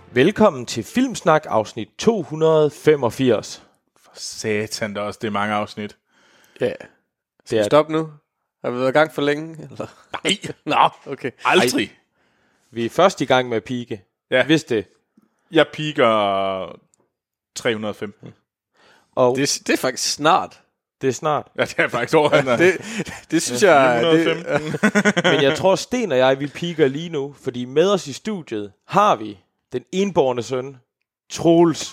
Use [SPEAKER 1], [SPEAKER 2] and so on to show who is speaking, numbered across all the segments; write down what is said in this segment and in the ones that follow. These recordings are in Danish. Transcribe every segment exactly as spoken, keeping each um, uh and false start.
[SPEAKER 1] Velkommen til Filmsnak afsnit to hundrede femogfirs.
[SPEAKER 2] For satan da også, det er mange afsnit.
[SPEAKER 3] Ja. Skal vi stoppe nu? Har vi været i gang for længe? Eller?
[SPEAKER 2] Nej.
[SPEAKER 3] Nå, okay.
[SPEAKER 2] Aldrig.
[SPEAKER 1] Ej. Vi er først i gang med at pike.
[SPEAKER 2] Ja.
[SPEAKER 1] Hvis det.
[SPEAKER 2] Jeg piker tre hundrede og femten.
[SPEAKER 1] Og
[SPEAKER 3] Det, det er faktisk snart.
[SPEAKER 1] det er snart.
[SPEAKER 2] Ja, det er faktisk over.
[SPEAKER 3] det, det, det synes jeg...
[SPEAKER 2] fire hundrede og
[SPEAKER 3] Det,
[SPEAKER 2] femten.
[SPEAKER 1] Men jeg tror, Sten og jeg, vi piker lige nu. Fordi med os i studiet har vi den enborne søn, Troels.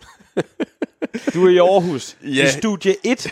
[SPEAKER 1] Du er i Aarhus.
[SPEAKER 2] Ja.
[SPEAKER 1] I studie et.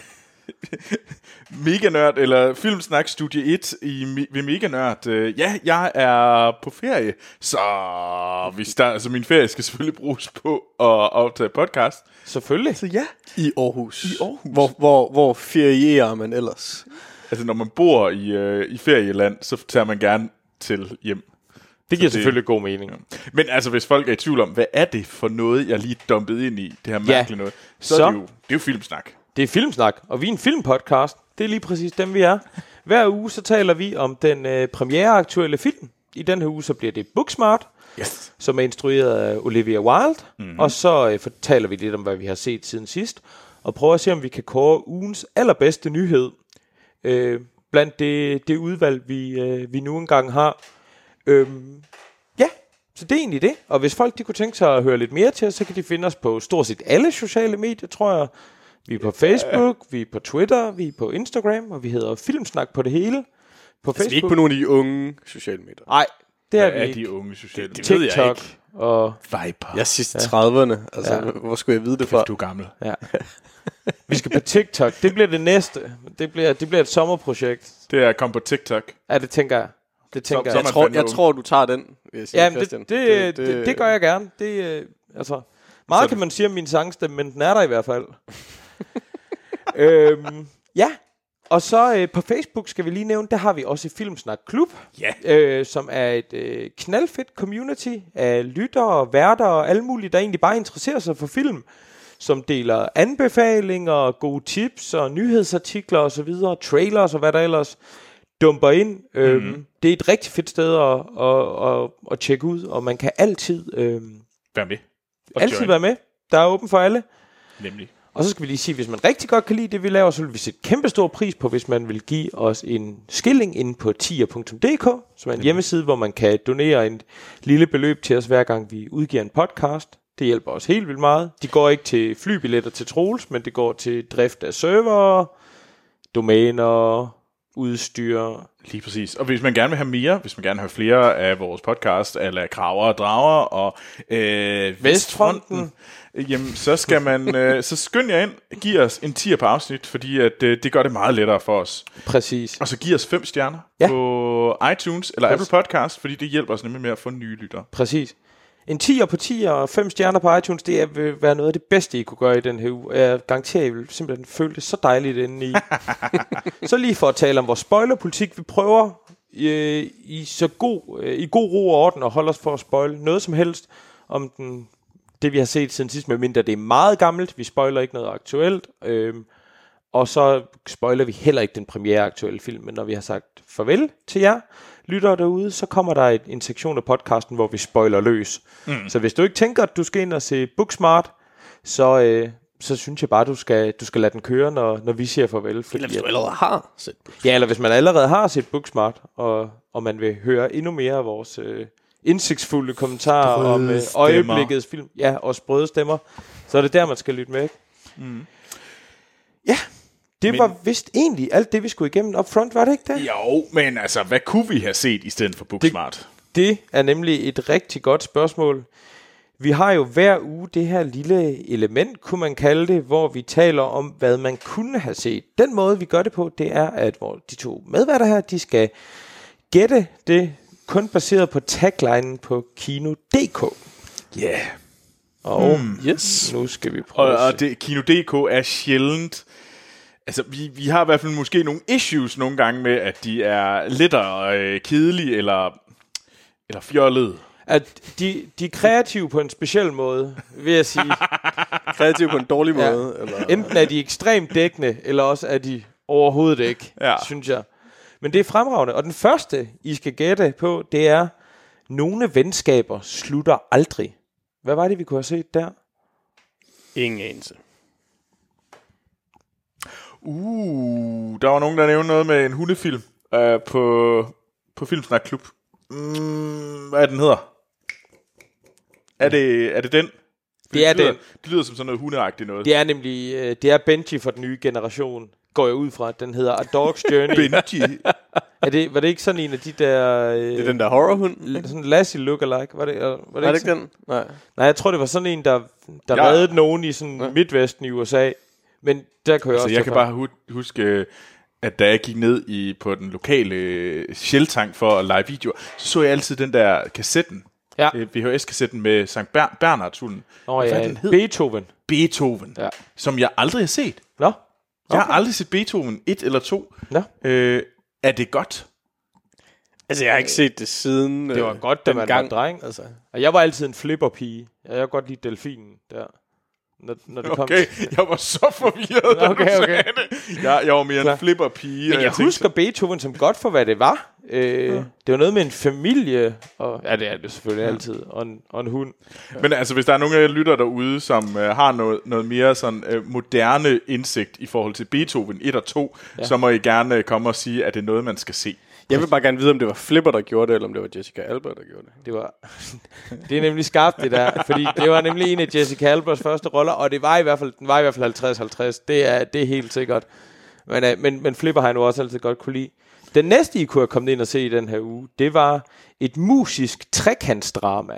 [SPEAKER 2] Mega Nørd, eller Filmsnak Studie et i, ved Mega Nørd. Uh, ja, jeg er på ferie, så hvis der, altså min ferie skal selvfølgelig bruges på at optage podcast.
[SPEAKER 1] Selvfølgelig.
[SPEAKER 2] Så ja,
[SPEAKER 3] I Aarhus.
[SPEAKER 2] I Aarhus.
[SPEAKER 3] Hvor, hvor, hvor ferierer man ellers?
[SPEAKER 2] altså når man bor i, uh, i ferieland, så tager man gerne til hjem.
[SPEAKER 1] Det giver
[SPEAKER 2] det-
[SPEAKER 1] selvfølgelig god mening.
[SPEAKER 2] Men altså, hvis folk er i tvivl om, hvad er det for noget, jeg lige dumpet ind i, det her mærkelige noget, så,
[SPEAKER 1] Så-
[SPEAKER 2] Er det, jo, det er jo Filmsnak.
[SPEAKER 1] Det er Filmsnak, og vi er en filmpodcast. Det er lige præcis dem, vi er. Hver uge så taler vi om den øh, premiereaktuelle film. I den her uge så bliver det Booksmart,
[SPEAKER 2] Yes.
[SPEAKER 1] som er instrueret af Olivia Wilde. Mm-hmm. Og så øh, fortæller vi lidt om, hvad vi har set siden sidst. Og prøver at se, om vi kan kåre ugens allerbedste nyhed. Øh, blandt det, det udvalg, vi, øh, vi nu engang har. Øhm, ja, så det er egentlig det. Og hvis folk de kunne tænke sig at høre lidt mere til os, så kan de finde os på stort set alle sociale medier, tror jeg. Vi er på Facebook, vi er på Twitter, vi er på Instagram, og vi hedder Filmsnak på det hele. På
[SPEAKER 3] Altså, vi er ikke på nogle af de unge sociale medier.
[SPEAKER 1] Nej, det er
[SPEAKER 2] Hvad
[SPEAKER 1] vi
[SPEAKER 2] er
[SPEAKER 1] ikke.
[SPEAKER 2] de unge sociale?
[SPEAKER 3] Det- det
[SPEAKER 2] ved jeg
[SPEAKER 1] TikTok
[SPEAKER 2] ikke.
[SPEAKER 1] og
[SPEAKER 2] Viber.
[SPEAKER 3] Jeg er sidst trediverne. Altså,
[SPEAKER 1] Ja.
[SPEAKER 3] hvor skulle jeg vide det fra?
[SPEAKER 2] Du er gammel.
[SPEAKER 1] ja. Vi skal på TikTok. Det bliver det næste. Det bliver, det bliver et sommerprojekt.
[SPEAKER 2] Det er at komme på TikTok.
[SPEAKER 1] Ja, det tænker jeg. Det tænker
[SPEAKER 2] Så-
[SPEAKER 1] jeg.
[SPEAKER 3] Jeg tror,
[SPEAKER 2] fandme
[SPEAKER 3] jeg
[SPEAKER 2] ung.
[SPEAKER 3] tror, du tager den, vil jeg sige,
[SPEAKER 1] Ja, det,
[SPEAKER 3] Christian.
[SPEAKER 1] det, det, det, det, det gør jeg gerne. Det, øh, altså, meget
[SPEAKER 2] Så-
[SPEAKER 1] kan man sige om min sangstemme, men den er der i hvert fald. øhm, ja, og så øh, på Facebook skal vi lige nævne, der har vi også Filmsnak Klub,
[SPEAKER 2] Ja.
[SPEAKER 1] øh, som er et øh, knaldfedt community af lyttere, værter og alle mulige, der egentlig bare interesserer sig for film, som deler anbefalinger, gode tips og nyhedsartikler og så videre, trailers og hvad der ellers dumper ind. Øhm,
[SPEAKER 2] Mhm.
[SPEAKER 1] Det er et rigtig fedt sted at, at, at, at tjekke ud, og man kan altid, øhm,
[SPEAKER 2] Vær med. Og
[SPEAKER 1] altid
[SPEAKER 2] join.
[SPEAKER 1] være med. Der er åben for alle.
[SPEAKER 2] Nemlig.
[SPEAKER 1] Og så skal vi lige sige, hvis man rigtig godt kan lide det, vi laver, så vil vi sætte kæmpe stor pris på, hvis man vil give os en skilling inde på tier punktum d k, som er en hjemmeside, hvor man kan donere en lille beløb til os, hver gang vi udgiver en podcast. Det hjælper os helt vildt meget. De går ikke til flybilletter til Troels, men det går til drift af server, domæner, udstyr.
[SPEAKER 2] Lige præcis. Og hvis man gerne vil have mere, hvis man gerne vil have flere af vores podcast, eller Kraver og Drager og øh,
[SPEAKER 1] Vestfronten,
[SPEAKER 2] jamen så skal man, øh, så skynd jer ind, giv os en tier på afsnit, fordi at, øh, det gør det meget lettere for os.
[SPEAKER 1] Præcis.
[SPEAKER 2] Og så giv os fem stjerner
[SPEAKER 1] Ja.
[SPEAKER 2] på iTunes eller
[SPEAKER 1] Præcis.
[SPEAKER 2] Apple Podcast, fordi det hjælper os nemlig med at få nye lyttere.
[SPEAKER 1] Præcis. En tier på tier og fem stjerner på iTunes, det er, vil være noget af det bedste, I kunne gøre i den her uge. Jeg garanterer, I vil simpelthen føle det så dejligt inde i. Så lige for at tale om vores spoilerpolitik. Vi prøver øh, i så god, øh, i god ro og orden at holde os for at spoile noget som helst om den, det, vi har set siden sidst, medmindre det er meget gammelt. Vi spoiler ikke noget aktuelt. Øh, og så spoiler vi heller ikke den premiere-aktuelle film, men når vi har sagt farvel til jer lyttere derude, så kommer der et, en sektion af podcasten, hvor vi spoiler løs. Mm. Så hvis du ikke tænker, at du skal ind og se Booksmart, så, øh, så synes jeg bare, du skal, du skal lade den køre, når, når vi siger farvel. Fordi,
[SPEAKER 3] Eller hvis du
[SPEAKER 1] at-
[SPEAKER 3] allerede har set Booksmart.
[SPEAKER 1] ja, eller hvis man allerede har set Booksmart, og, og man vil høre endnu mere af vores øh, indsigtsfulde kommentarer
[SPEAKER 2] Sprøde
[SPEAKER 1] om øh,
[SPEAKER 2] stemmer.
[SPEAKER 1] øjeblikkets film, ja, og sprøde stemmer, så er det der, man skal lytte med, ikke?
[SPEAKER 2] Mm.
[SPEAKER 1] Ja, det
[SPEAKER 2] Men-
[SPEAKER 1] var vist egentlig alt det, vi skulle igennem up front, var det ikke det?
[SPEAKER 2] Jo, men altså, hvad kunne vi have set i stedet for Booksmart?
[SPEAKER 1] Det er nemlig et rigtig godt spørgsmål. Vi har jo hver uge det her lille element, kunne man kalde det, hvor vi taler om, hvad man kunne have set. Den måde, vi gør det på, det er, at hvor de to medværter her, de skal gætte det, kun baseret på taglinen på Kino punktum d k.
[SPEAKER 2] Ja. Yeah.
[SPEAKER 1] Og
[SPEAKER 2] Hmm.
[SPEAKER 3] Yes.
[SPEAKER 1] nu skal vi prøve
[SPEAKER 2] Og,
[SPEAKER 1] at
[SPEAKER 2] og
[SPEAKER 1] se.
[SPEAKER 2] det, Kino punktum d k er sjældent. Altså, vi, vi har i hvert fald måske nogle issues nogle gange med, at de er lidt øh, kedelige eller, eller fjollede.
[SPEAKER 1] At de, de er kreative på en speciel måde, vil jeg sige.
[SPEAKER 3] Kreativ på en dårlig
[SPEAKER 1] Ja.
[SPEAKER 3] måde. Eller?
[SPEAKER 1] Enten er de ekstremt dækkende, eller også er de overhovedet ikke,
[SPEAKER 2] Ja.
[SPEAKER 1] synes jeg. Men det er fremragende. Og den første, I skal gætte på, det er, nogle venskaber slutter aldrig. Hvad var det, vi kunne have set der?
[SPEAKER 3] Ingen anelse.
[SPEAKER 2] Uh, der var nogen, der nævnte noget med en hundefilm øh, på, på Filmsnak Klub. Mm, hvad er den hedder? Er det, er det den? Fordi
[SPEAKER 1] Det er
[SPEAKER 2] det lyder,
[SPEAKER 1] den.
[SPEAKER 2] Det lyder som sådan noget hundeagtigt noget.
[SPEAKER 1] Det er nemlig, øh, det er Benji for den nye generation, går jeg ud fra. Den hedder A Dog's Journey.
[SPEAKER 2] Benji.
[SPEAKER 1] Er det, var det ikke sådan en af de der... Øh,
[SPEAKER 3] Det er den der horrorhund.
[SPEAKER 1] l- sådan Lassie lookalike? Var det, eller, var det,
[SPEAKER 3] Var det
[SPEAKER 1] ikke
[SPEAKER 3] ikke
[SPEAKER 1] sådan?
[SPEAKER 3] den? Nej.
[SPEAKER 1] Nej, jeg tror, det var sådan en, der, der
[SPEAKER 2] Ja.
[SPEAKER 1] reddede nogen i sådan
[SPEAKER 3] Ja.
[SPEAKER 1] Midtvesten i U S A. Men der kunne jeg
[SPEAKER 2] Altså,
[SPEAKER 1] også...
[SPEAKER 2] jeg
[SPEAKER 1] tage
[SPEAKER 2] kan
[SPEAKER 1] fra.
[SPEAKER 2] bare hu- huske, at da jeg gik ned i på den lokale Shell-tank for at lege videoer, så så jeg altid den der kassetten.
[SPEAKER 1] Ja.
[SPEAKER 2] øh, V H S-kassetten med Sankt Ber- Bernhardshunden.
[SPEAKER 1] Nå
[SPEAKER 2] Hvad
[SPEAKER 1] ja,
[SPEAKER 2] fanden hed?
[SPEAKER 1] Beethoven.
[SPEAKER 2] Beethoven.
[SPEAKER 1] Ja.
[SPEAKER 2] Som jeg aldrig har set.
[SPEAKER 1] Nå,
[SPEAKER 2] Jeg har aldrig set Beethoven et eller to.
[SPEAKER 1] Nå.
[SPEAKER 2] Øh, er det godt?
[SPEAKER 3] Altså, jeg har ikke set det siden...
[SPEAKER 1] det var
[SPEAKER 3] øh,
[SPEAKER 1] godt, da
[SPEAKER 3] den
[SPEAKER 1] man
[SPEAKER 3] gang.
[SPEAKER 1] var dreng.
[SPEAKER 3] Altså.
[SPEAKER 1] Og jeg var altid en flipperpige. Jeg kan godt lide delfinen der. Når, når det kom
[SPEAKER 2] Okay, jeg var så forvirret, da
[SPEAKER 1] Okay,
[SPEAKER 2] du
[SPEAKER 1] okay.
[SPEAKER 2] sagde det. Jeg, jeg var mere
[SPEAKER 1] Klar.
[SPEAKER 2] en flipperpige.
[SPEAKER 1] Men
[SPEAKER 2] og
[SPEAKER 1] jeg
[SPEAKER 2] tænkte,
[SPEAKER 1] husker Beethoven som godt for, hvad det var. Øh, ja. Det var noget med en familie, og ja, det er det selvfølgelig ja. altid, og en, og en hund.
[SPEAKER 2] Men altså, hvis der er nogen af jer lytter derude, som øh, har noget, noget mere sådan øh, moderne indsigt i forhold til Beethoven et og to, ja. så må I gerne øh, komme og sige, at det er noget, man skal se.
[SPEAKER 3] Jeg vil bare gerne vide, om det var Flipper, der gjorde det, eller om det var Jessica Alba, der gjorde det.
[SPEAKER 1] Det var det er nemlig skarpt det der, fordi det var nemlig en af Jessica Albers første roller, og det var i hvert fald den var i hvert fald halvtreds halvtreds. Det er det er helt sikkert. Men øh, men men Flipper har jeg nu også altid godt kunne lide. Den næste I kunne have kommet ind og se i den her uge, det var et musisk trekantsdrama.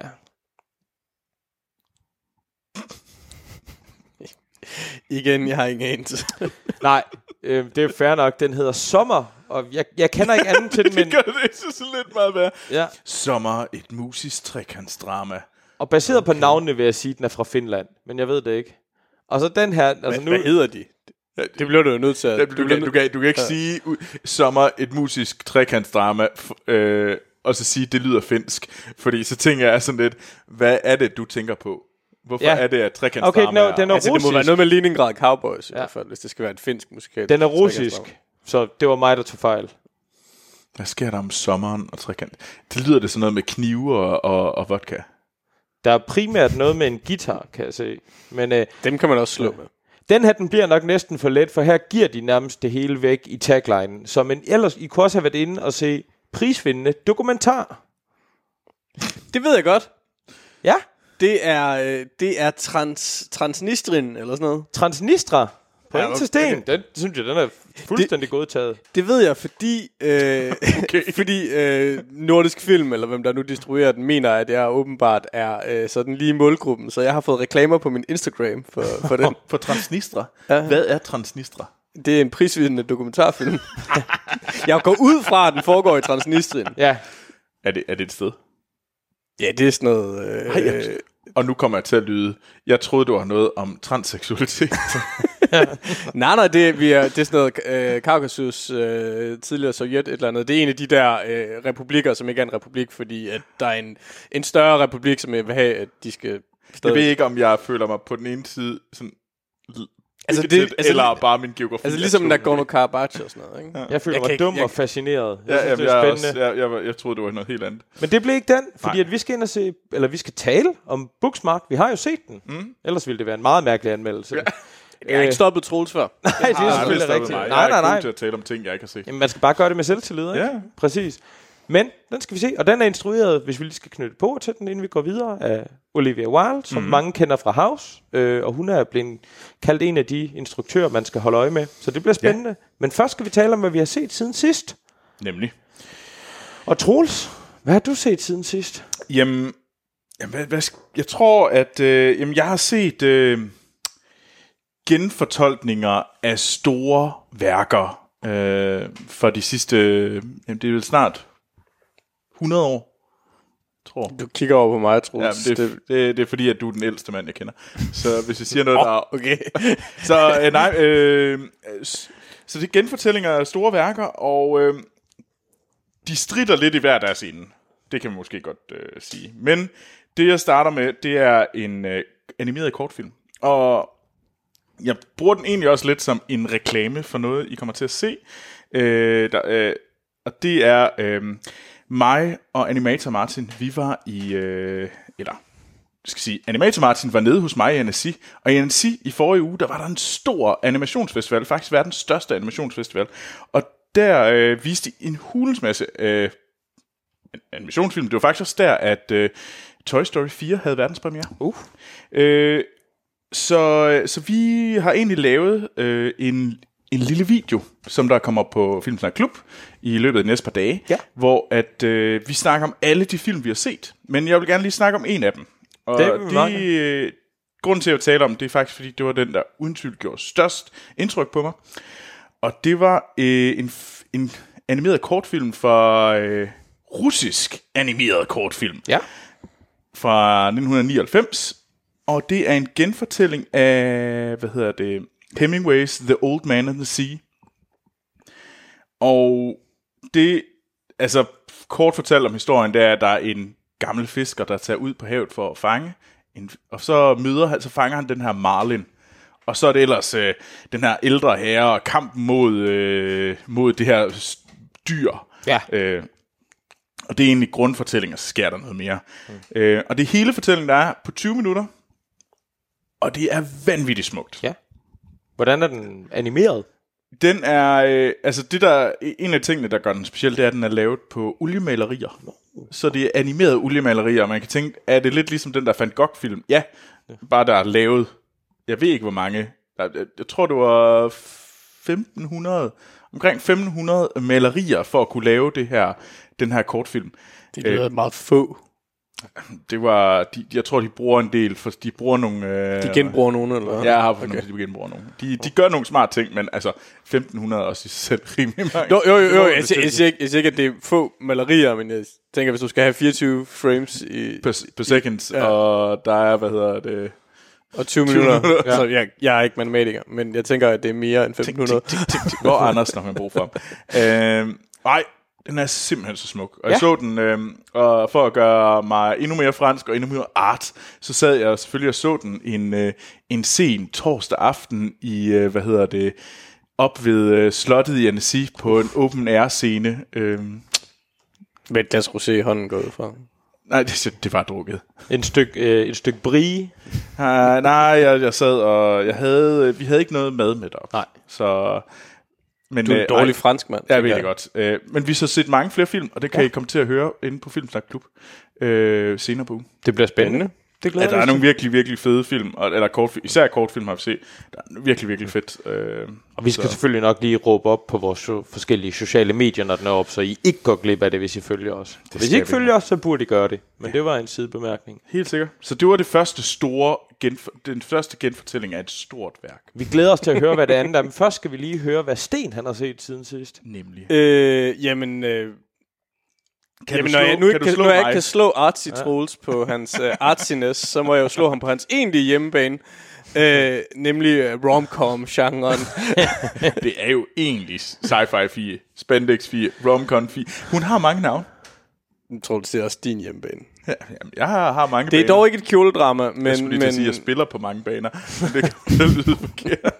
[SPEAKER 3] Igen, jeg har ingen anelse.
[SPEAKER 1] Nej, øh, det er fair nok. Den hedder Sommer, og jeg, jeg kender ikke anden til den, men
[SPEAKER 2] Det gør det så, så lidt meget værd.
[SPEAKER 1] ja.
[SPEAKER 2] Sommer, et musisk trekantsdrama.
[SPEAKER 1] Og baseret okay. på navnene vil jeg sige, at den er fra Finland, men jeg ved det ikke. Og så den her, altså
[SPEAKER 3] Hvad,
[SPEAKER 1] nu...
[SPEAKER 3] hvad hedder de? Det bliver du jo nødt til at...
[SPEAKER 2] Du, du, kan, du, kan, du kan ikke ja. sige, uh, sommer, et musisk trekantsdrama, f- øh, og så sige, det lyder finsk. Fordi så tænker jeg sådan lidt, hvad er det, du tænker på? Hvorfor
[SPEAKER 1] Ja.
[SPEAKER 2] er det, at trekantsdrama
[SPEAKER 1] Okay, no, den er
[SPEAKER 3] Altså, det må
[SPEAKER 1] russisk.
[SPEAKER 3] være noget med Leningrad Cowboys, i
[SPEAKER 1] Ja.
[SPEAKER 3] hvert fald, hvis det skal være et finsk musikal.
[SPEAKER 1] Den er russisk, så det var mig, der tog fejl.
[SPEAKER 2] Hvad sker der om sommeren og trekant? Det lyder det sådan noget med knive og, og, og vodka.
[SPEAKER 1] Der er primært noget med en guitar, kan jeg se. Men øh,
[SPEAKER 3] Dem kan man også slå med.
[SPEAKER 1] den her, den bliver nok næsten for let, for her giver de nærmest det hele væk i taglinen. Så men ellers, I kunne også have været inde og se prisvindende dokumentar.
[SPEAKER 3] Det ved jeg godt.
[SPEAKER 1] Ja,
[SPEAKER 3] Det er, øh, det er trans, Transnistrin, eller sådan noget.
[SPEAKER 1] Transnistra. På
[SPEAKER 3] Ja,
[SPEAKER 1] ja,
[SPEAKER 3] okay.
[SPEAKER 1] til sten. Den synes jeg, den er fuldstændig godtaget.
[SPEAKER 3] Det ved jeg, fordi, øh, okay. fordi øh, Nordisk Film, eller hvem der nu distribuerer den, mener, at jeg åbenbart er øh, sådan lige i målgruppen. Så jeg har fået reklamer på min Instagram for, for den.
[SPEAKER 2] For Transnistra?
[SPEAKER 3] Ja.
[SPEAKER 2] Hvad er Transnistra?
[SPEAKER 3] Det er en prisvindende dokumentarfilm. Jeg går ud fra, at den foregår i Transnistrien.
[SPEAKER 1] Ja,
[SPEAKER 2] Er det, er det et sted?
[SPEAKER 3] Ja, det er sådan noget... Øh,
[SPEAKER 2] Ej, jeg, og nu kommer jeg til at lyde. Jeg troede, det var noget om transseksualitet.
[SPEAKER 3] nej, nej, det, vi er, det er sådan noget øh, Kaukasus, øh, tidligere Sovjet, et eller andet. Det er en af de der øh, republikker, som ikke er en republik, fordi at der er en, en større republik, som jeg vil have, at de skal
[SPEAKER 2] Jeg ved ikke, om jeg føler mig på den ene side sådan...
[SPEAKER 3] Altså,
[SPEAKER 2] Altså
[SPEAKER 3] det-
[SPEAKER 2] det,
[SPEAKER 3] altså-
[SPEAKER 2] eller bare min geografi.
[SPEAKER 3] Altså ligesom
[SPEAKER 2] er
[SPEAKER 3] Nagorno-Karabakh og sådan noget, ikke? Ja.
[SPEAKER 1] jeg føler
[SPEAKER 3] Jeg
[SPEAKER 1] mig
[SPEAKER 3] kan ikke-
[SPEAKER 1] dum
[SPEAKER 3] jeg-
[SPEAKER 1] og fascineret. Jeg
[SPEAKER 2] Ja,
[SPEAKER 1] synes,
[SPEAKER 2] jamen,
[SPEAKER 1] det er
[SPEAKER 2] jeg, er
[SPEAKER 1] spændende.
[SPEAKER 2] også, jeg, jeg, jeg troede, det var noget helt andet.
[SPEAKER 1] Men det blev ikke den, fordi
[SPEAKER 2] Nej.
[SPEAKER 1] at vi skal ind og se, eller vi skal tale om Booksmart. Vi har jo set den. Mm. Ellers ville det være en meget mærkelig anmeldelse. Ja.
[SPEAKER 3] Jeg har ikke stoppet Troels før.
[SPEAKER 1] Nej, det er
[SPEAKER 2] Ej,
[SPEAKER 1] selvfølgelig
[SPEAKER 2] det er
[SPEAKER 1] rigtigt.
[SPEAKER 2] mig.
[SPEAKER 1] Nej,
[SPEAKER 2] Jeg
[SPEAKER 1] nej,
[SPEAKER 2] er god
[SPEAKER 1] nej.
[SPEAKER 2] til at tale om ting, jeg ikke har set.
[SPEAKER 1] Jamen, man skal bare gøre det med selvtillid, ikke?
[SPEAKER 2] Ja.
[SPEAKER 1] Præcis. Men den skal vi se, og den er instrueret, hvis vi lige skal knytte på til den, inden vi går videre, af Olivia Wilde, som mm. mange kender fra House, øh, og hun er blevet kaldt en af de instruktører, man skal holde øje med. Så det bliver spændende. Ja. Men først skal vi tale om, hvad vi har set siden sidst.
[SPEAKER 2] Nemlig.
[SPEAKER 1] Og Troels, hvad har du set siden sidst?
[SPEAKER 2] Jamen, jamen hvad, hvad, sk- jeg tror, at øh, jamen, jeg har set øh, genfortolkninger af store værker øh, for de sidste, øh, jamen, det er vel snart hundrede år, tror jeg.
[SPEAKER 3] Du kigger over på mig,
[SPEAKER 2] Ja,
[SPEAKER 3] Troels.
[SPEAKER 2] men det, det, det, det er fordi, at du er den ældste mand, jeg kender. Så hvis jeg siger noget, der er...
[SPEAKER 3] Okay.
[SPEAKER 2] Så øh, nej, øh, s- så det er genfortællinger af store værker, og øh, de stritter lidt i hver deres ende. Det kan man måske godt øh, sige. Men det, jeg starter med, det er en øh, animeret kortfilm. Og jeg bruger den egentlig også lidt som en reklame for noget, I kommer til at se. Øh, der, øh, og det er øh, mig og animator Martin. Vi var i... Øh, eller skal sige, Animator Martin var nede hos mig i Annecy, og i Annecy i forrige uge, der var der en stor animationsfestival, faktisk verdens største animationsfestival, og der øh, viste de en hulens masse øh, animationsfilm. Det var faktisk også der, at øh, Toy Story fire havde verdenspremiere.
[SPEAKER 1] Uh.
[SPEAKER 2] Øh, så, så vi har egentlig lavet øh, en, en lille video, som der kommer på Filmsnak Klub i løbet af de næste par dage,
[SPEAKER 1] ja.
[SPEAKER 2] hvor at, øh, vi snakker om alle de film, vi har set. Men jeg vil gerne lige snakke om en af dem. Og
[SPEAKER 1] det,
[SPEAKER 2] det øh, grunden til at tale om, det er faktisk, fordi det var den, der uden tvivl gjorde størst indtryk på mig. Og det var øh, en, en animeret kortfilm for øh, russisk animeret kortfilm.
[SPEAKER 1] Ja.
[SPEAKER 2] Fra nitten nioghalvfems. Og det er en genfortælling af, hvad hedder det, Hemingways The Old Man and the Sea. Og det, altså kort fortalt om historien, det er, at der er en gammel fisker, der tager ud på havet for at fange. En, og så møder han, så fanger han den her marlin. Og så er det ellers øh, den her ældre herre og kampen mod, øh, mod det her dyr.
[SPEAKER 1] Ja.
[SPEAKER 2] Øh, og det er egentlig grundfortællingen, og så sker der noget mere. Mm. Øh, og det hele fortællingen, der er på tyve minutter. Og det er vanvittigt smukt.
[SPEAKER 1] Ja. Hvordan er den animeret?
[SPEAKER 2] Den er, øh, altså det der, en af tingene, der gør den speciel, det er, at den er lavet på oliemalerier. Så det er animerede oliemalerier, og man kan tænke, er det lidt ligesom den der Van Gogh-film? Ja, bare der er lavet, jeg ved ikke hvor mange, jeg, jeg tror det var femten hundrede, omkring femten hundrede malerier for at kunne lave det her, den her kortfilm.
[SPEAKER 3] Det lyder øh, meget få.
[SPEAKER 2] Det var, de, jeg tror de bruger en del, for de bruger nogle... Øh,
[SPEAKER 3] de genbruger nogle, eller?
[SPEAKER 2] Ja, jeg har fundet, okay. De genbruger nogle. De, de gør nogle smarte ting, men altså femten hundrede også i sig selv rimelig mange.
[SPEAKER 3] Jo, jo, jo, jo. Jeg, jeg, jeg, siger ikke, jeg siger ikke, at det er få malerier, men jeg tænker, hvis du skal have fireogtyve frames i...
[SPEAKER 2] Per, per seconds, ja. Og der er, hvad hedder det...
[SPEAKER 3] Og tyve minutter. Ja. Så jeg, jeg er ikke matematiker, men jeg tænker, at det er mere end femten hundrede.
[SPEAKER 2] Hvor Anders, når man bruger for ham. øh, Nej, den er simpelthen så smuk. Og ja. Jeg så den, øh, og for at gøre mig endnu mere fransk og endnu mere art, så sad jeg selvfølgelig og så den en, øh, en sen torsdag aften i, øh, hvad hedder det, op ved øh, slottet i Annecy på en open air scene. Øh.
[SPEAKER 3] Med et glas rosé i hånden gået fra.
[SPEAKER 2] Nej, det, det var drukket.
[SPEAKER 1] En stykke øh, et stykke brie.
[SPEAKER 2] Uh, nej, jeg, jeg sad og jeg havde, vi havde ikke noget mad med derop.
[SPEAKER 1] Nej.
[SPEAKER 2] Så... Men,
[SPEAKER 3] du er en dårlig øh, fransk mand.
[SPEAKER 2] Ja, virkelig godt. Øh, men vi har så set mange flere film, og det kan ja. I komme til at høre inde på Filmsnak Klub øh, senere på ugen.
[SPEAKER 1] Det bliver spændende. Det
[SPEAKER 2] ja, der er nogle virkelig, virkelig fede film, eller kortfilm, især kortfilm har vi set. Der er virkelig, virkelig fedt. Øh,
[SPEAKER 1] og vi skal så. selvfølgelig nok lige råbe op på vores so- forskellige sociale medier, når den er op, så I ikke går glip af det, hvis I følger os. Det hvis I ikke følger os, så burde I gøre det. Men ja. det var en sidebemærkning.
[SPEAKER 2] Helt sikkert. Så det var det første store genfor- den første genfortælling af et stort værk.
[SPEAKER 1] Vi glæder os til at høre, hvad det andet er. Men først skal vi lige høre, hvad Sten han har set siden sidst.
[SPEAKER 2] Nemlig.
[SPEAKER 3] Øh, jamen... Øh
[SPEAKER 2] Kan
[SPEAKER 3] Jamen,
[SPEAKER 2] du slå,
[SPEAKER 3] når jeg nu ikke
[SPEAKER 2] kan,
[SPEAKER 3] kan, når jeg ikke kan slå Artsy Troels ja. på hans uh, artsiness, så må jeg jo slå ham på hans egentlige hjemmebane, uh, nemlig uh, rom-com-genren.
[SPEAKER 2] Det er jo egentlig sci-fi fire, spandex fire, rom-com fire. Hun har mange navne.
[SPEAKER 3] Jeg tror, det er også din hjemmebane.
[SPEAKER 2] Ja, jamen, jeg har, har mange
[SPEAKER 3] Det er
[SPEAKER 2] baner.
[SPEAKER 3] dog ikke et kjoledrama, men...
[SPEAKER 2] Jeg skulle lige
[SPEAKER 3] men...
[SPEAKER 2] sige, at jeg spiller på mange baner, men det kan jo lyde forkert.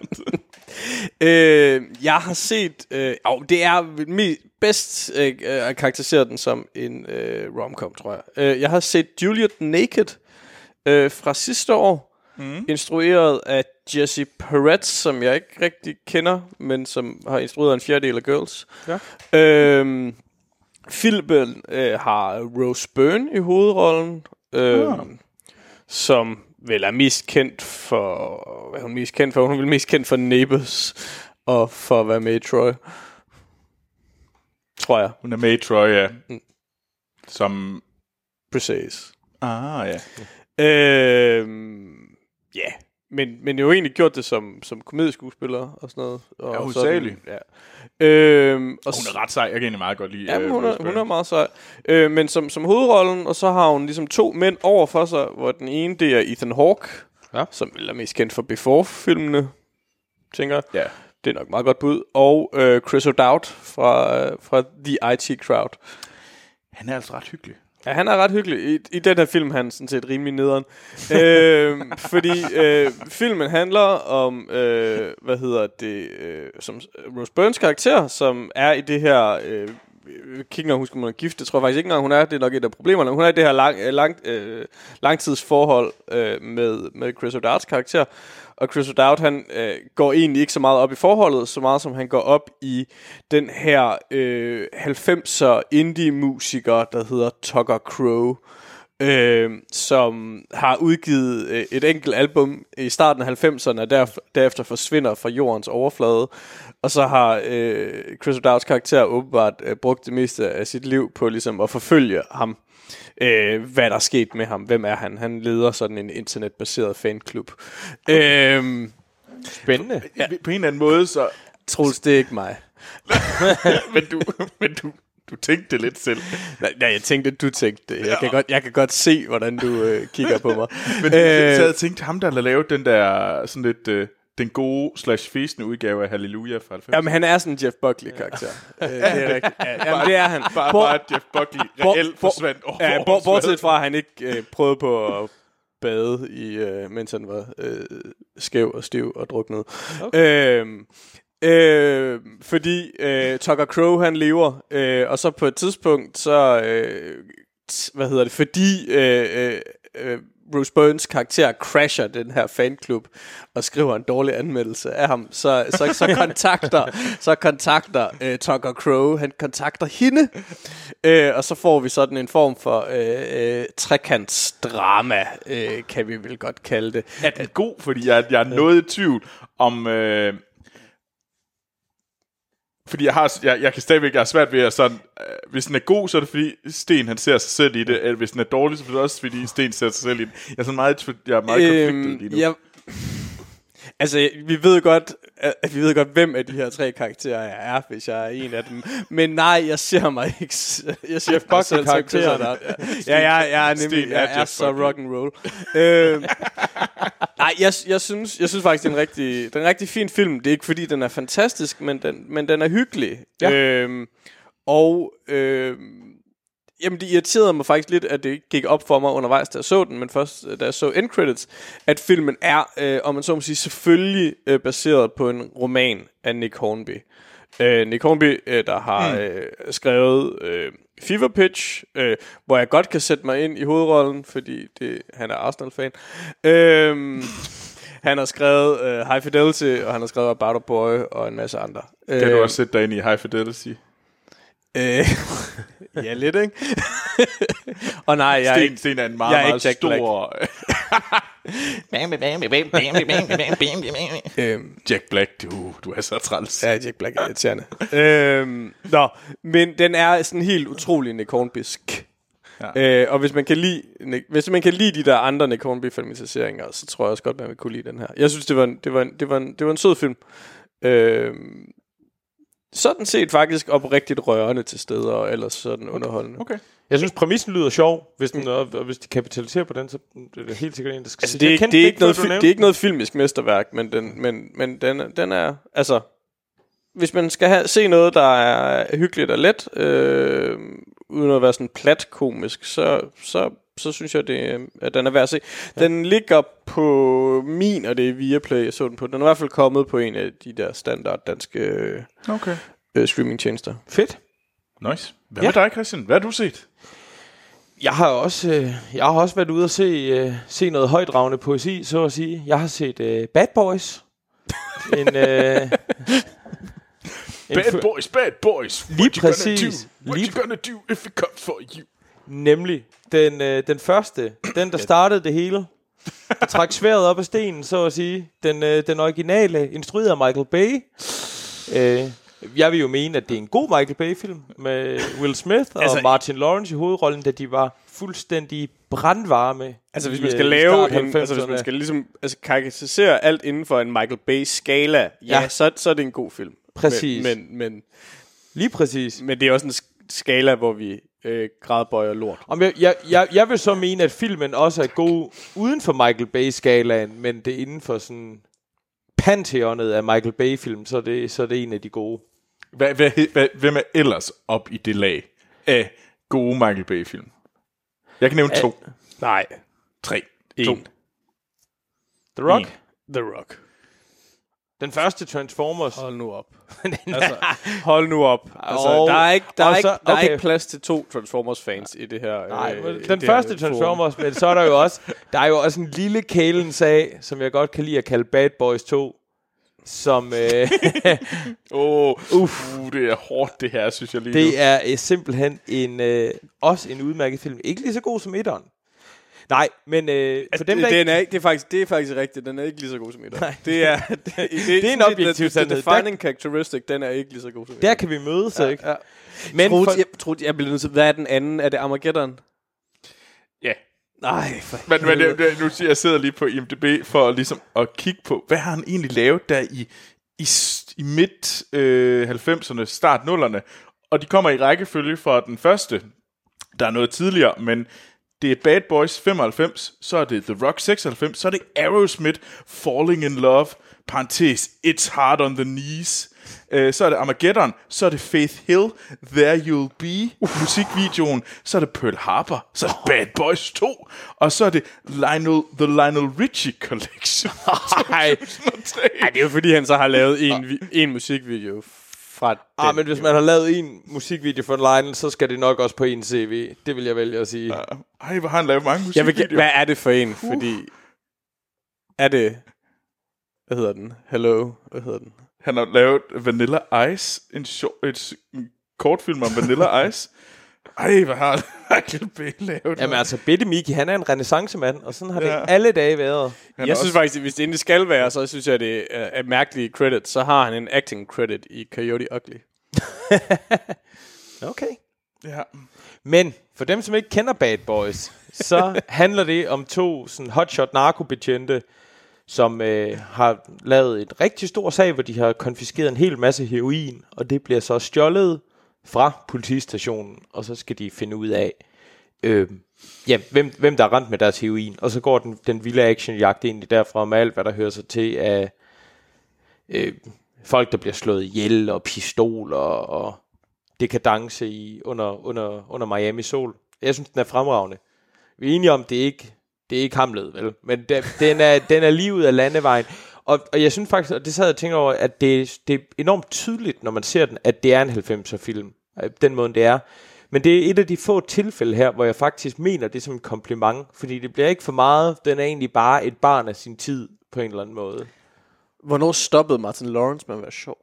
[SPEAKER 3] øh, jeg har set... Øh, oh, det er me- bedst øh, at karakterisere den som en øh, rom-com, tror jeg. Øh, jeg har set Juliet Naked øh, fra sidste år, mm. instrueret af Jesse Peretz, som jeg ikke rigtig kender, men som har instrueret en fjerdedel af Girls. Ja. Øh, Filmen øh, har Rose Byrne i hovedrollen, øh, ja. som vel er mest kendt for... Hvad er hun mest kendt for? Hun er vel mest kendt for Neighbours og for at være med i Troy. Tror jeg.
[SPEAKER 2] Hun er med i Troy, ja. Mm. Som...
[SPEAKER 3] Præcis.
[SPEAKER 2] Ah, ja.
[SPEAKER 3] Øh, ja, men, men jeg har jo egentlig gjort det som, som komedieskuespiller og sådan noget. Og
[SPEAKER 2] ja, hovedsageligt.
[SPEAKER 3] Ja. Øhm, og
[SPEAKER 2] hun er ret sej, jeg kan egentlig meget godt lide.
[SPEAKER 3] Ja, hun, er, hun er meget sej. Øh, men som, som hovedrollen, og så har hun ligesom to mænd over for sig, hvor den ene, det er Ethan Hawke, ja. som er mest kendt for Before-filmene, tænker jeg. Ja. Det er nok meget godt bud. Og øh, Chris O'Dowd fra, øh, fra The I T Crowd.
[SPEAKER 2] Han er altså ret hyggelig.
[SPEAKER 3] Ja, han er ret hyggelig. I, i den her film han er sådan set rimelig nederen. øh, fordi øh, filmen handler om, øh, hvad hedder det, øh, som Rose Byrnes karakter, som er i det her øh, kan ikke engang huske, om hun er gift. Det tror jeg faktisk ikke engang, hun er. Det er nok et af problemerne. Hun er i det her lang, lang, øh, langtidsforhold øh, med, med Chris O'Dowds karakter. Og Chris O'Dowd, han øh, går egentlig ikke så meget op i forholdet, så meget som han går op i den her øh, halvfemser indie-musiker, der hedder Tucker Crow. Øh, som har udgivet øh, et enkelt album i starten af halvfemserne, og derf- derefter forsvinder fra jordens overflade. Og så har øh, Chris O'Dowds karakter åbenbart øh, brugt det meste af sit liv på ligesom at forfølge ham. Øh, hvad der er sket med ham. Hvem er han? Han leder sådan en internetbaseret fanklub. Okay. Øh,
[SPEAKER 1] Spændende.
[SPEAKER 2] Ja. På en eller anden måde, så...
[SPEAKER 3] Troels, det er ikke mig.
[SPEAKER 2] men du... Men du Du tænkte det lidt selv.
[SPEAKER 3] Nej, nej, jeg tænkte, at du tænkte det. Jeg, ja. kan, godt, jeg kan godt se, hvordan du øh, kigger på mig.
[SPEAKER 2] Men øh, jeg havde tænkt, ham der har lavet den der, sådan lidt, øh, den gode slash fæsende udgave af Halleluja fra halvfems.
[SPEAKER 3] Jamen, han er sådan en Jeff Buckley-karakter. Ja. Øh, det er rigtigt. Ja, jamen, det er han.
[SPEAKER 2] Bare, bare at Jeff Buckley reelt forsvandt over.
[SPEAKER 3] Ja, bort, bortset fra, at han ikke øh, prøvede på at bade, i, øh, mens han var øh, skæv og stiv og druknet. Okay. Øh, Øh, fordi øh, Tucker Crow han lever, øh, og så på et tidspunkt så øh, t- hvad hedder det? Fordi øh, øh, Rose Byrnes karakter crasher den her fanklub og skriver en dårlig anmeldelse af ham, så så, så kontakter så kontakter øh, Tucker Crow, han kontakter hende, øh, og så får vi sådan en form for øh, øh, trekantsdrama, øh, kan vi vel godt kalde det.
[SPEAKER 2] Er den god, fordi jeg, jeg er noget i tvivl om. Øh, Fordi jeg har, jeg, jeg kan stadigvæk, jeg har svært ved at sådan, øh, hvis den er god, så er det fordi Sten han ser sig selv i det, eller hvis den er dårlig, så er det også fordi Sten ser sig selv i det. Jeg er sådan meget, jeg er meget øhm, konfliktet lige nu. Jeg,
[SPEAKER 3] altså, vi ved godt, at vi ved godt, hvem af de her tre karakterer jeg er, hvis jeg er en af dem. Men nej, jeg ser mig ikke. Jeg ser mig selv karakteren. Ja, ja, jeg, jeg er nemlig, jeg er, er så rock and roll. øhm, nej, jeg, jeg synes, jeg synes faktisk, det er en rigtig, det er en rigtig fin film. Det er ikke fordi den er fantastisk, men den, men den er hyggelig. Ja. Øhm, og øhm, jamen, det irriterede mig faktisk lidt, at det gik op for mig undervejs, da jeg så den, men først, da jeg så end credits, at filmen er, øh, om man så må sige, selvfølgelig øh, baseret på en roman af Nick Hornby. Øh, Nick Hornby, øh, der har mm. øh, skrevet øh, Fever Pitch, øh, hvor jeg godt kan sætte mig ind i hovedrollen, fordi det, han er Arsenal-fan. Øh, han har skrevet øh, High Fidelity, og han har skrevet About a Boy, og en masse andre.
[SPEAKER 2] Kan øh, du også sætte dig ind i High Fidelity?
[SPEAKER 3] Øh, ja, lidt, ikke? Og nej, jeg er ikke...
[SPEAKER 2] Sten er en meget, meget
[SPEAKER 3] Jack
[SPEAKER 2] stor...
[SPEAKER 3] øhm,
[SPEAKER 2] Jack Black, du, du er så træls.
[SPEAKER 3] Ja, Jack Black er irriterende. øhm, Nå, men den er sådan helt utrolig Nick Hornbysk. Ja. Øh, og hvis man kan lide hvis man kan lide de der andre Nick Hornby filmatiseringer, så tror jeg også godt man vil kunne lide den her. Jeg synes det var en, det var en, det var en, det var en sød film. Øhm, sådan set faktisk oprigtigt rørende til steder, og ellers sådan underholdende.
[SPEAKER 1] Okay. Jeg synes præmissen lyder sjov, hvis den og, og hvis de kapitaliserer på den, så er det helt sikkert en, der skal.
[SPEAKER 3] Altså det er, det, det, er ikke noget, fi- det er ikke noget filmisk mesterværk, men den men men den den er altså, hvis man skal have, se noget der er hyggeligt og let, øh, uden at være sådan plat komisk, så så så synes jeg det at den er værd at se. Ja. Den ligger på min, og det er Viaplay, jeg så den på. Den er i hvert fald kommet på en af de der standard danske
[SPEAKER 2] okay.
[SPEAKER 3] øh, streamingtjenester.
[SPEAKER 1] Fedt.
[SPEAKER 2] Nice. Hvad ja. med dig, Christian? Hvad har du set?
[SPEAKER 1] Jeg har også øh, jeg har også været ude og se øh, se noget højdragende poesi, så at sige. Jeg har set øh, Bad Boys. en øh,
[SPEAKER 2] Bad Boys, Bad Boys.
[SPEAKER 1] Lige præcis.
[SPEAKER 2] What you gonna do if it comes for you?
[SPEAKER 1] Nemlig den øh, den første, den der startede det hele. Der trak sværet op af stenen, så at sige. Den øh, den originale, instrueret af Michael Bay. Øh, Jeg vil jo mene, at det er en god Michael Bay-film med Will Smith og altså, Martin Lawrence i hovedrollen, da de var fuldstændig brandvarme.
[SPEAKER 3] Altså hvis man skal lave en, altså hvis man skal ligesom altså karakterisere alt inden for en Michael Bay-skala, ja, ja. Så, så er det en god film.
[SPEAKER 1] Præcis.
[SPEAKER 3] Men, men, men
[SPEAKER 1] lige præcis.
[SPEAKER 3] Men det er også en skala, hvor vi øh, gradbøjer lort.
[SPEAKER 1] Om jeg, jeg, jeg, jeg vil så mene, at filmen også er god uden for Michael Bay-skalaen, men det er inden for sådan pantheonet af Michael Bay-film, så det, så det er en af de gode.
[SPEAKER 2] Hvad, hvad, hvad, hvem er ellers op i det lag af gode Michael Bay-film? Jeg kan nævne Æ, to.
[SPEAKER 3] Nej.
[SPEAKER 2] Tre.
[SPEAKER 3] En.
[SPEAKER 2] To.
[SPEAKER 1] The Rock?
[SPEAKER 3] En. The Rock.
[SPEAKER 1] Den første Transformers.
[SPEAKER 3] Hold nu op. altså, hold nu op. Altså,
[SPEAKER 1] Og-
[SPEAKER 3] der er ikke, der er
[SPEAKER 1] og
[SPEAKER 3] ikke,
[SPEAKER 1] så-
[SPEAKER 3] der er
[SPEAKER 1] okay.
[SPEAKER 3] ikke plads til to Transformers-fans i det her.
[SPEAKER 1] Nej,
[SPEAKER 3] øh,
[SPEAKER 1] den
[SPEAKER 3] det
[SPEAKER 1] første
[SPEAKER 3] her forum.
[SPEAKER 1] Transformers, men så er der jo også, der er jo også en lille kælen-sag, som jeg godt kan lide at kalde Bad Boys to, som øh,
[SPEAKER 2] Åh, oh, uh, det er hårdt det her, synes jeg lige nu.
[SPEAKER 1] det er øh, simpelthen en øh, også en udmærket film. Ikke lige så god som etteren. Nej, men øh, for dem,
[SPEAKER 3] det,
[SPEAKER 1] der
[SPEAKER 3] det,
[SPEAKER 1] ikke...
[SPEAKER 3] er ikke, det, er faktisk, det er faktisk rigtigt. Den er ikke lige så god som etteren.
[SPEAKER 1] Nej.
[SPEAKER 3] Det er, det, det,
[SPEAKER 1] Det er en objektiv
[SPEAKER 3] det,
[SPEAKER 1] sandhed.
[SPEAKER 3] det defining characteristic, den er ikke lige så god som
[SPEAKER 1] Der
[SPEAKER 3] etteren.
[SPEAKER 1] kan vi mødes, ja, ikke?
[SPEAKER 3] Ja.
[SPEAKER 1] Men
[SPEAKER 3] Troels,
[SPEAKER 1] for,
[SPEAKER 3] jeg, Troels, jeg bliver nødt til, hvad er den anden? Er det Armageddon?
[SPEAKER 2] Ja.
[SPEAKER 3] Nej, for
[SPEAKER 2] Men, men det, det, nu siger jeg, jeg sidder lige på I M D B for ligesom at kigge på, hvad har han egentlig lavet der i, i, i midt øh, halvfemserne, start nullerne. Og de kommer i rækkefølge fra den første, der er noget tidligere, men det er Bad Boys femoghalvfems, så er det The Rock seksoghalvfems, så er det Aerosmith, Falling in Love, parentes, It's Hard on the Knees. Uh, så er det Armageddon, så er det Faith Hill, There You'll Be, uh. musikvideoen, så er det Pearl Harbor, så er det Bad Boys to, og så er det Lionel, The Lionel Richie Collection.
[SPEAKER 3] Ej, Ej, det er jo fordi, han så har lavet en, vi- en musikvideo fra
[SPEAKER 1] ah,
[SPEAKER 3] den.
[SPEAKER 1] men hvis man har lavet en musikvideo for Lionel, så skal det nok også på en C V. Det vil jeg vælge at sige.
[SPEAKER 2] Uh, ej, hvor har han lavet mange
[SPEAKER 3] Jeg vil,
[SPEAKER 2] musikvideoer.
[SPEAKER 3] hvad er det for en? Fordi er det, hvad hedder den? Hello, hvad hedder den?
[SPEAKER 2] Han har lavet Vanilla Ice, en, show, et, en kortfilm om Vanilla Ice. Ej, hvad har Michael Bay lavet?
[SPEAKER 1] Jamen altså, Bitte Miki, han er en renaissancemand, og sådan har det
[SPEAKER 2] Ja.
[SPEAKER 1] alle dage været.
[SPEAKER 2] Han
[SPEAKER 3] Jeg
[SPEAKER 2] er
[SPEAKER 3] synes
[SPEAKER 2] også-
[SPEAKER 3] faktisk, at hvis det endelig skal være, så synes jeg, det er et mærkeligt credit. Så har han en acting credit i Coyote Ugly.
[SPEAKER 1] Okay.
[SPEAKER 2] Ja.
[SPEAKER 1] Men for dem, som ikke kender Bad Boys, så handler det om to sådan hotshot narkobetjente, som øh, har lavet et rigtig stor sag, hvor de har konfiskeret en hel masse heroin, og det bliver så stjålet fra politistationen, og så skal de finde ud af, øh, ja, hvem, hvem der er rendt med deres heroin, og så går den, den vilde actionjagt egentlig derfra med alt, hvad der hører sig til af øh, folk, der bliver slået ihjel, og pistoler, og dekadence i, under, under, under Miami Sol. Jeg synes, den er fremragende. Vi er enige om, det er ikke, det er ikke Hamlet, vel? Men den, den, er, den er lige ud af landevejen. Og, og jeg synes faktisk, og det sad jeg og tænkte over, at det, det er enormt tydeligt, når man ser den, at det er en halvfemser film. Den måde, det er. Men det er et af de få tilfælde her, hvor jeg faktisk mener det som en kompliment. Fordi det bliver ikke for meget. Den er egentlig bare et barn af sin tid, på en eller anden måde.
[SPEAKER 3] Hvornår stoppede Martin Lawrence med at være sjov?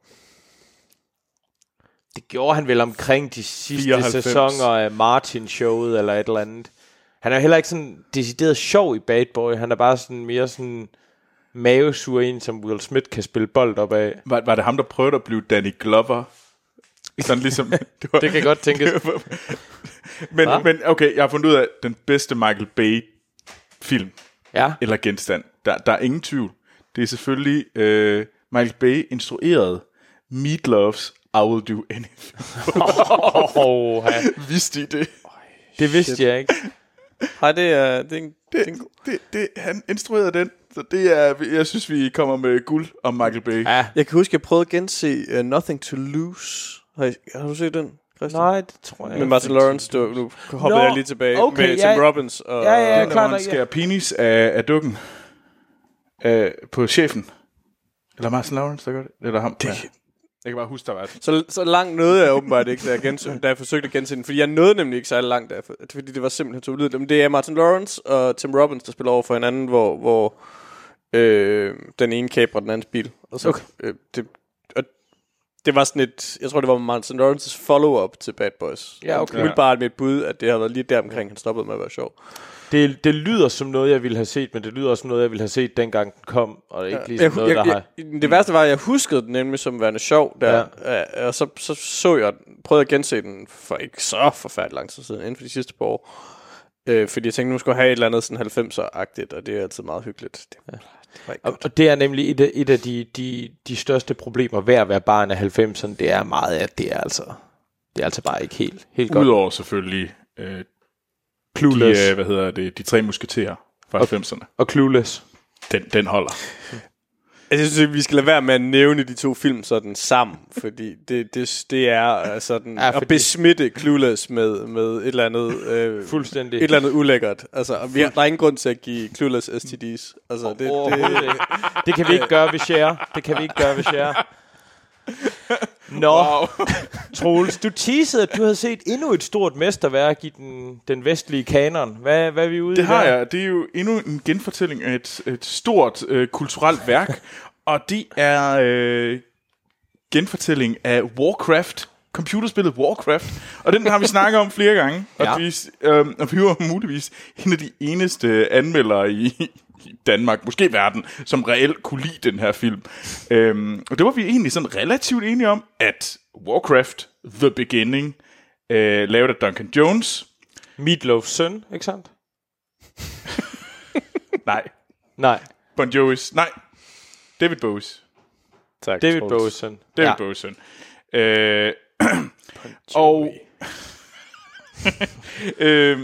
[SPEAKER 1] Det gjorde han vel omkring de sidste
[SPEAKER 2] fireoghalvfems
[SPEAKER 1] sæsoner af Martin-showet, eller et eller andet. Han er heller ikke sådan decideret sjov i Bad Boy. Han er bare sådan mere sådan mavesur en, som Will Smith kan spille bold op af.
[SPEAKER 2] Var, var det ham, der prøvede at blive Danny Glover? Sådan ligesom... Det, var,
[SPEAKER 1] Det kan godt tænkes.
[SPEAKER 2] men,
[SPEAKER 1] Hva?
[SPEAKER 2] men okay, jeg har fundet ud af den bedste Michael Bay-film
[SPEAKER 1] Ja.
[SPEAKER 2] eller genstand. Der, der er ingen tvivl. Det er selvfølgelig øh, Michael Bay instrueret Meatloaf's I Will Do Anything.
[SPEAKER 1] Oh, ja.
[SPEAKER 2] Vidste I det?
[SPEAKER 1] Det vidste jeg ikke.
[SPEAKER 3] Nej, det er, det er en, det,
[SPEAKER 2] Det,
[SPEAKER 3] er en god.
[SPEAKER 2] det, det, han instruerede den. Så det er, jeg synes, vi kommer med guld om Michael Bay.
[SPEAKER 1] Ja.
[SPEAKER 3] Jeg kan huske, jeg prøvede at gense uh, Nothing to Lose. Har, I, har du set den, Christian?
[SPEAKER 1] Nej, det tror jeg
[SPEAKER 3] Med
[SPEAKER 1] ikke.
[SPEAKER 3] Martin Lawrence, du, nu hoppede
[SPEAKER 1] Nå,
[SPEAKER 3] jeg lige tilbage
[SPEAKER 1] okay,
[SPEAKER 3] med
[SPEAKER 1] ja.
[SPEAKER 3] Tim Robbins. Og,
[SPEAKER 1] Ja, ja,
[SPEAKER 2] Den,
[SPEAKER 1] klart
[SPEAKER 2] når
[SPEAKER 1] nok,
[SPEAKER 2] man
[SPEAKER 1] ja.
[SPEAKER 2] skærer penis af, af dukken af, på chefen. Eller Martin Lawrence, der gør det. Eller ham. Det, jeg kan bare huske, der var det.
[SPEAKER 3] Så, så langt nåede jeg åbenbart ikke, da jeg, gens- da jeg forsøgte at gense den. Fordi jeg nåede nemlig ikke særlig langt, da jeg, fordi det var simpelthen så ulydeligt. Men det er Martin Lawrence og Tim Robbins, der spiller over for hinanden, hvor, hvor øh, den ene kaprer den andens bil. Og så,
[SPEAKER 1] Okay.
[SPEAKER 3] øh, det, og det var sådan et, jeg tror det var Martin Lawrences follow-up til Bad Boys.
[SPEAKER 1] Ja, okay.
[SPEAKER 3] Umiddelbart med et bud, at det har været lige der omkring, han stoppede med at være sjov.
[SPEAKER 1] Det, det lyder som noget, jeg ville have set, men det lyder også som noget, jeg ville have set, dengang den kom, og ikke lige
[SPEAKER 3] jeg,
[SPEAKER 1] som noget, der
[SPEAKER 3] jeg,
[SPEAKER 1] har...
[SPEAKER 3] jeg, det værste var, at jeg huskede den nemlig som værende sjov der, ja. Og så, så så jeg, prøvede at gense den for ikke så forfærdeligt lang tid siden, inden for de sidste par år. Øh, fordi jeg tænkte, nu skulle jeg have et eller andet sådan halvfemser-agtigt, og det er altid meget hyggeligt. Det, ja. det var ikke
[SPEAKER 1] Og,
[SPEAKER 3] godt.
[SPEAKER 1] og det er nemlig et af, et af de, de, de største problemer ved at være barn af halvfemserne, det er meget, at det er altså, det er altså bare ikke helt, helt godt.
[SPEAKER 2] Udover selvfølgelig øh,
[SPEAKER 1] Clueless.
[SPEAKER 2] de, øh, hvad hedder det, de tre musketerer fra halvfemserne.
[SPEAKER 1] Og Clueless.
[SPEAKER 2] Den, den holder.
[SPEAKER 3] Altså, jeg synes, vi skal lade være med at nævne de to film sådan sammen, fordi det, det, det er sådan ja, at besmitte Clueless med, med et eller andet øh,
[SPEAKER 1] fuldstændig
[SPEAKER 3] et eller andet ulækkert. Altså, vi har, der er ingen grund til at give Clueless S T Ds. Altså, det,
[SPEAKER 1] oh,
[SPEAKER 3] det,
[SPEAKER 1] det, det kan vi ikke gøre ved Share. Det kan vi ikke gøre ved Share. Nå, wow. Troels, du teasede, at du havde set endnu et stort mesterværk i den, den vestlige kanon. Hvad, hvad er vi ude
[SPEAKER 2] det
[SPEAKER 1] i?
[SPEAKER 2] Det har jeg. Det er jo endnu en genfortælling af et, et stort øh, kulturelt værk, og det er øh, genfortælling af Warcraft, computerspillet Warcraft, og den har vi snakket om flere gange, og, ja. vi, øh, og vi var muligvis en af de eneste anmeldere i i Danmark, måske verden, som reelt kunne lide den her film. Øhm, og det var vi egentlig sådan relativt enige om, at Warcraft, The Beginning, øh, lavet af Duncan Jones.
[SPEAKER 1] Meatloaf's søn, ikke sandt?
[SPEAKER 2] Nej.
[SPEAKER 1] Nej.
[SPEAKER 2] Bon Jovi's. Nej. David Bowies.
[SPEAKER 1] Tak. David Bowies søn.
[SPEAKER 2] David ja. Bowies søn. Øh, og... øh,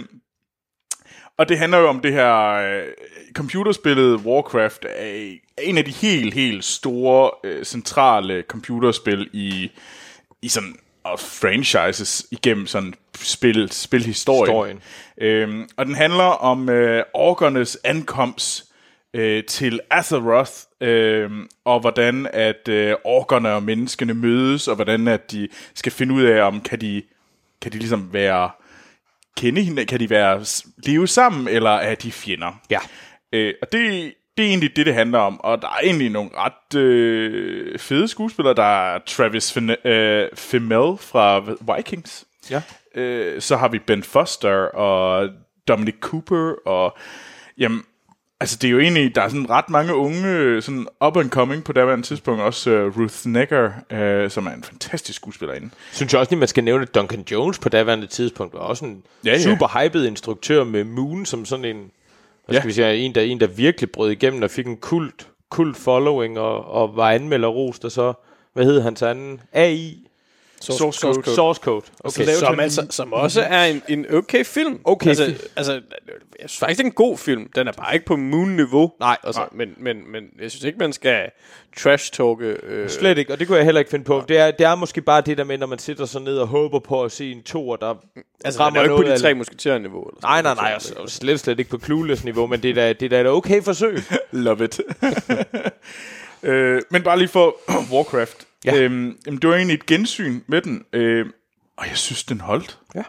[SPEAKER 2] Og det handler jo om det her øh, computerspillet Warcraft er en af de helt, helt store øh, centrale computerspil i, i sådan og franchises igennem sådan spil, spilhistorien. Øhm, og den handler om øh, orkernes ankomst øh, til Azeroth, øh, og hvordan at øh, orkerne og menneskene mødes, og hvordan at de skal finde ud af, om kan de, kan de ligesom være... kende hende, kan de være leve sammen, eller er de fjender?
[SPEAKER 1] Ja.
[SPEAKER 2] Øh, og det, det er egentlig det, det handler om. Og der er egentlig nogle ret øh, fede skuespillere. Der er Travis Fine- øh, Fimmel fra Vikings.
[SPEAKER 1] Ja.
[SPEAKER 2] Øh, så har vi Ben Foster og Dominic Cooper. Og jamen, altså det er jo egentlig, der er sådan ret mange unge, sådan up and coming på daværende tidspunkt. Også uh, Ruth Negger, uh, som er en fantastisk skuespillerinde.
[SPEAKER 1] Synes jeg også lige, man skal nævne Duncan Jones på daværende tidspunkt. Var også en ja, ja. super hyped instruktør med Moon som sådan en, hvad skal ja. vi sige, en der, en, der virkelig brød igennem og fik en kult, kult following og, og var anmelderrost. Og så, hvad hed hans anden? A I?
[SPEAKER 3] Source, source code.
[SPEAKER 1] Code. Source code.
[SPEAKER 3] Okay. Som, altså, som også er en, en okay film.
[SPEAKER 1] Okay.
[SPEAKER 3] Altså, altså, jeg synes faktisk, det er en god film. Den er bare ikke på Moon-niveau.
[SPEAKER 1] Nej.
[SPEAKER 3] Altså, men, men, men jeg synes ikke, man skal trash-talke. Øh.
[SPEAKER 1] Slet ikke, og det kunne jeg heller ikke finde på. Det er, det er måske bare det der med, når man sætter sig ned og håber på at se en toer, der
[SPEAKER 3] altså, rammer ikke på de tre musketerer-niveau.
[SPEAKER 1] Nej, nej, nej. Og slet, slet ikke på Clueless-niveau, men det er da, det er da et okay forsøg.
[SPEAKER 2] Love it. øh, men bare lige for Warcraft. Ja. Øhm, det var egentlig et gensyn med den, øhm, og jeg synes, den holdt.
[SPEAKER 1] Ja.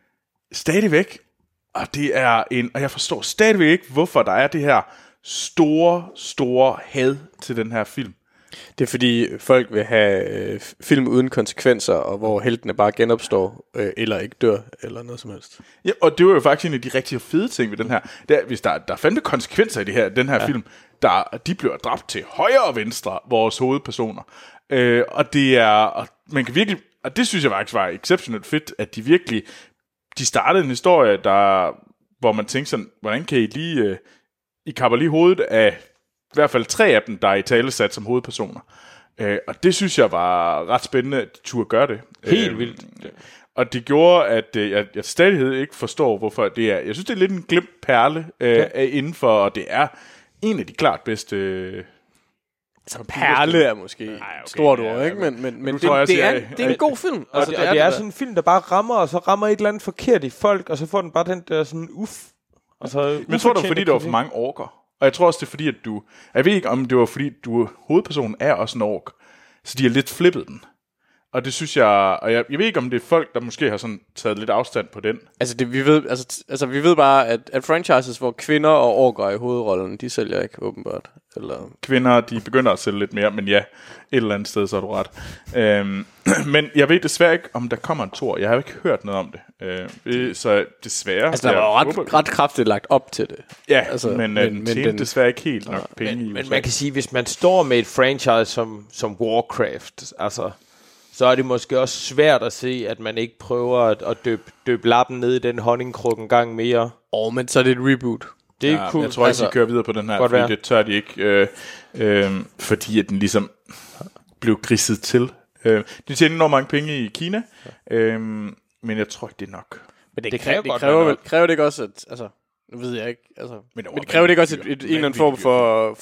[SPEAKER 2] Stadigvæk. Og det er en, og jeg forstår stadigvæk ikke, hvorfor der er det her store, store had til den her film.
[SPEAKER 3] Det er fordi folk vil have øh, film uden konsekvenser, og hvor heltene bare genopstår, øh, eller ikke dør, eller noget som helst.
[SPEAKER 2] Ja, og det var jo faktisk en af de rigtig fede ting ved den her. Det er, hvis der, der fandme konsekvenser i det her, den her ja. film, der, de bliver dræbt til højre og venstre, vores hovedpersoner. Øh, og det er, og man kan virkelig, og det synes jeg faktisk var exceptionelt fedt, at de virkelig, de startede en historie, der, hvor man tænkte sådan, hvordan kan I lige, øh, I kapper lige hovedet af i hvert fald tre af dem, der er i talesat som hovedpersoner. Øh, og det synes jeg var ret spændende, at de turde gøre det.
[SPEAKER 1] Helt
[SPEAKER 2] øh,
[SPEAKER 1] vildt.
[SPEAKER 2] Og det gjorde, at øh, jeg, jeg stadighed ikke forstår, hvorfor det er. Jeg synes, det er lidt en glemt perle øh, ja. indenfor, og det er en af de klart bedste... Øh,
[SPEAKER 3] Altså, perle er måske et okay, stort ord, ja, ikke? Men, men, men det, det, det, er, en, det er en god film.
[SPEAKER 1] Og altså, det, det, og det er, er sådan en film, der bare rammer, og så rammer et eller andet forkert i folk, og så får den bare den der sådan uff. Altså,
[SPEAKER 2] men jeg tror, det var fordi, der var for mange orker. Og jeg tror også, det er fordi, at du... Jeg ved ikke, om det var fordi, du hovedpersonen er også en ork. Så de har lidt flippet den. Og det synes jeg... Og jeg, jeg ved ikke, om det er folk, der måske har sådan taget lidt afstand på den.
[SPEAKER 3] Altså, det, vi, ved, altså, altså, vi ved bare, at, at franchises, hvor kvinder og orker er i hovedrollen, de sælger ikke åbenbart. Eller...
[SPEAKER 2] Kvinder, de begynder at sælge lidt mere, men ja, et eller andet sted, så har du ret. Øhm, men jeg ved desværre ikke, om der kommer en toer. Jeg har ikke hørt noget om det. Øh, så desværre...
[SPEAKER 3] Altså, der var ret, håber, ret kraftigt lagt op til det.
[SPEAKER 2] Ja, altså, men, men, den tjente den, desværre ikke helt nok penge
[SPEAKER 1] men,
[SPEAKER 2] i.
[SPEAKER 1] Men man kan sige, hvis man står med et franchise som, som Warcraft, altså... så er det måske også svært at se, at man ikke prøver at, at døbe, døbe lappen ned i den honningkrukke en gang mere.
[SPEAKER 3] Åh, oh, men så er det et reboot.
[SPEAKER 2] Det er ja, cool. Jeg tror ikke, altså, de kører videre på den her, fordi være. det tør de ikke, øh, øh, fordi at den ligesom blev griset til. Øh, de tjener enormt mange penge i Kina, øh, men jeg tror ikke, det er nok.
[SPEAKER 3] Men det, det kræver, det kræver, vel, kræver det ikke også, at... Altså, nu ved jeg ikke, altså... Men, men det kræver det ikke også et, et, et, en eller anden form for... for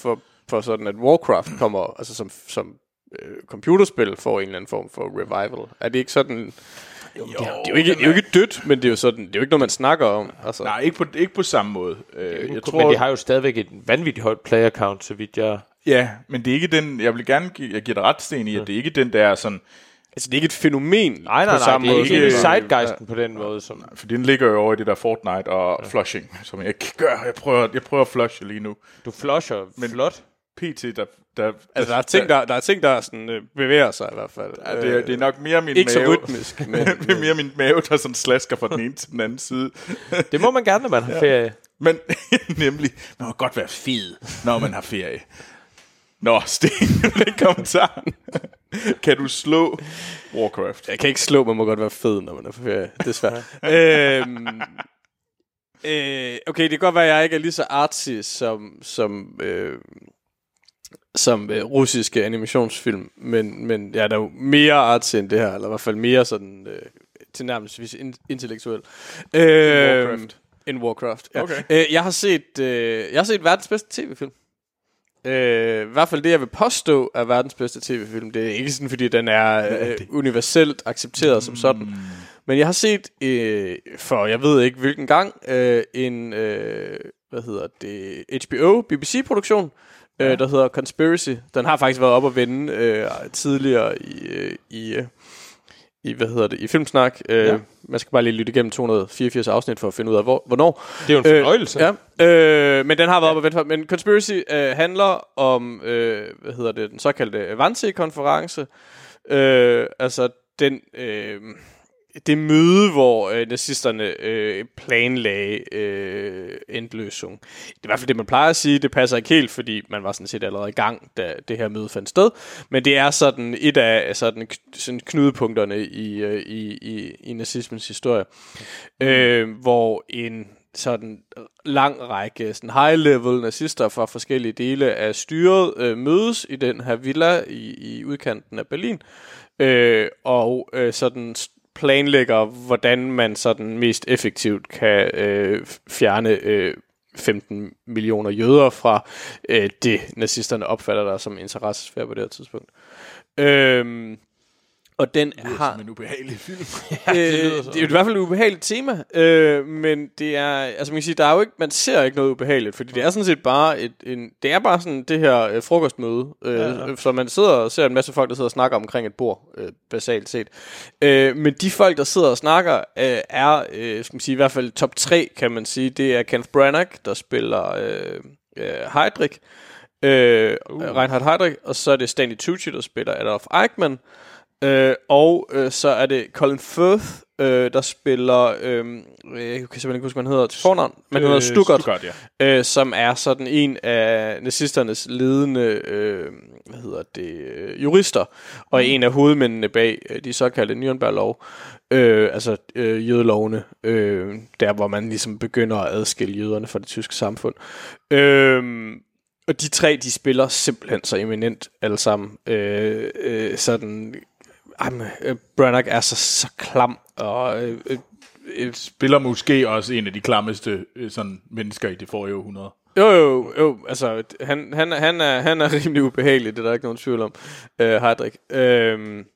[SPEAKER 3] for sådan, at Warcraft kommer, altså som, som øh, computerspil får en eller anden form for revival. Er det ikke sådan... Jo, det, er, det, er jo ikke, det er jo ikke dødt, men det er jo sådan, det er jo ikke noget, man snakker om. Altså.
[SPEAKER 2] Nej, ikke på, ikke på samme måde. Øh,
[SPEAKER 1] jeg tror, men de har jo stadigvæk et vanvittigt højt player count, så vidt jeg...
[SPEAKER 2] Ja, men det er ikke den... Jeg vil gerne give, jeg giver dig ret, Sten, i, at det er ikke den der sådan...
[SPEAKER 3] Altså, det er ikke et fænomen
[SPEAKER 1] nej, nej,
[SPEAKER 3] på samme
[SPEAKER 1] nej,
[SPEAKER 3] måde.
[SPEAKER 1] det er ikke zeitgeisten ja. på den måde. Som...
[SPEAKER 2] Nej, for den ligger jo over i det der Fortnite og ja. Flushing, som jeg ikke gør. Jeg prøver, jeg prøver at flushe lige nu.
[SPEAKER 1] Du flusher men flot.
[SPEAKER 2] P T, der... der
[SPEAKER 3] altså, der er ting, der, der, er ting, der sådan, øh, bevæger sig i hvert fald.
[SPEAKER 2] Ja, det, er, det er nok mere min
[SPEAKER 3] ikke
[SPEAKER 2] mave.
[SPEAKER 3] Ikke så rytmisk. Men,
[SPEAKER 2] det er mere min mave, der sådan slasker fra den ene til den anden side.
[SPEAKER 1] Det må man gerne, når man har ferie. Ja.
[SPEAKER 2] Men nemlig, man må godt være fed, når man har ferie. Nå, Sten, den kommentar. Kan du slå Warcraft?
[SPEAKER 3] Jeg kan ikke slå, man må godt være fed, når man er på ferie. Det er svært. øhm, øh, okay, det kan godt være, at jeg ikke er lige så artsy som, som, øh, som øh, russiske animationsfilm, men, men jeg er da jo mere artsy end det her, eller i hvert fald mere sådan øh, tilnærmelsesvis in- intellektuel. Øh,
[SPEAKER 2] Warcraft.
[SPEAKER 3] En Warcraft, ja.
[SPEAKER 2] Okay.
[SPEAKER 3] Øh, jeg har set, øh, jeg har set verdens bedste tv-film. Øh, I hvert fald det, jeg vil påstå er verdens bedste tv-film. Det er ikke sådan, fordi den er øh, universelt accepteret mm. som sådan. Men jeg har set, øh, for jeg ved ikke hvilken gang, øh, en, øh, hvad hedder det, H B O, B B C-produktion, øh, ja. der hedder Conspiracy. Den har faktisk været op at vende øh, tidligere i... Øh, i øh, i, hvad hedder det, i Filmsnak. Øh, ja. Man skal bare lige lytte igennem to hundrede og fireogfirs afsnit for at finde ud af, hvor, hvornår.
[SPEAKER 1] Det er jo en fornøjelse.
[SPEAKER 3] Øh, ja. øh, men den har været ja. op at vente for. Men Conspiracy øh, handler om, øh, hvad hedder det, den såkaldte Wannsee-konference. Øh, altså den... Øh, det møde, hvor øh, nazisterne øh, planlagde øh, endløsning. Det er i hvert fald det, man plejer at sige. Det passer ikke helt, fordi man var sådan set allerede i gang, da det her møde fandt sted. Men det er sådan et af sådan, sådan knudepunkterne i, øh, i, i, i nazismens historie. Mm. Øh, hvor en sådan lang række sådan high-level nazister fra forskellige dele af styret øh, mødes i den her villa i, i udkanten af Berlin. Øh, og øh, sådan planlægger, hvordan man sådan mest effektivt kan øh, fjerne øh, femten millioner jøder fra øh, det, nazisterne opfatter der som interessesfære på det her tidspunkt. Øhm, og den
[SPEAKER 2] det lyder
[SPEAKER 3] har
[SPEAKER 2] som en ubehagelig film.
[SPEAKER 3] ja, det, øh, det er i hvert fald et ubehageligt tema, øh, men det er, altså man kan sige, der er jo ikke, man ser ikke noget ubehageligt, fordi det er sådan set bare et, en, det er bare sådan det her øh, frokostmøde, øh, ja, ja. så man sidder og ser en masse folk, der sidder og snakker omkring et bord, øh, basalt set. Øh, men de folk, der sidder og snakker, øh, er, øh, skal man sige, i hvert fald top tre, kan man sige. Det er Kenneth Branagh, der spiller øh, øh, Heydrich, øh, uh. Reinhard Heydrich, og så er det Stanley Tucci, der spiller Adolf Eichmann. Øh, og øh, så er det Colin Firth, øh, der spiller, øh, jeg kan simpelthen ikke huske, hvad han hedder til fornavn, men han hedder Stuttgart,
[SPEAKER 2] Stuttgart ja.
[SPEAKER 3] øh, som er sådan en af nazisternes ledende, øh, hvad hedder det, øh, jurister, og mm. en af hovedmændene bag øh, de såkaldte Nürnberg-lov, øh, altså øh, jødelovene, øh, der hvor man ligesom begynder at adskille jøderne fra det tyske samfund. Øh, og de tre, de spiller simpelthen så eminent alle sammen, øh, øh, sådan... Jamen, øh, Branagh er så, så klam og øh, øh,
[SPEAKER 2] spiller måske også en af de klammeste øh, sådan mennesker i det forrige århundrede.
[SPEAKER 3] Jo, jo, jo, altså han, han, han, er, han er rimelig ubehagelig, det er der ikke nogen tvivl om, øh, Heydrich. Øh,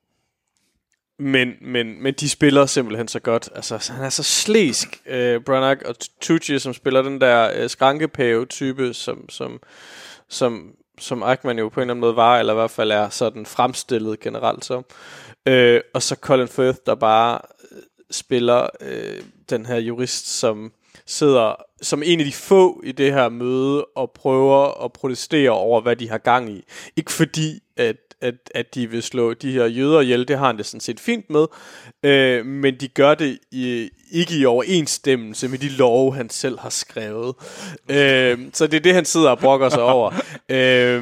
[SPEAKER 3] men, men, men de spiller simpelthen så godt. Altså, han er så slæsk, øh, Branagh, og Tucci, som spiller den der øh, skrankepave-type, som... som, som som Eichmann jo på en eller anden måde var, eller i hvert fald er sådan fremstillet generelt så. Øh, og så Colin Firth, der bare spiller øh, den her jurist, som sidder som en af de få i det her møde og prøver at protestere over, hvad de har gang i. Ikke fordi, at, at, at de vil slå de her jøder ihjel, det har han det sådan set fint med, øh, men de gør det i, ikke i overensstemmelse med de love, han selv har skrevet. øh, så det er det, han sidder og brokker sig over. øh,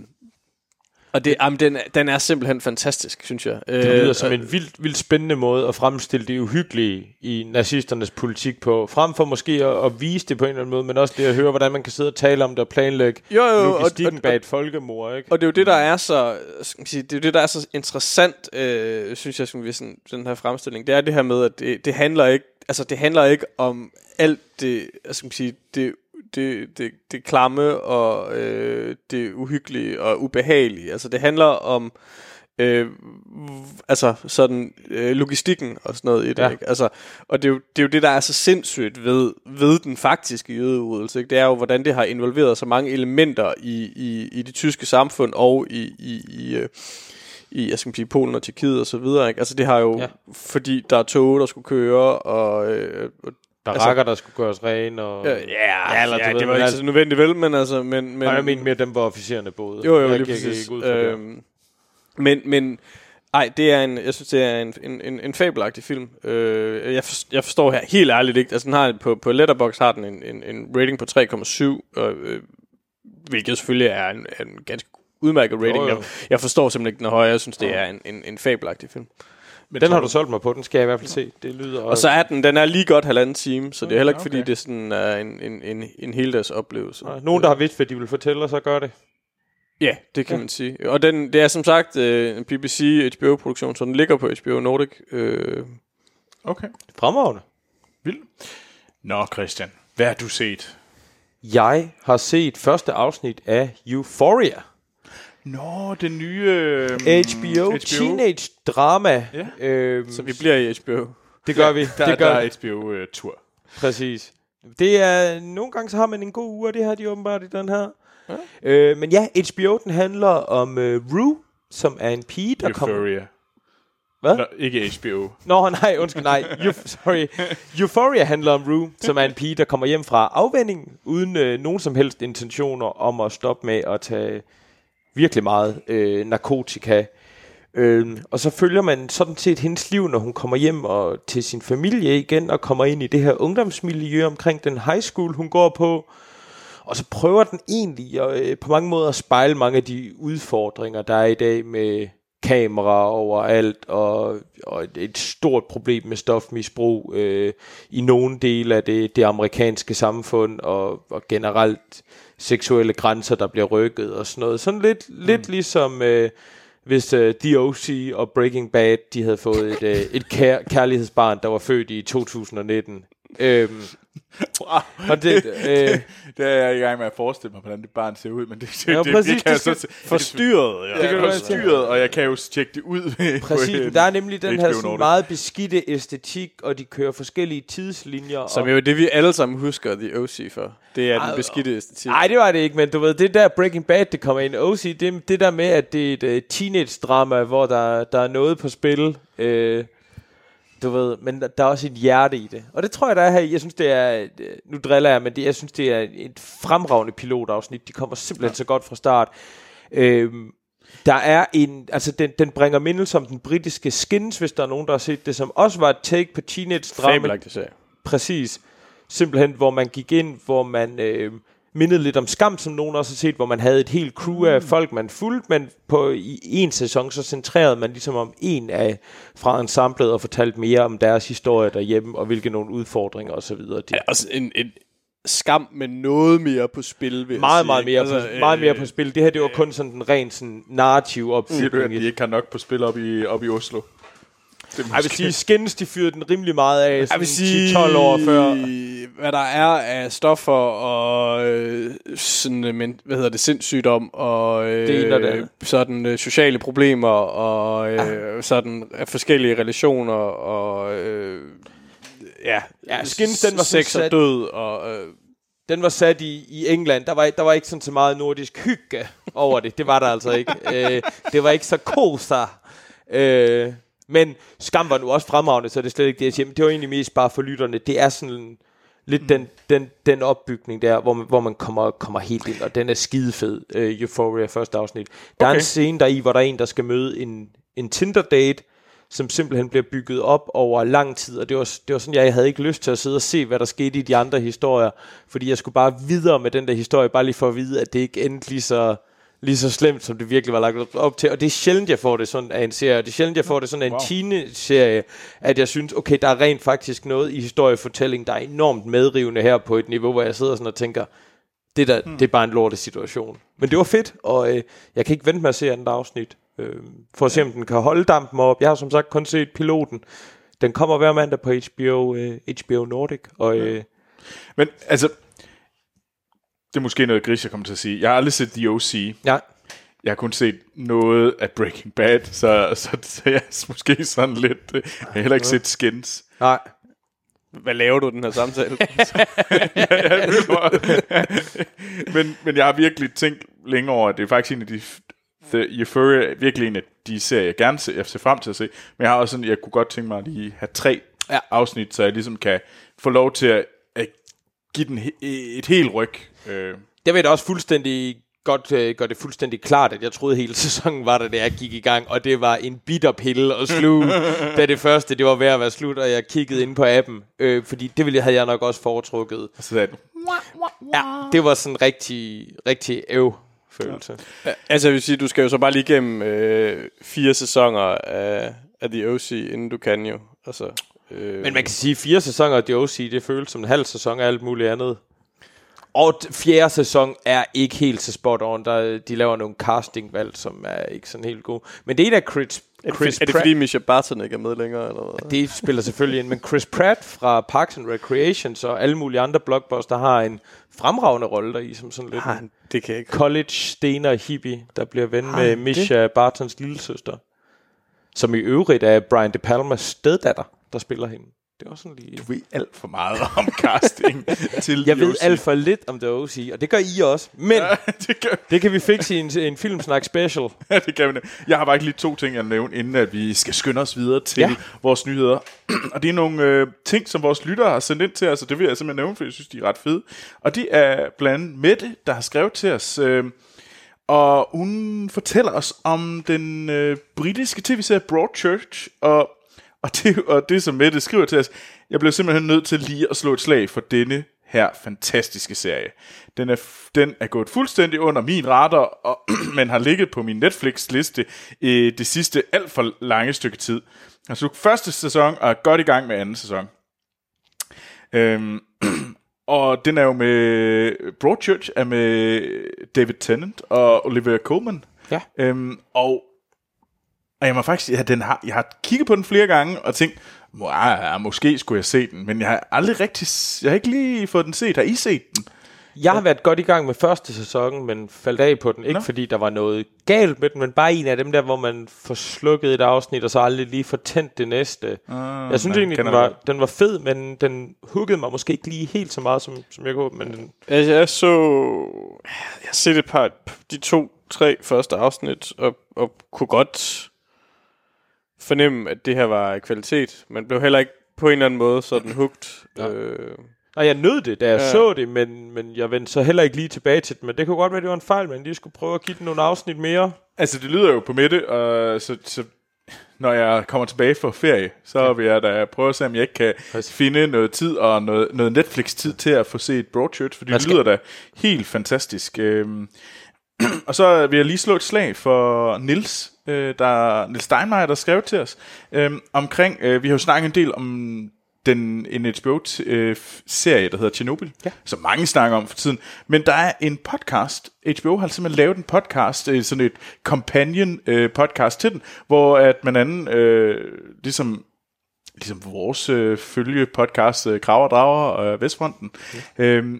[SPEAKER 3] Og det, jamen, den, den er simpelthen fantastisk, synes jeg.
[SPEAKER 1] Det lyder øh, som en vildt, vildt spændende måde at fremstille det uhyggelige i nazisternes politik på. Frem for måske at, at vise det på en eller anden måde, men også det at høre, hvordan man kan sidde og tale om det og planlægge jo, jo, logistikken og, bag et folkemord. Ikke?
[SPEAKER 3] Og det er jo det, der er så, skal man sige, det er jo det, der er så interessant, øh, synes jeg, sådan, sådan, den her fremstilling. Det er det her med, at det, det handler ikke, altså det handler ikke om alt det, skal man sige, det det, det, det klamme og øh, det uhyggelige og ubehagelige. Altså det handler om øh, altså sådan øh, logistikken og sådan noget i det,
[SPEAKER 1] ja.
[SPEAKER 3] ikke? Altså, og det er, jo, det er jo det, der er så sindssygt ved, ved den faktiske jødeudryddelse, ikke? Det er jo, hvordan det har involveret så mange elementer i, i, i det tyske samfund og i, i, i øh, i, jeg skal sige, Polen og Tjekkiet og så videre, ikke? Altså det har jo, ja. fordi der er tog, der skulle køre, og øh,
[SPEAKER 1] der
[SPEAKER 3] altså,
[SPEAKER 1] rækker, der skulle gøres ren, og...
[SPEAKER 3] Ja, ja, ja, eller, ja det var ikke så nødvendigt vel, men altså... Men, men,
[SPEAKER 1] jeg mener mere dem, hvor officererne boede.
[SPEAKER 3] Jo, jo,
[SPEAKER 1] jeg
[SPEAKER 3] lige præcis.
[SPEAKER 1] Ikke ud for
[SPEAKER 3] øhm, men, men, ej, det er en, jeg synes, det er en, en, en, en fabelagtig film. Øh, jeg, for, jeg forstår her helt ærligt ikke, altså den har, på, på Letterboxd har den en, en, en rating på tre komma syv, øh, hvilket selvfølgelig er en, en ganske udmærket rating. Jo, jo. Jeg, jeg forstår simpelthen ikke den er højere, jeg synes, det er en, en, en fabelagtig film.
[SPEAKER 1] Men den har du solgt mig på, den skal jeg i hvert fald se. Det lyder
[SPEAKER 3] og så er den, den er lige godt halvanden time, så det er heller ikke
[SPEAKER 1] okay.
[SPEAKER 3] fordi det sådan er en en en en heldags oplevelse.
[SPEAKER 1] Nej, nogen der har vidst hvad de vil fortælle, så gør det.
[SPEAKER 3] Ja, det kan ja. man sige. Og den det er som sagt øh, en B B C H B O produktion, så den ligger på H B O Nordic. Øh.
[SPEAKER 2] Okay.
[SPEAKER 1] Fremragende.
[SPEAKER 2] Vildt. Nå Christian, hvad har du set?
[SPEAKER 1] Jeg har set første afsnit af Euphoria.
[SPEAKER 2] Nå, den nye øh,
[SPEAKER 1] H B O, H B O teenage drama.
[SPEAKER 3] Ja. Øhm, så vi bliver i H B O.
[SPEAKER 1] Det gør
[SPEAKER 2] ja,
[SPEAKER 1] vi.
[SPEAKER 2] Der,
[SPEAKER 1] det gør
[SPEAKER 2] der er H B O-tur. Uh,
[SPEAKER 1] Præcis. Det er nogle gange så har man en god uge, og det har de åbenbart i den her. Ja. Øh, men ja, H B O den handler om uh, Rue, som er en pige, der kommer.
[SPEAKER 2] Euphoria.
[SPEAKER 1] Hvad?
[SPEAKER 2] Nå, ikke H B O.
[SPEAKER 1] Nå, nej, undskyld, nej. Euf- sorry. Euphoria handler om Rue, som er en pige, der kommer hjem fra afvænning, uden øh, nogen som helst intentioner om at stoppe med at tage virkelig meget øh, narkotika. Øh, og så følger man sådan set hendes liv, når hun kommer hjem og til sin familie igen, og kommer ind i det her ungdomsmiljø omkring den high school, hun går på. Og så prøver den egentlig at, øh, på mange måder at spejle mange af de udfordringer, der er i dag med kamera overalt, og, og et stort problem med stofmisbrug øh, i nogle dele af det, det amerikanske samfund, og, og generelt seksuelle grænser, der bliver rykket og sådan noget. Sådan lidt, mm. lidt ligesom øh, hvis øh, The O C og Breaking Bad, de havde fået et, øh, et kær- kærlighedsbarn, der var født i to tusind nitten. Øhm,
[SPEAKER 2] wow.
[SPEAKER 1] og det, øh,
[SPEAKER 2] det er jeg i gang med at forestille mig, hvordan det barn ser ud, men det, det,
[SPEAKER 1] ja,
[SPEAKER 2] det,
[SPEAKER 1] præcis,
[SPEAKER 2] det kan
[SPEAKER 1] det
[SPEAKER 2] jeg så
[SPEAKER 3] forstyrret.
[SPEAKER 2] Ja. Det kan være forstyrret, og jeg kan jo tjekke det ud.
[SPEAKER 1] Præcis, der er nemlig den her sådan meget beskidte æstetik, og de kører forskellige tidslinjer.
[SPEAKER 3] Som jo det vi alle sammen husker The O C for. Det er Ej, den beskidte æstetik.
[SPEAKER 1] Nej, det var det ikke, men du ved, det der Breaking Bad, det kommer ind. O C, det, det der med, at det er et uh, teenage-drama, hvor der, der er noget på spil. Øh, Du ved, men der, der er også et hjerte i det. Og det tror jeg, der er her. Jeg synes, det er... Nu driller jeg, men det, jeg synes, det er et fremragende pilotafsnit. De kommer simpelthen ja. så godt fra start. Øhm, der er en... Altså, den, den bringer mindelse om den britiske Skins, hvis der er nogen, der har set det, som også var et take på teenage-drama.
[SPEAKER 3] Fabelagtigt, det
[SPEAKER 1] Præcis. Simpelthen, hvor man gik ind, hvor man... Øh, mindede lidt om Skam, som nogen også har set, hvor man havde et helt crew af folk, man fulgte, men på i en sæson, så centrerede man ligesom om en af fra ensemblet og fortalte mere om deres historie derhjemme, og hvilke nogle udfordringer og så videre.
[SPEAKER 3] Ja, altså en, en Skam med noget mere på spil, vil
[SPEAKER 1] meget,
[SPEAKER 3] jeg
[SPEAKER 1] meget, mere
[SPEAKER 3] altså,
[SPEAKER 1] på, øh, meget mere på spil. Det her, det var kun sådan den ren sådan, narrative opbygning.
[SPEAKER 2] Siger du, at de ikke har nok på spil op i, op i Oslo?
[SPEAKER 1] Jeg vil sige, Skins, de fyrede den rimelig meget af sådan ti til tolv år før.
[SPEAKER 3] Hvad der er af stoffer og øh, sådan, men, hvad hedder det, sindssygdom og øh, det sådan øh, sociale problemer og øh, ah. sådan øh, forskellige relationer og øh, ja,
[SPEAKER 1] ja Skins, den var
[SPEAKER 3] sex og død og øh,
[SPEAKER 1] den var sat i, i England. Der var, der var ikke sådan så meget nordisk hygge over det. Det var der altså ikke. øh, det var ikke så kosa. Øh, Men Skam var nu også fremragende, så det er slet ikke det, jeg siger. Men det var egentlig mest bare for lytterne. Det er sådan lidt mm. den, den, den opbygning der, hvor man, hvor man kommer, kommer helt ind, og den er skidefed, uh, Euphoria første afsnit. Der okay. er en scene der i, hvor der er en, der skal møde en, en Tinder-date, som simpelthen bliver bygget op over lang tid, og det var, det var sådan, jeg havde ikke lyst til at sidde og se, hvad der skete i de andre historier, fordi jeg skulle bare videre med den der historie, bare lige for at vide, at det ikke endte lige så... lige så slemt, som det virkelig var lagt op til. Og det er sjældent, jeg får det sådan af en serie. Det er sjældent, jeg får det sådan af en wow. teen-serie, at jeg synes, okay, der er rent faktisk noget i historiefortælling, der er enormt medrivende her på et niveau, hvor jeg sidder sådan og tænker, det, der, hmm. det er bare en lortet situation. Men det var fedt, og øh, jeg kan ikke vente med at se andet afsnit, øh, for at se, om den kan holde dampen op. Jeg har som sagt kun set piloten. Den kommer hver mandag på H B O, øh, H B O Nordic. Og, øh,
[SPEAKER 2] Men altså... det er måske noget gris, jeg kommer til at sige. Jeg har aldrig set The O C.
[SPEAKER 1] Ja.
[SPEAKER 2] Jeg har kun set noget af Breaking Bad, så, så, så jeg er måske sådan lidt... Jeg har heller ikke set Skins.
[SPEAKER 1] Nej.
[SPEAKER 3] Hvad laver du den her samtale?
[SPEAKER 2] ja, ja, men, men jeg har virkelig tænkt længe over, at det er faktisk en af de... The Euphoria er virkelig en af de serier, jeg gerne ser, jeg ser frem til at se. Men jeg har også sådan, jeg kunne godt tænke mig at lige have tre ja. afsnit, så jeg ligesom kan få lov til at, at give den he- et helt ryg. Øh.
[SPEAKER 1] Jeg ved også fuldstændig godt øh, gør det fuldstændig klart, at jeg troede hele sæsonen var der, da jeg gik i gang, og det var en bitter pille at sluge, da det første, det var ved at være slut, og jeg kiggede ind på appen, øh, fordi det ville, havde jeg nok også foretrukket.
[SPEAKER 2] Og så sagde du,
[SPEAKER 1] ja, det var sådan rigtig, rigtig øv følelse.
[SPEAKER 3] Ja. Altså jeg vil sige, du skal jo så bare lige igennem øh, fire sæsoner af, af The O C, inden du kan jo. Altså, øh,
[SPEAKER 1] Men man kan sige, fire sæsoner af The O C, det føles som en halv sæson af alt muligt andet. Og fjerde sæson er ikke helt så spot on. Der, de laver nogle castingvalg, som er ikke sådan helt gode. Men det er da Chris, Chris
[SPEAKER 3] Er det fordi Misha Barton ikke er med længere? Eller hvad?
[SPEAKER 1] Det spiller selvfølgelig ind. Men Chris Pratt fra Parks and Recreation og alle mulige andre blockbuster har en fremragende rolle der i, som sådan lidt
[SPEAKER 3] ah, det kan ikke.
[SPEAKER 1] college stener hippie, der bliver ven ah, med Misha det? Bartons lillesøster. Som i øvrigt er Brian De Palmas steddatter, der spiller hende. Det var sådan lige...
[SPEAKER 2] Du ved alt for meget om casting til
[SPEAKER 1] Jeg
[SPEAKER 2] The
[SPEAKER 1] ved
[SPEAKER 2] O C.
[SPEAKER 1] alt for lidt om The O C, og det gør I også. Men ja, det, kan... det kan vi fikse i en, en filmsnak special.
[SPEAKER 2] Ja, det kan vi. Jeg har bare ikke lige to ting, jeg nævne, inden at vi skal skynde os videre til ja. vores nyheder. Og det er nogle øh, ting, som vores lyttere har sendt ind til os, og det vil jeg simpelthen nævne, for jeg synes, de er ret fede. Og det er blandt andet Mette, der har skrevet til os... Øh, og hun fortæller os om den øh, britiske tv-serie Broadchurch, og, og, det, og det, som Mette skriver til os, jeg blev simpelthen nødt til lige at slå et slag for denne her fantastiske serie. Den er, den er gået fuldstændig under min radar, og, men har ligget på min Netflix-liste i det sidste alt for lange stykke tid. Jeg så første sæson og er godt i gang med anden sæson. Øhm... Og den er jo med... Broadchurch er med David Tennant og Olivia Colman.
[SPEAKER 1] Ja.
[SPEAKER 2] Øhm, og, og jeg må faktisk... Ja, den har, jeg har kigget på den flere gange og tænkt, ja, måske skulle jeg se den. Men jeg har aldrig rigtig... Jeg har ikke lige fået den set. Har I set den?
[SPEAKER 1] Jeg har været godt i gang med første sæson, men faldt af på den. Ikke Nå. fordi der var noget galt med den, men bare en af dem der, hvor man får slukket et afsnit, og så aldrig lige får tændt det næste. Ah, jeg synes egentlig, den var, den var fed, men den huggede mig måske ikke lige helt så meget, som, som jeg kunne. Men den...
[SPEAKER 3] altså, jeg så... Jeg har set et par... De to, tre første afsnit, og, og kunne godt fornemme, at det her var kvalitet. Man blev heller ikke på en eller anden måde sådan hugt.
[SPEAKER 1] Ja.
[SPEAKER 3] Øh...
[SPEAKER 1] Og jeg nød det, da jeg
[SPEAKER 3] ja.
[SPEAKER 1] så det, men, men jeg vendte så heller ikke lige tilbage til det. Men det kunne godt være, det var en fejl, men de skulle prøve at give den nogle afsnit mere.
[SPEAKER 2] Altså, det lyder jo på Mette, og så, så når jeg kommer tilbage fra ferie, så ja. vil jeg da prøve at se, om jeg ikke kan Præcis. finde noget tid og noget, noget Netflix-tid til at få set Broadchurch, fordi det lyder da helt fantastisk. Øhm, og så vil jeg lige slå et slag for Nils, øh, der, Nils Steinmeier, der skrev til os, øh, omkring, øh, vi har jo snakket en del om den, en H B O-serie, der hedder Chernobyl, ja. som mange snakker om for tiden. Men der er en podcast, H B O har simpelthen lavet en podcast, sådan et companion øh, podcast til den, hvor at man anden, øh, ligesom, ligesom vores øh, følge podcast, øh, Krav og Drager og øh, Vestfronten. Ja. Øhm,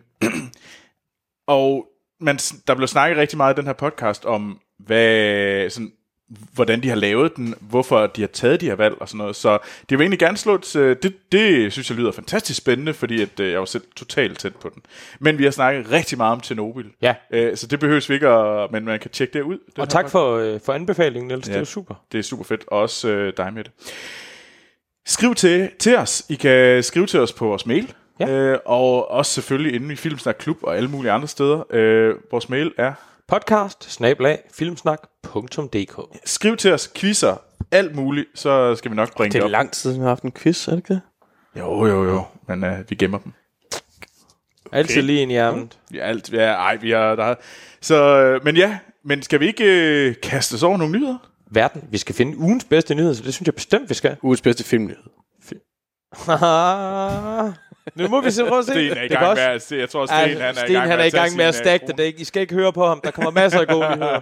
[SPEAKER 2] og man, der blev snakket rigtig meget i den her podcast om, hvad sådan, hvordan de har lavet den, hvorfor de har taget de her valg og sådan noget. Så det vil egentlig gerne slå et, det, det synes jeg lyder fantastisk spændende, fordi at, jeg var selv totalt tæt på den. Men vi har snakket rigtig meget om Chernobyl.
[SPEAKER 1] Ja.
[SPEAKER 2] Øh, så det behøves vi ikke, at, men man kan tjekke det ud.
[SPEAKER 1] Og tak for, øh, for anbefalingen, Niels. Ja, det er super.
[SPEAKER 2] Det er super fedt. Og også øh, dig med det. Skriv til, til os. I kan skrive til os på vores mail. Ja. Øh, og også selvfølgelig inde i Filmsnak Klub og alle mulige andre steder. Øh, vores mail er
[SPEAKER 1] podcast snabel-a filmsnak punktum d k.
[SPEAKER 2] Skriv til os, quizzer, alt muligt, så skal vi nok bringe det,
[SPEAKER 3] det
[SPEAKER 2] op.
[SPEAKER 3] Det er lang tid, vi har haft en quiz, er det ikke det?
[SPEAKER 2] Jo, jo, jo, men uh, vi gemmer dem.
[SPEAKER 1] Okay. Altid lige ind i ærmet.
[SPEAKER 2] Ja, alt, ja, ej, vi har der. Så, men ja, men skal vi ikke uh, kaste os over nogle nyheder?
[SPEAKER 1] Verden, vi skal finde ugens bedste nyheder, så det synes jeg bestemt, vi skal.
[SPEAKER 3] Ugens bedste filmnyhed.
[SPEAKER 1] Nu må vi se, prøve at se.
[SPEAKER 2] Sten er i gang med at se. Jeg tror, Sten,
[SPEAKER 1] altså,
[SPEAKER 2] han er
[SPEAKER 1] Sten,
[SPEAKER 2] i gang
[SPEAKER 1] han
[SPEAKER 2] med
[SPEAKER 1] er i gang med at stakke det. I skal ikke høre på ham. Der kommer masser af gode nyheder.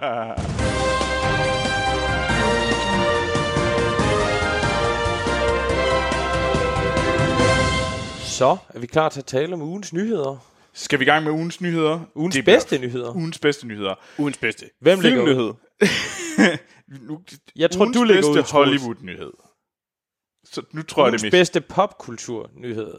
[SPEAKER 1] Så er vi klar til at tale om ugens nyheder.
[SPEAKER 2] Skal vi i gang med ugens nyheder?
[SPEAKER 1] Ugens
[SPEAKER 2] Det
[SPEAKER 1] bedste
[SPEAKER 2] bliver
[SPEAKER 1] nyheder.
[SPEAKER 2] Ugens bedste nyheder.
[SPEAKER 3] Ugens bedste.
[SPEAKER 1] Hvem ligger ud?
[SPEAKER 3] Filmnyhed.
[SPEAKER 2] Nu,
[SPEAKER 1] Jeg tror,
[SPEAKER 2] ugens
[SPEAKER 1] du ligger ud,
[SPEAKER 2] bedste
[SPEAKER 1] Troels.
[SPEAKER 2] Hollywood-nyhed. Så nu tror jeg,
[SPEAKER 1] Ugens
[SPEAKER 2] det er mit.
[SPEAKER 1] bedste popkultur-nyhed.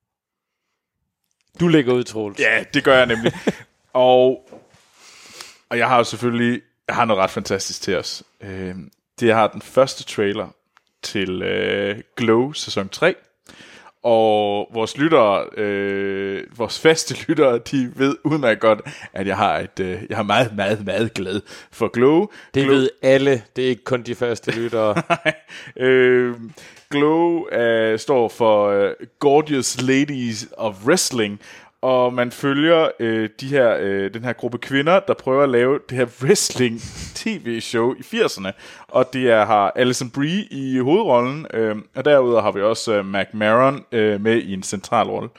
[SPEAKER 1] Du ligger ud, Troels.
[SPEAKER 2] Ja, det gør jeg nemlig. og, og jeg har jo selvfølgelig jeg har noget ret fantastisk til os. Øh, det har den første trailer til øh, Glow sæson tre. Og vores lyttere, øh, vores faste lyttere, de ved udmærket godt, at jeg har et, øh, jeg har meget, meget, meget glad for Glow.
[SPEAKER 1] Det
[SPEAKER 2] Glow,
[SPEAKER 1] ved alle. Det er ikke kun de første lyttere.
[SPEAKER 2] øh, Glow øh, står for øh, Gorgeous Ladies of Wrestling, og man følger øh, de her, øh, den her gruppe kvinder, der prøver at lave det her wrestling-tv-show i firserne. Og det er, har Alison Brie i hovedrollen, øh, og derudover har vi også øh, Mac Maron øh, med i en central rolle.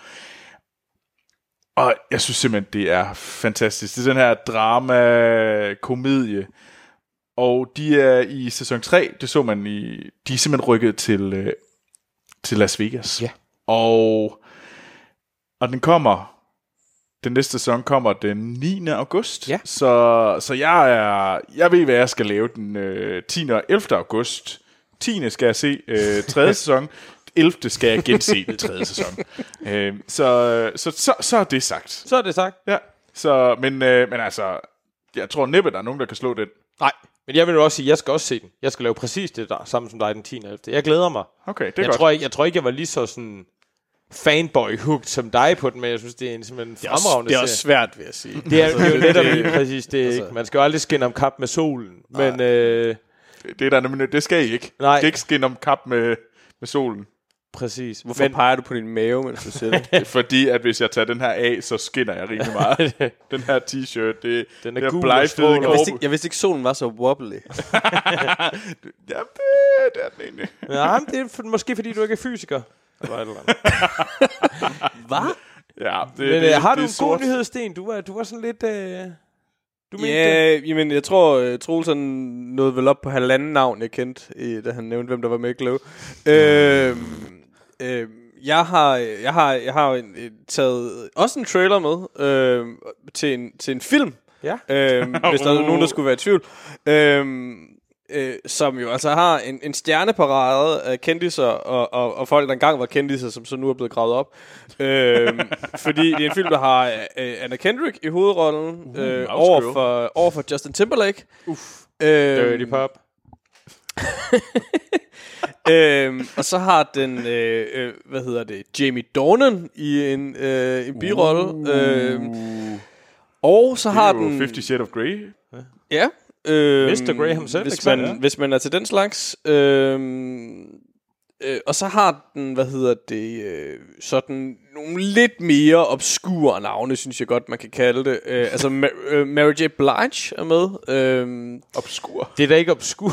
[SPEAKER 2] Og jeg synes simpelthen, det er fantastisk. Det er den her drama-komedie. Og de er i sæson tre, det så man i, de er simpelthen rykket til, øh, til Las Vegas.
[SPEAKER 1] Ja.
[SPEAKER 2] Og... Og den kommer, den næste sæson kommer den niende august.
[SPEAKER 1] Ja.
[SPEAKER 2] Så, så jeg er, jeg ved, hvad jeg skal lave den øh, tiende og ellevte august. tiende skal jeg se øh, tredje sæson. ellevte skal jeg gense den tredje sæson. Øh, så, så, så, så er det sagt.
[SPEAKER 1] Så er det sagt.
[SPEAKER 2] Ja. Så, men, øh, men altså, jeg tror næppe, der er nogen, der kan slå den.
[SPEAKER 1] Nej, men jeg vil jo også sige, at jeg skal også se den. Jeg skal lave præcis det der, sammen som dig den tiende og ellevte Jeg glæder mig.
[SPEAKER 2] Okay, det er
[SPEAKER 1] jeg
[SPEAKER 2] godt.
[SPEAKER 1] Tror ikke, jeg tror ikke, jeg var lige så sådan fanboy-hooked som dig på den, men jeg synes, det er en simpelthen
[SPEAKER 3] Det er, også,
[SPEAKER 1] fremragende
[SPEAKER 3] det er også
[SPEAKER 1] serie.
[SPEAKER 3] svært, vil jeg sige.
[SPEAKER 1] Det er, det er jo netop lige præcis det.
[SPEAKER 3] Altså.
[SPEAKER 1] Ikke? Man skal jo aldrig skinne om kap med solen. Men øh,
[SPEAKER 2] Det, er der, nemlig- det skal I ikke.
[SPEAKER 1] Nej.
[SPEAKER 2] Det skal ikke skinne om kap med, med solen.
[SPEAKER 1] præcis.
[SPEAKER 3] Hvorfor
[SPEAKER 1] Men,
[SPEAKER 3] peger du på din mave, mens du siger det?
[SPEAKER 2] Det er fordi, at hvis jeg tager den her af, så skinner jeg rimelig meget. Den her t-shirt, det,
[SPEAKER 1] Den er
[SPEAKER 2] det
[SPEAKER 1] gul og
[SPEAKER 2] blegfede
[SPEAKER 1] strålende.
[SPEAKER 3] Jeg vidste,
[SPEAKER 2] korpe.
[SPEAKER 3] ikke, jeg vidste ikke, solen var så wobbly.
[SPEAKER 2] Ja, det, det er den egentlig.
[SPEAKER 1] ja, men det er for, måske fordi, du ikke er fysiker. Eller et eller andet.
[SPEAKER 3] Hvad?
[SPEAKER 2] Ja, det,
[SPEAKER 1] Men
[SPEAKER 2] det,
[SPEAKER 1] øh, har
[SPEAKER 2] det
[SPEAKER 1] du
[SPEAKER 2] er
[SPEAKER 1] en
[SPEAKER 2] sort.
[SPEAKER 1] god nyhed, Sten? Du var, du var sådan lidt... Øh, du mente det?
[SPEAKER 3] Ja, jamen, jeg tror, uh, Troels han nåede vel op på halvanden navn, jeg kendte, i, da han nævnte, hvem der var med i Glow. Øh, øh, jeg har, jeg har, jeg har en, en, taget også en trailer med øh, til, en, til en film,
[SPEAKER 1] Ja.
[SPEAKER 3] øh, hvis der er nogen, der skulle være i tvivl. Øh, øh, som jo altså har en, en stjerneparade af kendiser og, og, og folk, der engang var kendiser, som så nu er blevet gravet op. øh, fordi det er en film, der har øh, Anna Kendrick i hovedrollen øh,
[SPEAKER 2] mouse
[SPEAKER 3] over,
[SPEAKER 2] girl.
[SPEAKER 3] for, over for Justin Timberlake.
[SPEAKER 1] Uff.
[SPEAKER 3] Øh,
[SPEAKER 1] Dirty pop.
[SPEAKER 3] øhm, og så har den, øh, øh, hvad hedder det, Jamie Dornan i en, øh, en birolle. Uh. Øh, og så har
[SPEAKER 2] Det er jo
[SPEAKER 3] den...
[SPEAKER 2] Fifty Shades of Grey.
[SPEAKER 3] Ja. Øh,
[SPEAKER 1] mister Graham selv,
[SPEAKER 3] hvis
[SPEAKER 1] ikke sandt,
[SPEAKER 3] man,
[SPEAKER 1] ja?
[SPEAKER 3] hvis man er til den slags. Øh, øh, og så har den, hvad hedder det, øh, sådan nogle lidt mere obskure navne, synes jeg godt, man kan kalde det. Øh, altså, Ma- øh, Mary J. Blige er med. Øh,
[SPEAKER 2] Obskur.
[SPEAKER 1] Det er da ikke obskur.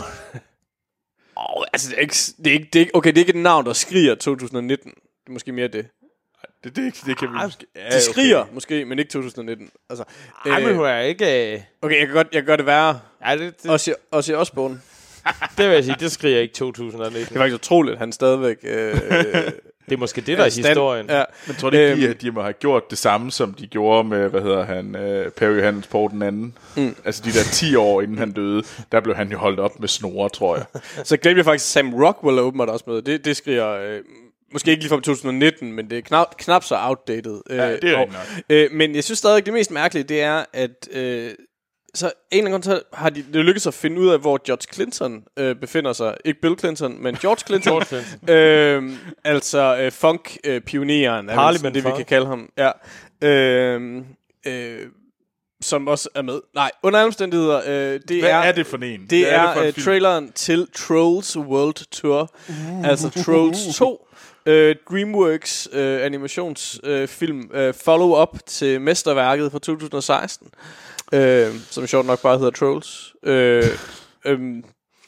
[SPEAKER 3] Oh, altså, det er, ikke, det, er ikke, det er ikke... Okay, det er ikke et navn, der skriger to tusind nitten. Det er måske mere det.
[SPEAKER 2] Det, det, det kan vi måske... Ja,
[SPEAKER 3] De skriger okay. måske, men ikke to tusind nitten. Altså,
[SPEAKER 1] Ej, men
[SPEAKER 3] øh,
[SPEAKER 1] hun er ikke... Øh,
[SPEAKER 3] okay, jeg kan godt jeg kan gøre det værre.
[SPEAKER 1] ja, det, det,
[SPEAKER 3] Også Ozzy Osbourne.
[SPEAKER 1] det vil jeg sige, det skriger ikke to tusind nitten.
[SPEAKER 3] Det er faktisk utroligt, at han stadigvæk... Øh,
[SPEAKER 1] Det er måske det, der er
[SPEAKER 3] stand-
[SPEAKER 1] historien.
[SPEAKER 3] Ja.
[SPEAKER 2] Men tror du ikke,
[SPEAKER 3] Øhm.
[SPEAKER 2] de, at de må have gjort det samme, som de gjorde med, hvad hedder han, uh, Perry Johannes Poul den anden? Mm. Altså de der ti år, inden han døde, der blev han jo holdt op med snore, tror jeg.
[SPEAKER 3] Så glemte jeg faktisk, Sam Rockwell er åbenbart også med. Det, det skriger... Øh, måske ikke lige fra to tusind nitten, men det er knap, knap så outdated. Øh,
[SPEAKER 2] Ja, det er
[SPEAKER 3] og,
[SPEAKER 2] rigtigt nok.
[SPEAKER 3] øh, Men jeg synes stadig, det mest mærkelige, det er, at... Øh, så en eller anden grund så har de det lykkedes at finde ud af, hvor George Clinton øh, befinder sig. Ikke Bill Clinton, men George Clinton.
[SPEAKER 1] George Clinton.
[SPEAKER 3] øh, altså øh, funk-pioneren, øh,
[SPEAKER 1] Parliament
[SPEAKER 3] det vi
[SPEAKER 1] funk.
[SPEAKER 3] kan kalde ham. Ja. Øh, øh, som også er med. Nej, under alle omstændigheder, øh, det
[SPEAKER 2] Hvad
[SPEAKER 3] er...
[SPEAKER 2] er det for en?
[SPEAKER 3] Det
[SPEAKER 2] Hvad
[SPEAKER 3] er,
[SPEAKER 2] det for en
[SPEAKER 3] er uh,
[SPEAKER 2] film?
[SPEAKER 3] traileren til Trolls World Tour. Uh, altså Trolls to. Uh, DreamWorks uh, animationsfilm uh, uh, follow-up til mesterværket fra to tusind og seksten. Uh, som sjovt nok bare hedder Trolls. Uh, um,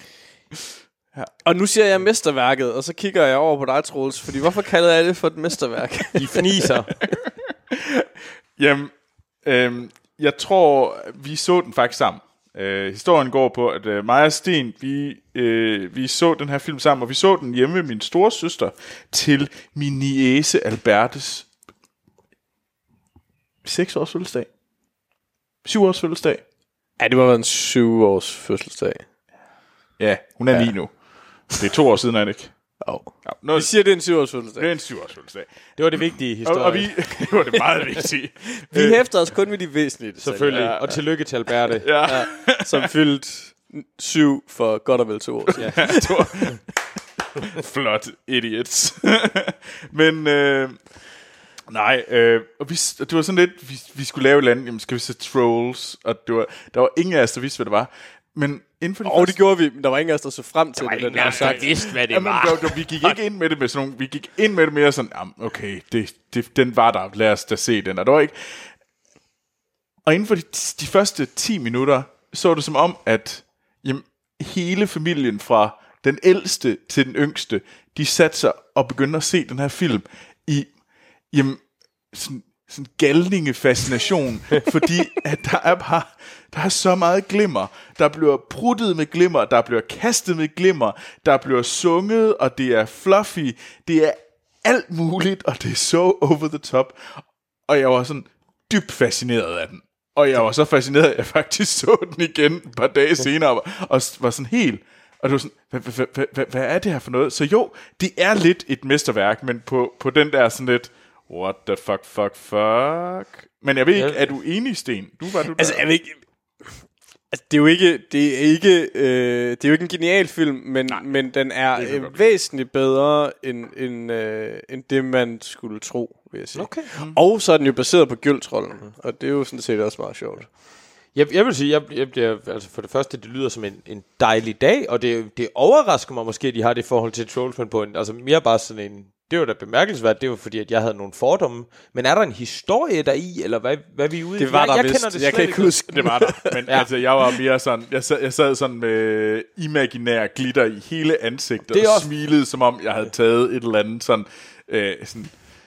[SPEAKER 3] ja. Og nu siger jeg mesterværket, og så kigger jeg over på dig, Troels. Fordi hvorfor kalder jeg det for et mesterværk?
[SPEAKER 1] I fniser.
[SPEAKER 2] Jamen, øhm, jeg tror, vi så den faktisk sammen. Øh, historien går på, at øh, mig og Sten, vi, øh, vi så den her film sammen, og vi så den hjemme med min store søster til min niece Albertes seks års fødselsdag. syv års fødselsdag.
[SPEAKER 3] Ja, det må være en syv års fødselsdag.
[SPEAKER 2] Ja, hun er ja. ni nu. Det er to år siden, er det ikke?
[SPEAKER 3] Oh.
[SPEAKER 2] Ja, noget,
[SPEAKER 3] vi siger, det er en syv års fødselsdag.
[SPEAKER 2] Det er en syv års fødselsdag.
[SPEAKER 1] Det var det vigtige historie.
[SPEAKER 2] Og, og vi, det var det meget vigtige.
[SPEAKER 3] Vi hæfter os kun ved de væsentlige.
[SPEAKER 1] Selvfølgelig. Ja,
[SPEAKER 3] ja.
[SPEAKER 1] Og tillykke til Alberte.
[SPEAKER 2] Ja.
[SPEAKER 3] Ja, som fyldt syv for godt og vel to år siden.
[SPEAKER 2] Ja, to. Flot, idiots. Men, øh, nej, øh, og vi, det var sådan lidt, vi, vi skulle lave et eller andet, jamen skal vi se Trolls, og det var, der var ingen af os, der vidste, hvad det var. Men inden for de
[SPEAKER 3] Og
[SPEAKER 2] første...
[SPEAKER 3] det gjorde vi, men der var ingen af os, der så frem til
[SPEAKER 1] Der var
[SPEAKER 3] det.
[SPEAKER 1] ingen af os, der vidste, hvad det
[SPEAKER 2] Jamen,
[SPEAKER 1] var.
[SPEAKER 2] der, der, vi gik ikke ind med det med sådan nogle, vi gik ind med det mere sådan, jamen, okay, det, det, den var der, lad os da se den, og der var ikke... Og inden for de, de første ti minutter, så det som om, at jamen, hele familien fra den ældste til den yngste, de satte sig og begyndte at se den her film i jamen, sådan, sådan galninge-fascination, fordi at der er bare der er så meget glimmer. Der bliver pruttet med glimmer, der bliver kastet med glimmer, der bliver sunget, og det er fluffy, det er alt muligt, og det er så over the top. Og jeg var sådan dybt fascineret af den. Og jeg var så fascineret, at jeg faktisk så den igen et par dage senere, og var sådan helt... Og det var sådan, hvad, hvad, hvad, hvad, hvad er det her for noget? Så jo, det er lidt et mesterværk, men på, på den der sådan lidt, what the fuck, fuck, fuck. Men jeg ved ikke, er du enig, Sten? Du var du der?
[SPEAKER 3] Altså, jeg ved ikke... Altså, det er jo ikke, det er ikke, øh, det er jo ikke en genial film, men, Nej, men den er, er øh, væsentligt bedre end, end, øh, end det, man skulle tro, vil jeg sige.
[SPEAKER 1] Okay.
[SPEAKER 3] Mm. Og så er den jo baseret på Gyltrollen, og det er jo sådan set også meget sjovt.
[SPEAKER 1] Jeg, jeg vil sige, jeg, jeg bliver, altså for det første, det lyder som en, en dejlig dag, og det, det overrasker mig måske, at de har det i forhold til Trolls, men på en, altså mere bare sådan en, det var da bemærkelsesværdigt, det var fordi, at jeg havde nogle fordomme. Men er der en historie der i, eller hvad, hvad er vi ude i?
[SPEAKER 3] Det var
[SPEAKER 1] jeg,
[SPEAKER 3] der
[SPEAKER 1] jeg
[SPEAKER 3] vist.
[SPEAKER 1] Kender det
[SPEAKER 3] jeg kan ikke huske.
[SPEAKER 2] Det var der. Men ja. altså, jeg var mere sådan, jeg sad, jeg sad sådan med imaginær glitter i hele ansigtet, og også smilede, som om jeg havde taget et eller andet sådan, øh, sådan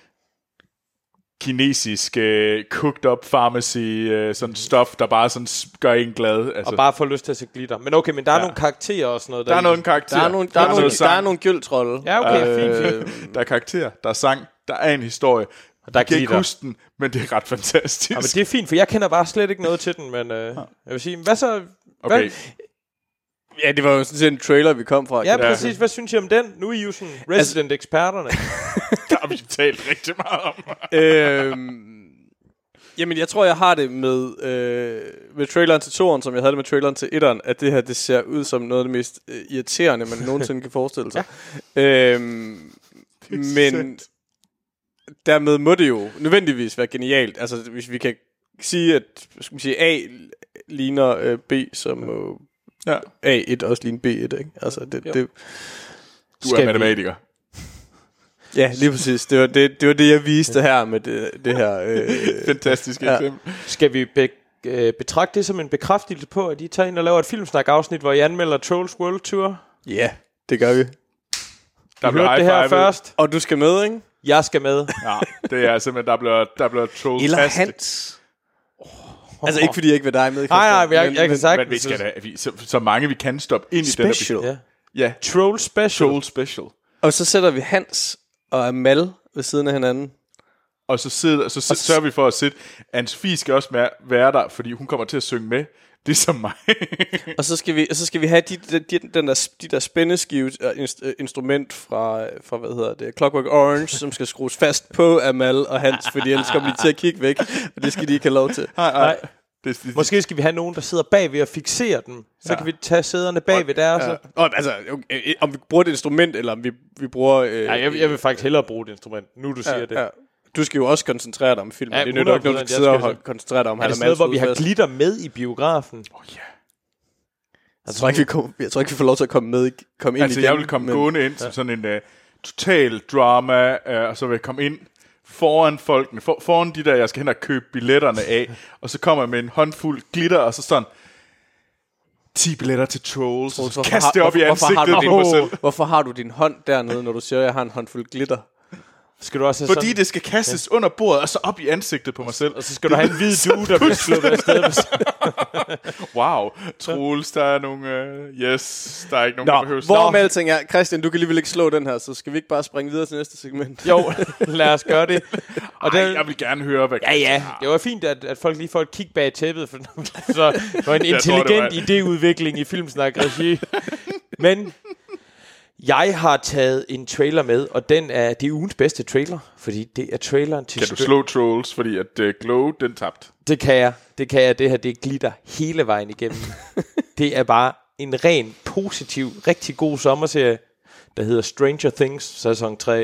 [SPEAKER 2] kinesisk uh, cooked up pharmacy uh, sådan stof, der bare sådan gør en glad. Altså.
[SPEAKER 1] Og bare får lyst til at se glitter. Men okay, men der er ja. nogle karakterer og sådan noget.
[SPEAKER 2] Der, der er nogle karakterer.
[SPEAKER 3] Der er nogle, der er nogle, der er nogle Gyltrolde.
[SPEAKER 1] Ja, okay, øh, fint, fint.
[SPEAKER 2] Der er karakterer, der er sang, der er en historie.
[SPEAKER 1] Og der er
[SPEAKER 2] jeg kan
[SPEAKER 1] glitter.
[SPEAKER 2] ikke huske den, men det er ret fantastisk.
[SPEAKER 1] Ja, men det er fint, for jeg kender bare slet ikke noget til den, men uh, ja. jeg vil sige, hvad så...
[SPEAKER 2] Okay.
[SPEAKER 1] Hvad?
[SPEAKER 3] Ja, det var jo sådan set en trailer, vi kom fra.
[SPEAKER 1] Ja, præcis. Hvad synes I om den? Nu er I jo sådan resident-eksperterne.
[SPEAKER 2] Der har vi talt rigtig meget om.
[SPEAKER 3] øhm, jamen, jeg tror, jeg har det med, øh, med traileren til toeren, som jeg havde det med traileren til etteren, at det her, det ser ud som noget af det mest øh, irriterende, man nogensinde kan forestille sig. Ja. Øhm, men dermed må det jo nødvendigvis være genialt. Altså, hvis vi kan sige, at skal man sige, A ligner øh, B, som øh, ja. A et også ligner B et, ikke? Altså, det... det
[SPEAKER 2] du er matematiker.
[SPEAKER 3] Ja, lige præcis. Det var det, det, var det jeg viste her med det, det her... Øh,
[SPEAKER 2] fantastiske ja. eksempel.
[SPEAKER 1] Skal vi be, øh, betragte det som en bekræftelse på, at I tager ind og laver et filmsnak-afsnit, hvor I anmelder Trolls World Tour?
[SPEAKER 3] Ja, det gør vi.
[SPEAKER 1] Der hørte det her først.
[SPEAKER 3] Og du skal med, ikke?
[SPEAKER 1] Jeg skal med.
[SPEAKER 2] Ja, det er simpelthen, der bliver, der bliver Trolls
[SPEAKER 3] eller Hans. Oh. Altså ikke fordi jeg ikke vil dig med.
[SPEAKER 1] Nej, nej, men jeg, jeg, jeg kan sagt.
[SPEAKER 2] Men vi skal da, vi, så, så mange vi kan stoppe ind
[SPEAKER 3] special.
[SPEAKER 2] i den.
[SPEAKER 1] Ja.
[SPEAKER 2] Ja.
[SPEAKER 1] Troll Special.
[SPEAKER 2] Troll Special.
[SPEAKER 3] Og så sætter vi Hans og Amal ved siden af hinanden.
[SPEAKER 2] Og så, sidder, så, så sørger vi for at sætte... Anne-Sophie skal også være der, fordi hun kommer til at synge med. Det er som mig.
[SPEAKER 3] Og så skal vi, og så skal vi have de, de, de, den der, de der spændeskive instrument fra, fra, hvad hedder det, Clockwork Orange, som skal skrues fast på Amal og Hans, fordi ellers kommer de til at kigge væk, og det skal de ikke have lov til.
[SPEAKER 2] Nej, nej. Det,
[SPEAKER 1] det, Måske skal vi have nogen, der sidder bagved og fikserer den. Så ja. kan vi tage sæderne bagved der.
[SPEAKER 3] Ja.
[SPEAKER 1] Så.
[SPEAKER 3] Og, altså, okay, om vi bruger et instrument, eller om vi, vi bruger... Øh,
[SPEAKER 1] ja, jeg, jeg vil faktisk hellere bruge et instrument, nu du siger
[SPEAKER 3] ja,
[SPEAKER 1] det.
[SPEAKER 3] Ja. Du skal jo også koncentrere dig om filmen.
[SPEAKER 1] Ja,
[SPEAKER 3] det er jo ikke noget, du skal sidde og koncentrere dig om.
[SPEAKER 1] Er det sådan hvor vi har glitter med i biografen?
[SPEAKER 2] Åh oh, ja. Yeah.
[SPEAKER 3] Jeg tror ikke, vi kom, jeg tror ikke, vi får lov til at komme med, komme ind
[SPEAKER 2] altså,
[SPEAKER 3] igen.
[SPEAKER 2] Jeg vil komme
[SPEAKER 3] men,
[SPEAKER 2] gående ind ja. som sådan en uh, total drama, uh, og så vil jeg komme ind foran folkene, for, foran de der, jeg skal hen og købe billetterne af, og så kommer jeg med en håndfuld glitter, og så sådan ti billetter til Trolls, og så kaste det op
[SPEAKER 3] hvorfor,
[SPEAKER 2] i ansigtet
[SPEAKER 3] hvorfor
[SPEAKER 2] på mig selv.
[SPEAKER 3] Hvorfor har du din hånd dernede, når du siger, at jeg har en håndfuld glitter?
[SPEAKER 1] Skal du også
[SPEAKER 2] Fordi
[SPEAKER 1] sådan,
[SPEAKER 2] det skal kastes ja. under bordet, og så op i ansigtet på mig selv.
[SPEAKER 1] Og så skal du have en hvid due, der bliver sluppet afsted.
[SPEAKER 2] Wow, Troels, der er nogle... Uh, yes, der er ikke nogen,
[SPEAKER 3] Nå,
[SPEAKER 2] der behøver...
[SPEAKER 3] hvor med alting er, Christian, du kan alligevel ikke slå den her, så skal vi ikke bare springe videre til næste segment?
[SPEAKER 1] Jo, lad os gøre det.
[SPEAKER 2] Og Ej, den, jeg vil gerne høre, hvad
[SPEAKER 1] Ja, ja, det var fint, at, at folk lige får et kig bag tæppet, for så var en intelligent idéudvikling i Filmsnak regi. Men jeg har taget en trailer med, og den er, det er ugens bedste trailer, fordi det er traileren til...
[SPEAKER 2] Kan du slå Trolls, fordi at uh, Glow, den tabt?
[SPEAKER 1] Det kan jeg. Det kan jeg. Det her, det glitter hele vejen igennem. Det er bare en ren, positiv, rigtig god sommerserie, der hedder Stranger Things, sæson tre.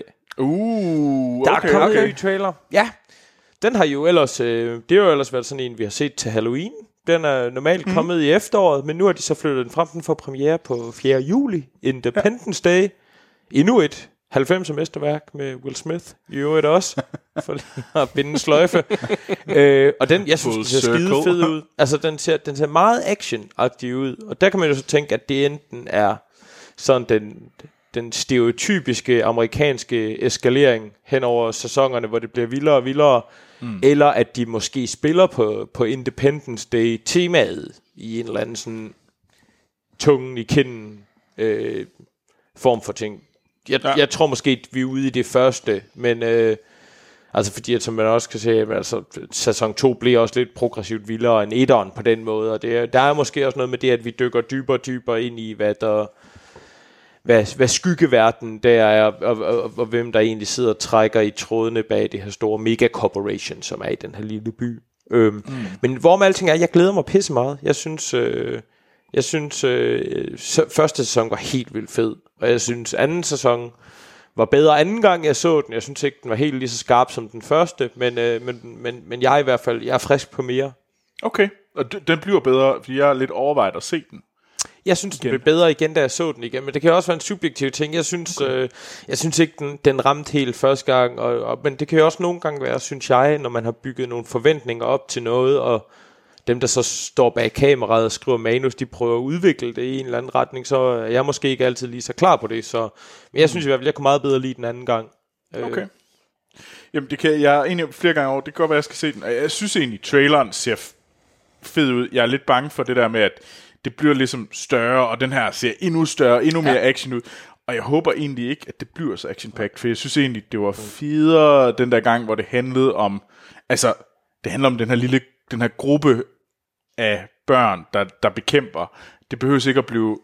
[SPEAKER 2] Uh,
[SPEAKER 1] Der
[SPEAKER 2] okay,
[SPEAKER 1] er kommet
[SPEAKER 2] okay.
[SPEAKER 1] en ny trailer. Ja, den har jo ellers, øh, det har jo ellers været sådan en, vi har set til Halloween. Den er normalt mm. kommet i efteråret, men nu har de så flyttet den frem, den får premiere på fjerde juli, Independence ja. Day. Endnu et halvfemser mesterværk med Will Smith, i øvrigt også, for at binde en sløjfe. øh, og den, jeg synes, den ser skide fed ud. Altså, den ser, den ser meget action-agtig ud, og der kan man jo så tænke, at det enten er sådan den... den stereotypiske amerikanske eskalering hen over sæsonerne, hvor det bliver vildere og vildere, mm. eller at de måske spiller på, på Independence Day temaet i en eller anden sådan tungen i kinden øh, form for ting. Jeg, ja. jeg tror måske, at vi er ude i det første, men øh, altså fordi, at, som man også kan se, altså, sæson to bliver også lidt progressivt vildere end etteren på den måde, og det, der er måske også noget med det, at vi dykker dybere og dybere ind i, hvad der Hvad, hvad skyggeverden der er, og, og, og, og hvem der egentlig sidder og trækker i trådene bag det her store megacorporation, som er i den her lille by. Øhm, mm. Men hvor med alting er, jeg glæder mig pisse meget. Jeg synes, øh, jeg synes øh, første sæson var helt vildt fed, og jeg synes anden sæson var bedre anden gang, jeg så den. Jeg synes ikke, den var helt lige så skarp som den første, men, øh, men, men, men jeg er i hvert fald, jeg er frisk på mere.
[SPEAKER 2] Okay, og d- den bliver bedre, fordi jeg er lidt overvejet at se den.
[SPEAKER 1] Jeg synes, den blev bedre igen, da jeg så den igen, men det kan også være en subjektiv ting. Jeg synes, okay. øh, jeg synes ikke, den, den ramte helt første gang, og, og, men det kan jo også nogle gange være, synes jeg, når man har bygget nogle forventninger op til noget, og dem, der så står bag kameraet og skriver manus, de prøver at udvikle det i en eller anden retning, så er jeg måske ikke altid lige så klar på det. Så, men jeg synes i hvert fald, jeg kunne meget bedre lide den anden gang.
[SPEAKER 2] Okay. Øh. Jamen, det kan jeg egentlig flere gange over. Det kan godt være, jeg skal se den. Jeg synes egentlig, traileren ser fed ud. Jeg er lidt bange for det der med, at det bliver ligesom større, og den her ser endnu større, endnu mere ja. action ud. Og jeg håber egentlig ikke, at det bliver så action-packed, for jeg synes egentlig, det var federe den der gang, hvor det handlede om, altså, det handler om den her lille, den her gruppe af børn, der, der bekæmper. Det behøver ikke at blive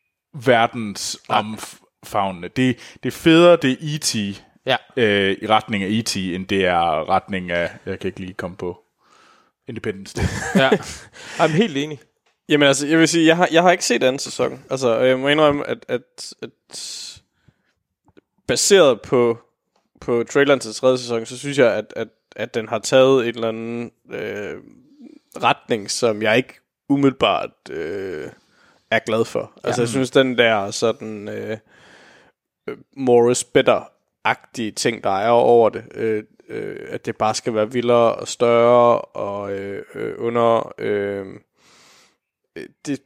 [SPEAKER 2] verdens omfavnende. Det, det er federe, det er E T ja. øh, i retning af E T, end det er retning af, jeg kan ikke lige komme på, Independence Day.
[SPEAKER 1] Ja, jeg er helt enig.
[SPEAKER 3] Jamen altså, jeg vil sige, jeg har, jeg har ikke set anden sæson. Altså, jeg må indrømme, at, at, at baseret på, på traileren til tredje sæson, så synes jeg, at, at, at den har taget en eller anden øh, retning, som jeg ikke umiddelbart øh, er glad for. Ja. Altså, jeg synes, den der sådan øh, more is better-agtige ting, der er over det, øh, øh, at det bare skal være vildere og større og øh, øh, under... Øh, det,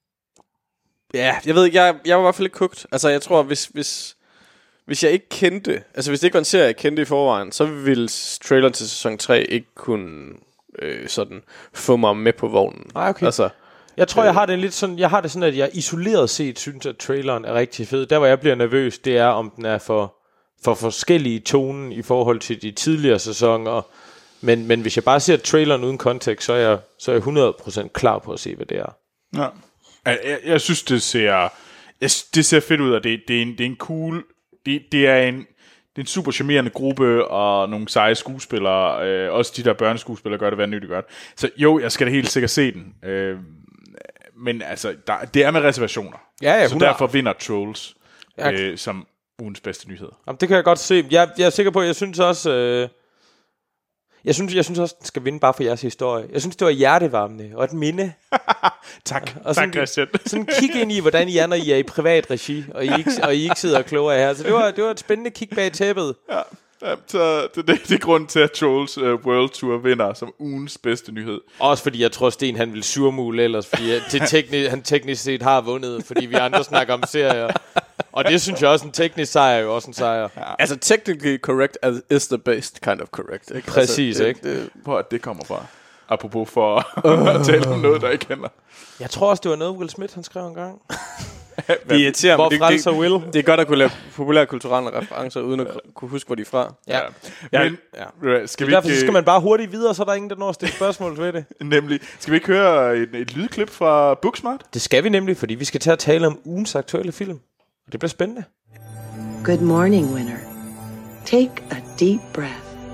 [SPEAKER 3] ja, jeg ved ikke, jeg, jeg var i hvert fald ikke kogt. Altså, jeg tror, hvis, hvis, hvis jeg ikke kendte, altså hvis det ikke var en serie, jeg kendte i forvejen, så ville traileren til sæson tre ikke kunne øh, sådan få mig med på vognen.
[SPEAKER 1] Nej, okay.
[SPEAKER 3] Altså,
[SPEAKER 1] jeg tror, øh, jeg har det lidt sådan, jeg har det sådan, at jeg isoleret set synes, at traileren er rigtig fed. Der, hvor jeg bliver nervøs, det er, om den er for, for forskellige tonen i forhold til de tidligere sæsoner. Men, men hvis jeg bare ser traileren uden kontekst, så er jeg, så er jeg hundrede procent klar på at se, hvad det er.
[SPEAKER 2] Ja. Jeg, jeg, jeg synes, det ser, jeg, det ser fedt ud, og det, det, er, en, det er en cool... Det, det, er en, det er en super charmerende gruppe, og nogle seje skuespillere. Øh, også de der børneskuespillere gør det vanvittigt godt. Så jo, jeg skal da helt sikkert se den. Øh, men altså, der, det er med reservationer.
[SPEAKER 1] Ja, ja,
[SPEAKER 2] så derfor vinder Trolls øh, som ugens bedste nyhed.
[SPEAKER 1] Jamen, det kan jeg godt se. Jeg, jeg er sikker på, jeg synes også... Øh Jeg synes, jeg synes også, den skal vinde bare for jeres historie. Jeg synes, det var hjertevarmende og et minde.
[SPEAKER 2] tak,
[SPEAKER 1] og
[SPEAKER 2] tak Christian.
[SPEAKER 1] Sådan kig ind i, hvordan I er, når I er i privat regi, og I ikke, og I ikke sidder og kloger her. Så det var, det var et spændende kig bag tæppet.
[SPEAKER 2] Ja, så det, det, det er grunden til, at Trolls uh, World Tour vinder som ugens bedste nyhed.
[SPEAKER 1] Også fordi jeg tror, Sten han vil surmule ellers, fordi det tekni- han teknisk set har vundet, fordi vi andre snakker om serier. Og Og det synes jeg også, en teknisk sejr er jo også en sejr.
[SPEAKER 3] Ja. Altså, technically correct is the best kind of correct. Ikke?
[SPEAKER 1] Præcis,
[SPEAKER 3] altså,
[SPEAKER 1] ikke?
[SPEAKER 2] Det, hvor er det kommer fra? Apropos for at tale om noget, der ikke kender.
[SPEAKER 1] Jeg tror også, det var noget, Will Smith, han skrev en gang.
[SPEAKER 3] Det irriterer mig.
[SPEAKER 1] Hvor
[SPEAKER 3] Det,
[SPEAKER 1] frelser
[SPEAKER 3] det,
[SPEAKER 1] Will?
[SPEAKER 3] det er godt at kunne lave populærkulturelle referencer, uden at kunne huske, hvor de er fra.
[SPEAKER 1] Ja.
[SPEAKER 2] Ja.
[SPEAKER 3] Ja.
[SPEAKER 2] Men,
[SPEAKER 3] Ja.
[SPEAKER 2] skal
[SPEAKER 1] Vi
[SPEAKER 2] vi
[SPEAKER 1] derfor
[SPEAKER 2] ikke,
[SPEAKER 1] så skal man bare hurtigt videre, så er der ingen, der når at stille spørgsmål ved det.
[SPEAKER 2] nemlig, skal vi ikke høre et, et lydklip fra Booksmart?
[SPEAKER 1] Det skal vi nemlig, fordi vi skal til at tale om ugens aktuelle film. Og det bliver spændende.
[SPEAKER 4] Good morning, winner. Take a deep breath.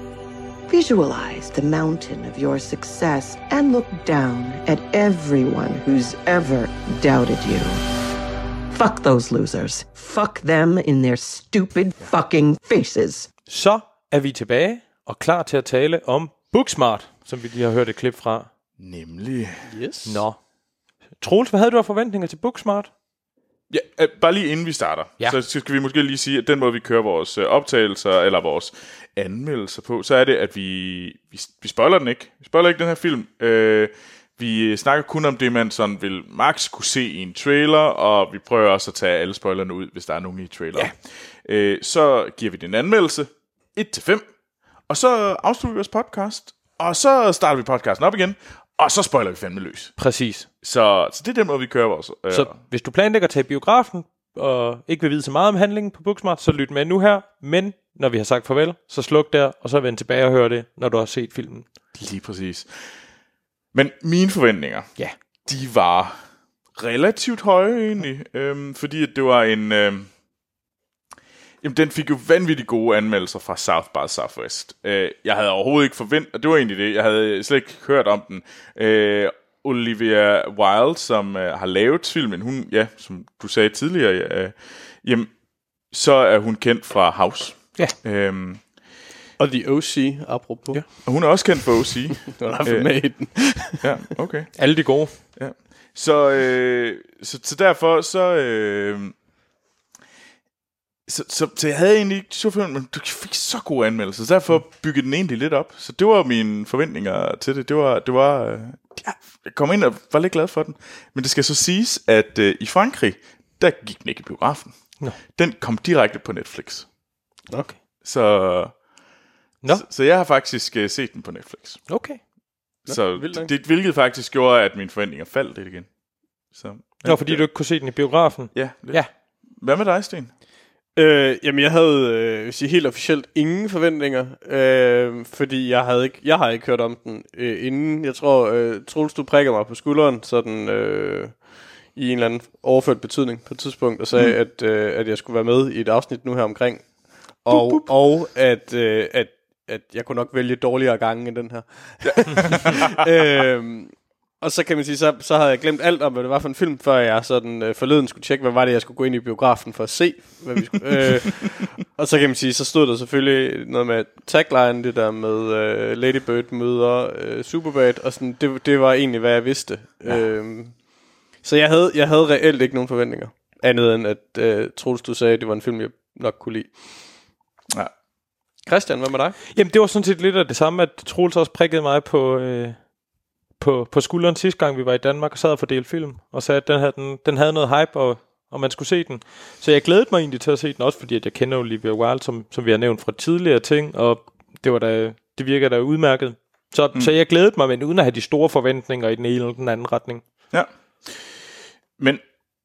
[SPEAKER 4] Visualize the mountain of your success and look down at everyone who's ever doubted you. Fuck those losers. Fuck them in their stupid fucking faces.
[SPEAKER 1] Så er vi tilbage og klar til at tale om Booksmart, som vi lige har hørt et klip fra.
[SPEAKER 2] Nemlig.
[SPEAKER 3] Yes.
[SPEAKER 1] Nå. Troels, hvad havde du af forventninger til Booksmart?
[SPEAKER 2] Ja, øh, bare lige inden vi starter,
[SPEAKER 1] Ja.
[SPEAKER 2] så skal vi måske lige sige, at den måde, vi kører vores øh, optagelser, eller vores anmeldelser på, så er det, at vi, vi, vi spoiler den ikke. Vi spoiler ikke den her film. Øh, vi snakker kun om det, man sådan vil max kunne se i en trailer, og vi prøver også at tage alle spoilerne ud, hvis der er nogen i trailer. Ja. Øh, så giver vi den anmeldelse, et til fem, og så afslutter vi vores podcast, og så starter vi podcasten op igen, og så spoiler vi fandme løs.
[SPEAKER 1] Præcis.
[SPEAKER 2] Så, så det er den måde, vi kører vores... Øh,
[SPEAKER 1] Så hvis du planlægger at tage i biografen, og ikke vil vide så meget om handlingen på Booksmart, så lyt med nu her. Men når vi har sagt farvel, så sluk der, og så vend tilbage og hør det, når du har set filmen.
[SPEAKER 2] Lige præcis. Men mine forventninger,
[SPEAKER 1] Ja.
[SPEAKER 2] de var relativt høje egentlig, øhm, fordi at det var en... Øhm, jamen, den fik jo vanvittigt gode anmeldelser fra South by Southwest. Øh, jeg havde overhovedet ikke forventet, og det var egentlig det, jeg havde slet ikke hørt om den. Øh, Olivia Wilde, som øh, har lavet filmen, hun, ja, som du sagde tidligere, øh, jamen, så er hun kendt fra House.
[SPEAKER 1] Ja.
[SPEAKER 2] Øhm,
[SPEAKER 3] Og The O C, apropos.
[SPEAKER 2] ja. Og hun er også kendt for O C.
[SPEAKER 3] Du har haft med i den.
[SPEAKER 2] Ja, okay.
[SPEAKER 1] Alle de gode.
[SPEAKER 2] Ja. Så, øh, så, så derfor så, øh, så, så, så jeg havde egentlig ikke så forventet, men du fik så gode anmeldelser, så derfor byggede den egentlig lidt op. Så det var mine forventninger til det. Det var, det var øh, ja, jeg kom ind og var lidt glad for den. Men det skal så siges, at øh, i Frankrig, der gik den ikke i biografen.
[SPEAKER 1] Nå.
[SPEAKER 2] Den kom direkte på Netflix.
[SPEAKER 1] Okay.
[SPEAKER 2] Så,
[SPEAKER 1] Nå.
[SPEAKER 2] så, så jeg har faktisk øh, set den på Netflix.
[SPEAKER 1] Okay.
[SPEAKER 2] Så
[SPEAKER 3] vildt nok.
[SPEAKER 2] det, hvilket faktisk gjorde, at mine forventninger faldt lidt igen. Så,
[SPEAKER 1] Nå, fordi du ikke kunne se den i biografen.
[SPEAKER 2] Ja, lidt.
[SPEAKER 1] Ja.
[SPEAKER 2] Hvad med dig, Sten?
[SPEAKER 3] Øh, jamen, jeg havde øh, vil sige, helt officielt ingen forventninger, øh, fordi jeg havde ikke, jeg har ikke hørt om den øh, inden. Jeg tror, øh, Troels, du prikker mig på skulderen, sådan øh, i en eller anden overført betydning på et tidspunkt, og sagde, mm. at, øh, at jeg skulle være med i et afsnit nu her omkring, og, bup, bup. og at, øh, at, at jeg kunne nok vælge dårligere gange end den her. Ja. øh, Og så kan man sige, så, så havde jeg glemt alt om, hvad det var for en film, før jeg sådan øh, forleden skulle tjekke, hvad var det, jeg skulle gå ind i biografen for at se. Hvad vi skulle, øh, og så kan man sige, så stod der selvfølgelig noget med tagline, det der med øh, Lady Bird møder øh, Superbad, og sådan, det, det var egentlig, hvad jeg vidste. Ja. Øh, så jeg havde, jeg havde reelt ikke nogen forventninger, andet end at øh, Troels, du sagde, at det var en film, jeg nok kunne lide.
[SPEAKER 2] Ja.
[SPEAKER 3] Christian, hvad med dig?
[SPEAKER 1] Jamen, det var sådan set lidt af det samme, at Troels også prikkede mig på... Øh På, på skulderen sidste gang, vi var i Danmark og sad og fordelte film, og sagde, at den havde, den, den havde noget hype, og, og man skulle se den. Så jeg glædede mig egentlig til at se den, også fordi at jeg kender Olivia Wilde, som, som vi har nævnt fra tidligere ting, og det, var da, det virker da udmærket. Så, mm. så jeg glædede mig, men uden at have de store forventninger i den ene eller den anden retning.
[SPEAKER 2] Ja. Men...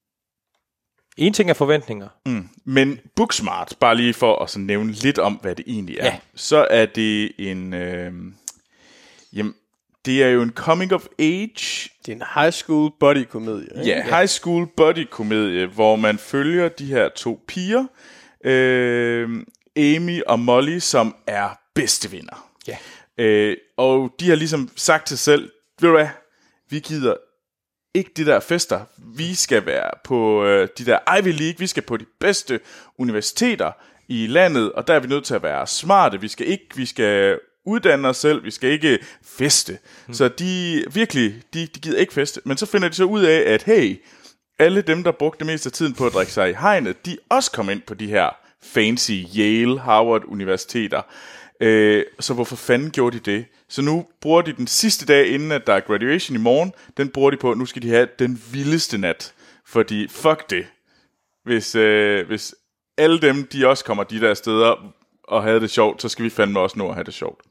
[SPEAKER 1] En ting er forventninger.
[SPEAKER 2] Mm, men Booksmart, bare lige for at så nævne lidt om, hvad det egentlig er,
[SPEAKER 1] ja.
[SPEAKER 2] så er det en... Øh, jamen, det er jo en coming of age.
[SPEAKER 3] Det er en high school buddy komedie.
[SPEAKER 2] Ja, ja, high school buddy komedie, hvor man følger de her to piger, øh, Amy og Molly, som er bedste venner.
[SPEAKER 1] Ja.
[SPEAKER 2] Øh, og de har ligesom sagt til sig selv, ved du hvad, vi gider ikke de der fester. Vi skal være på øh, de der Ivy League, vi skal på de bedste universiteter i landet, og der er vi nødt til at være smarte. Vi skal ikke, vi skal uddanne os selv, vi skal ikke feste. Hmm. Så de virkelig, de, de gider ikke feste. Men så finder de så ud af, at hey, alle dem, der brugte det meste af tiden på at drikke sig i hegnet, de også kom ind på de her fancy Yale, Harvard universiteter. Øh, så hvorfor fanden gjorde de det? Så nu bruger de den sidste dag, inden at der er graduation i morgen, den bruger de på, nu skal de have den vildeste nat. Fordi fuck det. hvis, øh, hvis alle dem, de også kommer de der steder og havde det sjovt, så skal vi fandme også nå at have det sjovt.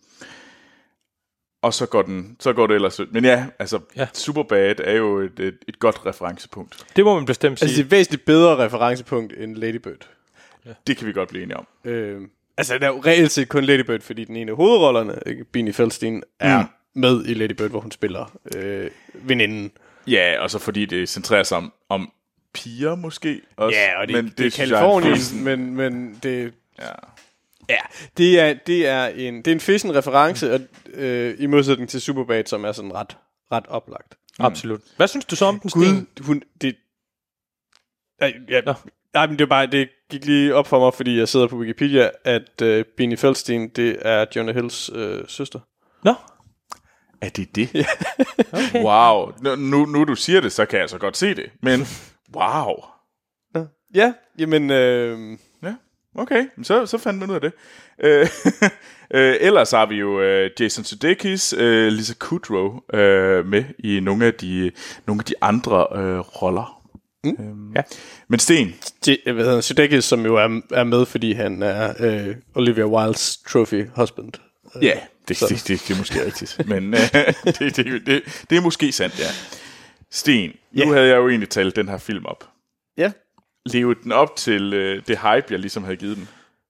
[SPEAKER 2] Og så går, den, så går det ellers ud. Men ja, altså, ja. Superbad er jo et, et, et godt referencepunkt.
[SPEAKER 1] Det må man bestemt sige.
[SPEAKER 3] Altså, det er et væsentligt bedre referencepunkt end Lady Bird.
[SPEAKER 2] Ja. Det kan vi godt blive enige om.
[SPEAKER 3] Øh, altså, der er jo reelt set kun Lady Bird, fordi den ene af hovedrollerne, Beanie Feldstein, er mm. med i Lady Bird, hvor hun spiller øh, veninden.
[SPEAKER 2] Ja, og så fordi det centrerer sig om, om piger måske også.
[SPEAKER 3] Ja, og det,
[SPEAKER 2] men
[SPEAKER 3] det,
[SPEAKER 2] det
[SPEAKER 3] er Californien, men, men det...
[SPEAKER 2] Ja.
[SPEAKER 3] Ja, det er, det er en det er en fissen reference, og, øh, i modsætning til Superbad, som er sådan ret ret oplagt.
[SPEAKER 1] Mm. Absolut. Hvad synes du så om den, Sten?
[SPEAKER 3] Gud, hun det. Nej, ja, nej, men det er bare det gik lige op for mig, fordi jeg sidder på Wikipedia, at øh, Beanie Feldstein, det er Jonah Hills øh, søster.
[SPEAKER 1] Nå.
[SPEAKER 2] Er det det? Ja. Okay. Wow. Nu, nu du siger det, så kan jeg så godt se det. Men wow.
[SPEAKER 3] Ja, jamen. Øh,
[SPEAKER 2] ja. Okay, så, så fandt man ud af det. Øh, øh, ellers har vi jo øh, Jason Sudeikis, øh, Lisa Kudrow øh, med i nogle af de, nogle af de andre øh, roller. Mm. Øhm, ja. Men Sten?
[SPEAKER 3] Jeg ved, Sudeikis, som jo er, er med, fordi han er øh, Olivia Wilde's trophy husband.
[SPEAKER 2] Ja, det, det, det, det, det er måske rigtigt. Men øh, det, det, det, det er måske sandt, ja. Sten, yeah. Nu havde jeg jo egentlig talt den her film op.
[SPEAKER 3] Ja. Yeah.
[SPEAKER 2] Levede den op til øh, det hype, jeg ligesom havde givet den?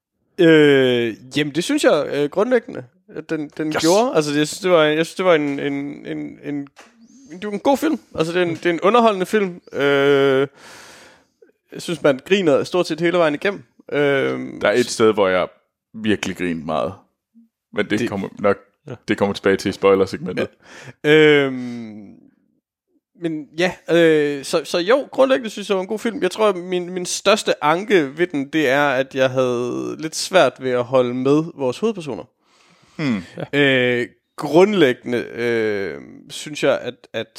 [SPEAKER 3] Øh, jamen, det synes jeg øh, grundlæggende, at den, den yes. gjorde. Altså, jeg synes, det var, jeg synes, det var en, en, en, en, det var en god film. Altså, det er en, det er en underholdende film. Øh, jeg synes, man griner stort set hele vejen igennem. Øh,
[SPEAKER 2] Der er et sted, hvor jeg virkelig griner meget. Men det, det kommer nok ja. det kommer tilbage til spoiler-segmentet.
[SPEAKER 3] Ja. Øh, Men ja, øh, så, så jo, grundlæggende synes jeg, det var en god film. Jeg tror, at min, min største anke ved den, det er, at jeg havde lidt svært ved at holde med vores hovedpersoner. Hmm. Ja. Øh, grundlæggende øh, synes jeg, at, at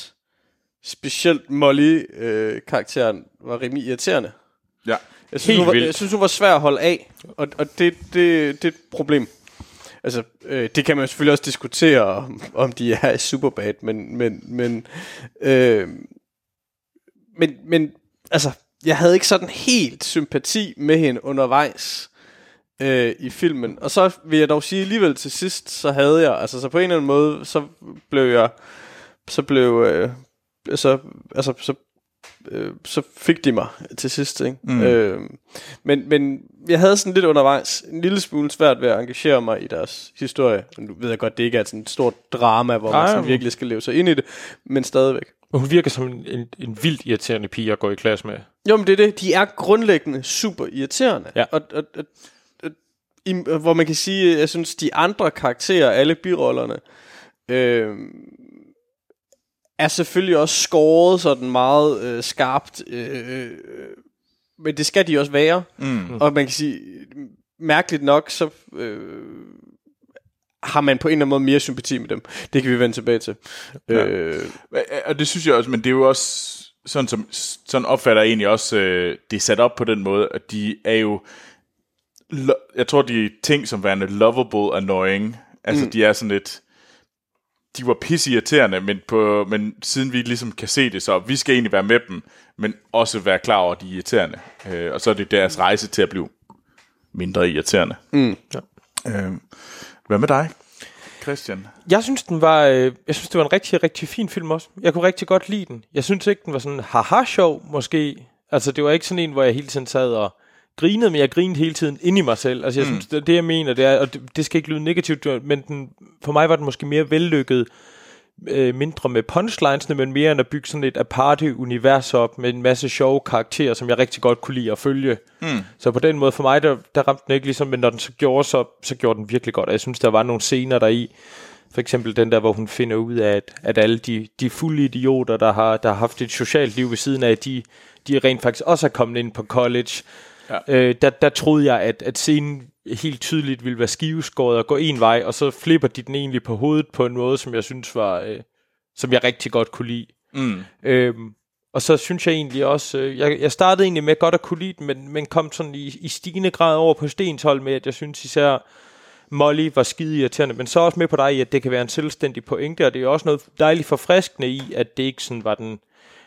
[SPEAKER 3] specielt Molly-karakteren øh, var rimelig irriterende.
[SPEAKER 2] Ja.
[SPEAKER 3] Jeg synes, hun var, jeg synes, hun var svær at holde af, og, og det, det, det er et problem. Altså, øh, det kan man selvfølgelig også diskutere, om, om de er i Superbad, men, men, men, øh, men, men, altså, jeg havde ikke sådan helt sympati med hende undervejs øh, i filmen. Og så vil jeg dog sige alligevel til sidst, så havde jeg, altså, så på en eller anden måde, så blev jeg, så blev, øh, så, altså, så, øh, så fik de mig til sidst, ikke? Mm. Øh, men, men jeg havde sådan lidt undervejs en lille smule svært ved at engagere mig i deres historie. Nu ved jeg godt, det ikke er sådan et stort drama, hvor man sådan virkelig skal leve sig ind i det, men stadigvæk.
[SPEAKER 1] Og hun virker som en, en vildt irriterende pige at gå i klasse med.
[SPEAKER 3] Jo, men det er det. De er grundlæggende super irriterende.
[SPEAKER 1] Ja.
[SPEAKER 3] Og, og, og, og i, hvor man kan sige, jeg synes, de andre karakterer, alle birollerne, øh, er selvfølgelig også skåret sådan meget øh, skarpt, øh, men det skal de også være. Mm. Og man kan sige, mærkeligt nok, så øh, har man på en eller anden måde mere sympati med dem. Det kan vi vende tilbage til. Ja. Øh,
[SPEAKER 2] og det synes jeg også, men det er jo også sådan, som, sådan opfatter jeg egentlig også, øh, det er sat op på den måde, at de er jo, lo- jeg tror, de er ting som værende lovable annoying. Altså, mm. de er sådan lidt, de var pisseirriterende, men, på, men siden vi ligesom kan se det, så vi skal egentlig være med dem, men også være klar over, at de er irriterende. Øh, og så er det deres rejse til at blive mindre irriterende.
[SPEAKER 3] Mm.
[SPEAKER 2] Ja. Øh, hvad med dig, Christian?
[SPEAKER 1] Jeg synes, den var, øh, jeg synes, det var en rigtig, rigtig fin film også. Jeg kunne rigtig godt lide den. Jeg synes ikke, den var sådan haha-sjov, måske. Altså, det var ikke sådan en, hvor jeg hele tiden sad og grinede, men jeg grinede hele tiden ind i mig selv. Altså, jeg mm. synes, det, det jeg mener, det er, og det, det skal ikke lyde negativt, men den, for mig var den måske mere vellykket, øh, mindre med punchlinesene, men mere end at bygge sådan et aparte univers op med en masse sjove karakterer, som jeg rigtig godt kunne lide at følge. Mm. Så på den måde for mig, der, der ramte den ikke ligesom, men når den så gjorde, så, så gjorde den virkelig godt. Og jeg synes, der var nogle scener der i, for eksempel den der, hvor hun finder ud af, at, at alle de, de fulde idioter, der har, der har haft et socialt liv ved siden af, de, de rent faktisk også er kommet ind på college. Ja. Øh, der, der troede jeg, at, at scenen helt tydeligt ville være skiveskåret og gå en vej, og så flipper de den egentlig på hovedet på en måde, som jeg synes var, øh, som jeg rigtig godt kunne lide. Mm. Øhm, og så synes jeg egentlig også, øh, jeg, jeg startede egentlig med godt at kunne lide den, men, men kom sådan i, i stigende grad over på Stens hold med, at jeg synes især Molly var skide irriterende, men så også med på dig i, at det kan være en selvstændig pointe, og det er også noget dejligt forfriskende i, at det ikke sådan var den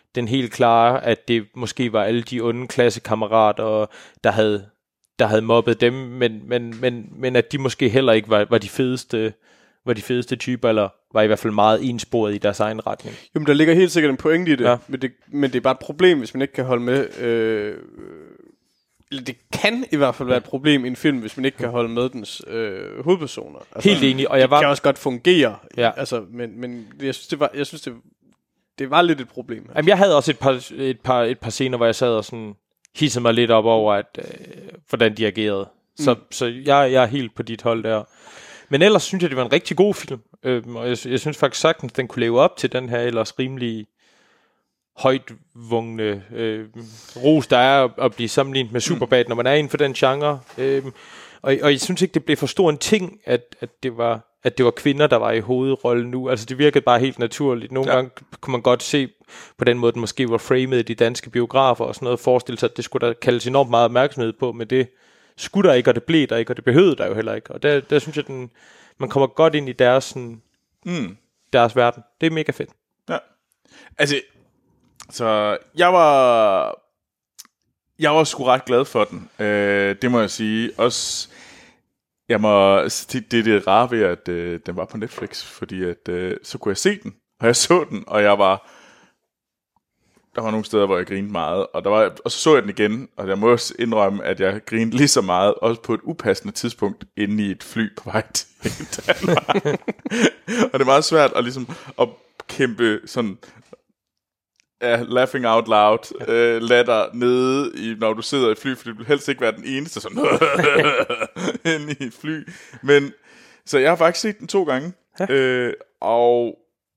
[SPEAKER 1] den helt klare, at det måske var alle de onde klassekammerater, der havde, der havde mobbet dem, men, men, men, men at de måske heller ikke var, var de fedeste var de fedeste typer, eller var i hvert fald meget ensporet i deres egen retning.
[SPEAKER 3] Jo, men der ligger helt sikkert en pointe i det,
[SPEAKER 1] ja.
[SPEAKER 3] men det, men det er bare et problem, hvis man ikke kan holde med... Øh, eller det kan i hvert fald være et problem i en film, hvis man ikke kan holde med dens øh, hovedpersoner. Altså,
[SPEAKER 1] helt enig, og jeg
[SPEAKER 3] det
[SPEAKER 1] var...
[SPEAKER 3] kan også godt fungere,
[SPEAKER 1] ja.
[SPEAKER 3] altså, men, men jeg synes, det var, jeg synes det, det var lidt et problem. Altså.
[SPEAKER 1] Jamen, jeg havde også et par, et, par, et par scener, hvor jeg sad og sådan hissede mig lidt op over, at, øh, hvordan de agerede. Så, mm. så jeg, jeg er helt på dit hold der. Men ellers synes jeg, det var en rigtig god film. Øhm, og jeg, jeg synes faktisk sagtens, den kunne leve op til den her ellers rimelig højtvungne øh, ros, der er at, at blive sammenlignet med Superbad, mm. når man er inden for den genre. Øhm, og, og jeg synes ikke, det blev for stor en ting, at, at, det var, at det var kvinder, der var i hovedrollen nu. Altså det virkede bare helt naturligt. Nogle ja. gange kunne man godt se på den måde, den måske var framed i de danske biografer og sådan noget, forestille sig, at det skulle der kaldes enormt meget opmærksomhed på, men det skulle der ikke, og det blev der ikke, og det behøvede der jo heller ikke. Og der, der synes jeg, den, man kommer godt ind i deres, sådan, mm. deres verden. Det er mega fedt.
[SPEAKER 2] Ja. Altså, så jeg var, jeg var sgu ret glad for den. Øh, det må jeg sige. Også, jeg må, det, det er det rare ved, at øh, den var på Netflix, fordi at, øh, så kunne jeg se den, og jeg så den, og jeg var... Der var nogle steder, hvor jeg grinede meget, og, der var, og så så jeg den igen, og jeg må også indrømme, at jeg grinede lige så meget, også på et upassende tidspunkt, inde i et fly på vej til Danmark. Og det er meget svært at, ligesom, at kæmpe sådan, uh, laughing out loud, uh, latter nede, i, når du sidder i fly, for du vil helst ikke være den eneste, sådan, inde i et fly. Men, så jeg har faktisk set den to gange, ja. uh, og...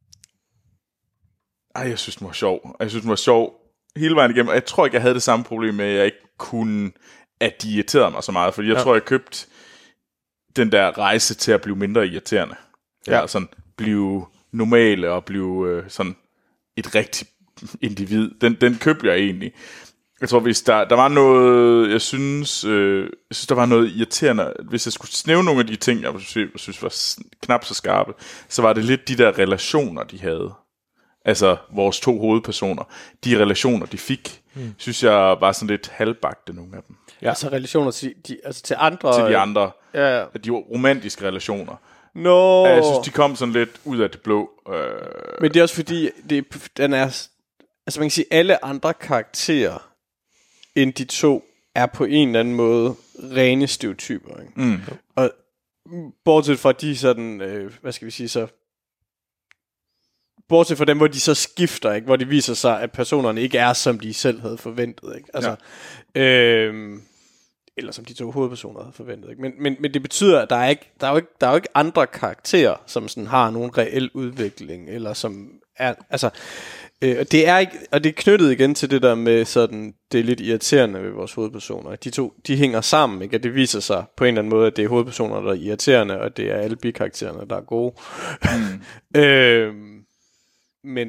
[SPEAKER 2] Ej, jeg synes, den var sjov. Jeg synes, den var sjov hele vejen igennem. Og jeg tror ikke, jeg havde det samme problem med, at jeg ikke kunne, at de irriterede mig så meget. Fordi jeg ja. tror, jeg købte den der rejse til at blive mindre irriterende. Ja, ja sådan blive normale og blive øh, sådan et rigtigt individ. Den, den købte jeg egentlig. Jeg tror, hvis der, der var noget, jeg synes, øh, jeg synes, der var noget irriterende. Hvis jeg skulle snæve nogle af de ting, jeg synes, jeg synes var knap så skarpe, så var det lidt de der relationer, de havde. Altså vores to hovedpersoner, de relationer, de fik, mm. synes jeg var sådan lidt halvbagte, nogle af dem.
[SPEAKER 3] Ja, altså relationer til, de, altså til andre...
[SPEAKER 2] Til de andre.
[SPEAKER 3] Ja, ja.
[SPEAKER 2] De romantiske relationer.
[SPEAKER 3] No.
[SPEAKER 2] Jeg synes, de kom sådan lidt ud af det blå. Øh...
[SPEAKER 3] Men det er også fordi, det, den er... Altså man kan sige, alle andre karakterer end de to, er på en eller anden måde rene stereotyper. Ikke? Mm. Og bortset fra de sådan, øh, hvad skal vi sige så... Bortset fra dem, hvor de så skifter, ikke? Hvor det viser sig, at personerne ikke er, som de selv havde forventet. Ikke? Altså, ja. øhm, eller som de to hovedpersoner havde forventet. Ikke? Men, men, men det betyder, at der er, ikke, der, er jo ikke, der er jo ikke andre karakterer, som sådan har nogen reel udvikling, eller som er... Altså, øh, og det er ikke, og det er knyttet igen til det der med sådan, det er lidt irriterende ved vores hovedpersoner. De to, de hænger sammen, ikke? Og det viser sig på en eller anden måde, at det er hovedpersoner, der er irriterende, og det er alle bikaraktererne, der er gode. Mm. øh, Men,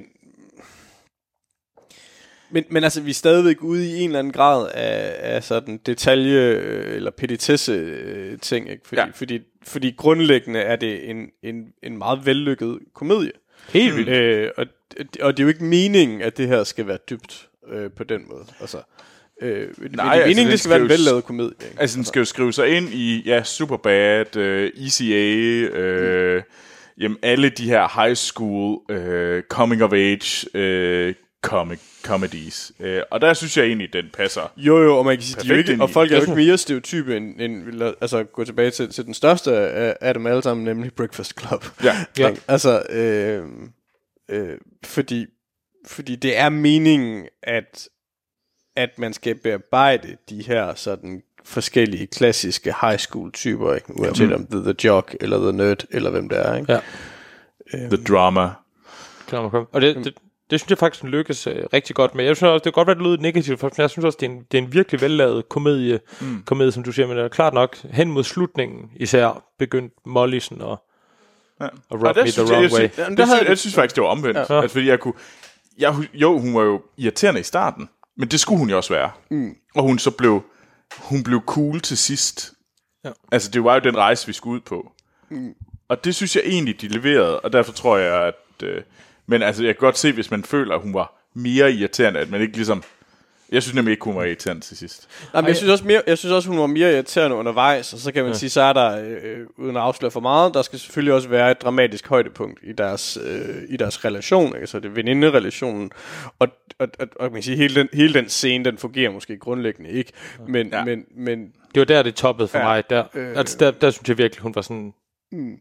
[SPEAKER 3] men, men altså, vi er stadigvæk ude i en eller anden grad af, af sådan detalje- eller petitesse-ting, ikke? Fordi, ja. fordi, fordi grundlæggende er det en, en, en meget vellykket komedie.
[SPEAKER 1] Helt vildt.
[SPEAKER 3] Øh, og, og det er jo ikke meningen, at det her skal være dybt øh, på den måde. Altså, øh, Nej, det er altså, meningen, det skal være en vellavet komedie. Ikke?
[SPEAKER 2] Altså, den skal jo skrive sig ind i, ja, Superbad, uh, E C A, uh, mm. Jamen, alle de her high school uh, coming of age uh, comic comedies. Uh, og der synes jeg egentlig, den passer.
[SPEAKER 3] Jo, jo, og man kan sige, de er ikke, og folk er jo ikke mere stereotype end, end altså gå tilbage til, til den største af dem alle sammen, nemlig Breakfast Club.
[SPEAKER 2] Ja, ja.
[SPEAKER 3] Altså, øh, øh, fordi, fordi det er meningen, at, at man skal bearbejde de her sådan forskellige klassiske high school typer, ikke? Uanset mm. om det er The Jock, eller The Nerd, eller hvem det er, ikke?
[SPEAKER 1] Ja.
[SPEAKER 2] The Drama.
[SPEAKER 1] Og det, det, det synes jeg faktisk lykkes øh, rigtig godt med. Jeg synes også, det kan godt være, det lyder negativt, for jeg synes også, det er en, det er en virkelig vellavet komedie, mm. komedie, som du siger, men det er klart nok, hen mod slutningen især, begyndte Molly sådan at, ja. at rub me the wrong
[SPEAKER 2] jeg,
[SPEAKER 1] way.
[SPEAKER 2] Jeg, jeg, jeg, jeg, jeg synes faktisk, det var omvendt. Ja. Altså, fordi jeg kunne, jeg, jo, hun var jo irriterende i starten, men det skulle hun jo også være. Mm. Og hun så blev hun blev cool til sidst. Ja. Altså, det var jo den rejse, vi skulle ud på. Mm. Og det synes jeg egentlig, de leverede, og derfor tror jeg, at... Øh, men altså, jeg kan godt se, hvis man føler, at hun var mere irriterende, at man ikke ligesom... Jeg synes nemlig ikke, hun var irriterende til sidst.
[SPEAKER 3] Nej, men jeg synes også mere, jeg synes også hun var mere irriterende undervejs, og så kan man ja. sige, så er der øh, uden at afsløre for meget, der skal selvfølgelig også være et dramatisk højdepunkt i deres øh, i deres relation, altså det veninderelationen, og og, og, og man kan sige hele den hele den scene, den fungerer måske grundlæggende ikke, men ja. men men
[SPEAKER 1] det var der det toppede for ja, mig der. Øh, altså der der synes jeg virkelig hun var sådan
[SPEAKER 3] mm.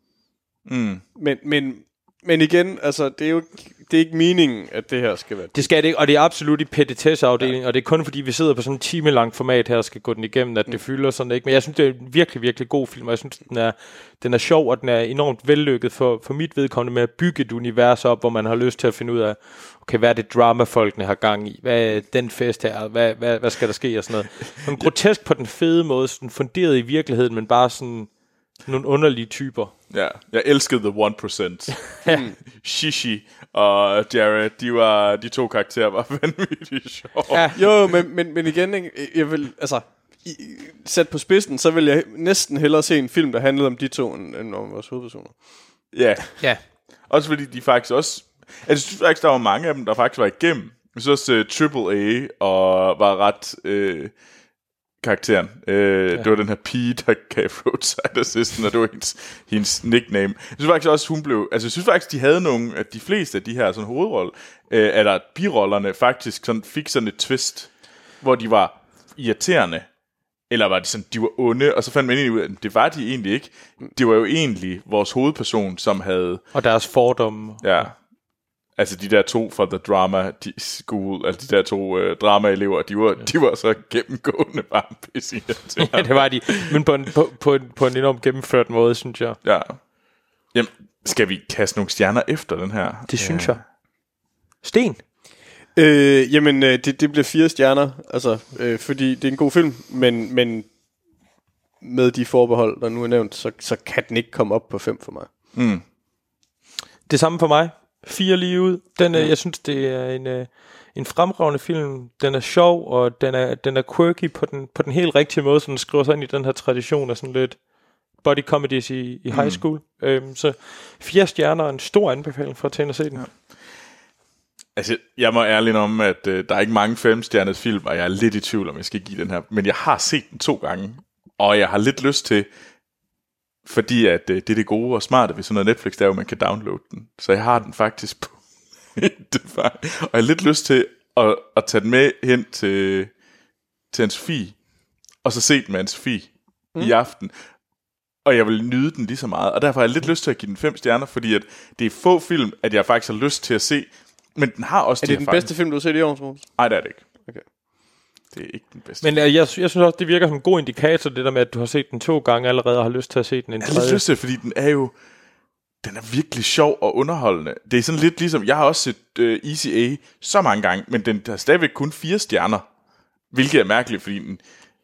[SPEAKER 2] Mm.
[SPEAKER 3] Men men men igen, altså det er jo det er ikke meningen, at det her skal være.
[SPEAKER 1] Det skal det ikke, og det er absolut i petitesseafdelingen, ja. Og det er kun fordi, vi sidder på sådan en timelang format her og skal gå den igennem, at det mm. fylder sådan ikke. Men jeg synes, det er en virkelig, virkelig god film, og jeg synes, den er, den er sjov, og den er enormt vellykket for, for mit vedkommende med at bygge et univers op, hvor man har lyst til at finde ud af, okay, hvad er det drama-folkene har gang i? Hvad er den fest her? Hvad, hvad, hvad skal der ske? Og sådan noget. Sådan grotesk på den fede måde, sådan funderet i virkeligheden, men bare sådan nogle underlige typer.
[SPEAKER 2] Ja, jeg elskede The one percent. Shishi og Jared, de var de to karakterer var vanvittigt sjove.
[SPEAKER 3] Ja, jo, men, men, men igen, ikke, jeg vil, altså, i, sat på spidsen, så vil jeg næsten hellere se en film, der handlede om de to, end, end om vores hovedpersoner.
[SPEAKER 2] Ja.
[SPEAKER 1] Ja.
[SPEAKER 2] Også fordi de faktisk også... Altså, jeg synes faktisk, der var mange af dem, der faktisk var igennem. Jeg synes også uh, Triple A og var ret... Uh, karakteren. Øh, ja. Det var den her pige, der gav Roadside Assistant, og det var hendes, hendes nickname. Jeg synes faktisk også, hun blev... Altså, jeg synes faktisk, de havde nogle... At de fleste af de her sådan hovedroller, øh, eller birollerne faktisk sådan, fik sådan et twist, hvor de var irriterende, eller var de sådan, de var onde, og så fandt man egentlig ud af, at det var de egentlig ikke. Det var jo egentlig vores hovedperson, som havde...
[SPEAKER 1] Og deres fordomme.
[SPEAKER 2] Ja. Altså de der to fra The Drama School, altså de der to øh, drama-elever, de var, ja. de var så gennemgående bare pisse til.
[SPEAKER 1] Ja, det var de, men på en, på, på, en, på en enormt gennemført måde, synes jeg.
[SPEAKER 2] Ja. Jamen, skal vi kaste nogle stjerner efter den her?
[SPEAKER 1] Det synes ja. jeg. Sten?
[SPEAKER 3] Øh, jamen, øh, det, det bliver fire stjerner, altså, øh, fordi det er en god film, men, men med de forbehold, der nu er nævnt, så, så kan den ikke komme op på fem for mig.
[SPEAKER 2] Mm.
[SPEAKER 1] Det samme for mig. Fire lige ud. Den er, jeg synes, det er en, en fremragende film. Den er sjov, og den er, den er quirky på den, på den helt rigtige måde, så den skriver sig ind i den her tradition af sådan lidt body comedies i, i high school. Mm. Øhm, så fire stjerner er en stor anbefaling for at tage ind og se den. Ja.
[SPEAKER 2] Altså, jeg må ærligt om, at øh, der er ikke mange femstjernede film, og jeg er lidt i tvivl, om jeg skal give den her. Men jeg har set den to gange, og jeg har lidt lyst til... Fordi at øh, det er det gode og smarte ved sådan noget Netflix, der er jo, man kan downloade den. Så jeg har den faktisk på det var, og jeg har lidt lyst til at, at tage den med hen til, til Anne-Sophie, og så se den med Anne-Sophie mm. i aften. Og jeg vil nyde den lige så meget. Og derfor har jeg lidt lyst til at give den fem stjerner, fordi at det er få film, at jeg faktisk har lyst til at se. Men den har også...
[SPEAKER 3] Er det de den faktisk... bedste film, du har set i år, Troels?
[SPEAKER 2] Nej, det er det ikke.
[SPEAKER 3] Okay.
[SPEAKER 2] Det er ikke den bedste.
[SPEAKER 1] Men jeg, jeg synes også, det virker som en god indikator, det der med, at du har set den to gange allerede, og har lyst til at se den en tredje.
[SPEAKER 2] Jeg har lidt lyst til, fordi den er jo... Den er virkelig sjov og underholdende. Det er sådan lidt ligesom... Jeg har også set uh, Easy A så mange gange, men den har stadigvæk kun fire stjerner. Hvilket er mærkeligt, fordi den,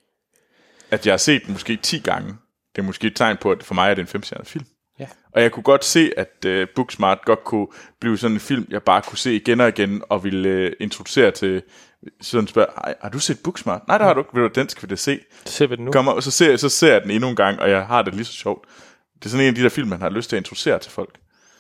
[SPEAKER 2] at jeg har set den måske ti gange. Det er måske et tegn på, at for mig er det en femstjernet film.
[SPEAKER 1] Ja.
[SPEAKER 2] Og jeg kunne godt se, at uh, Booksmart godt kunne blive sådan en film, jeg bare kunne se igen og igen, og ville uh, introducere til... Sådan spørger, har du set Booksmart? Nej, der har du ikke. Ved du, den skal vi da se.
[SPEAKER 1] Ser vi den nu?
[SPEAKER 2] Kommer, og så ser, så ser jeg den endnu en gang, og jeg har det lige så sjovt. Det er sådan en af de der film, man har lyst til at introducere til folk.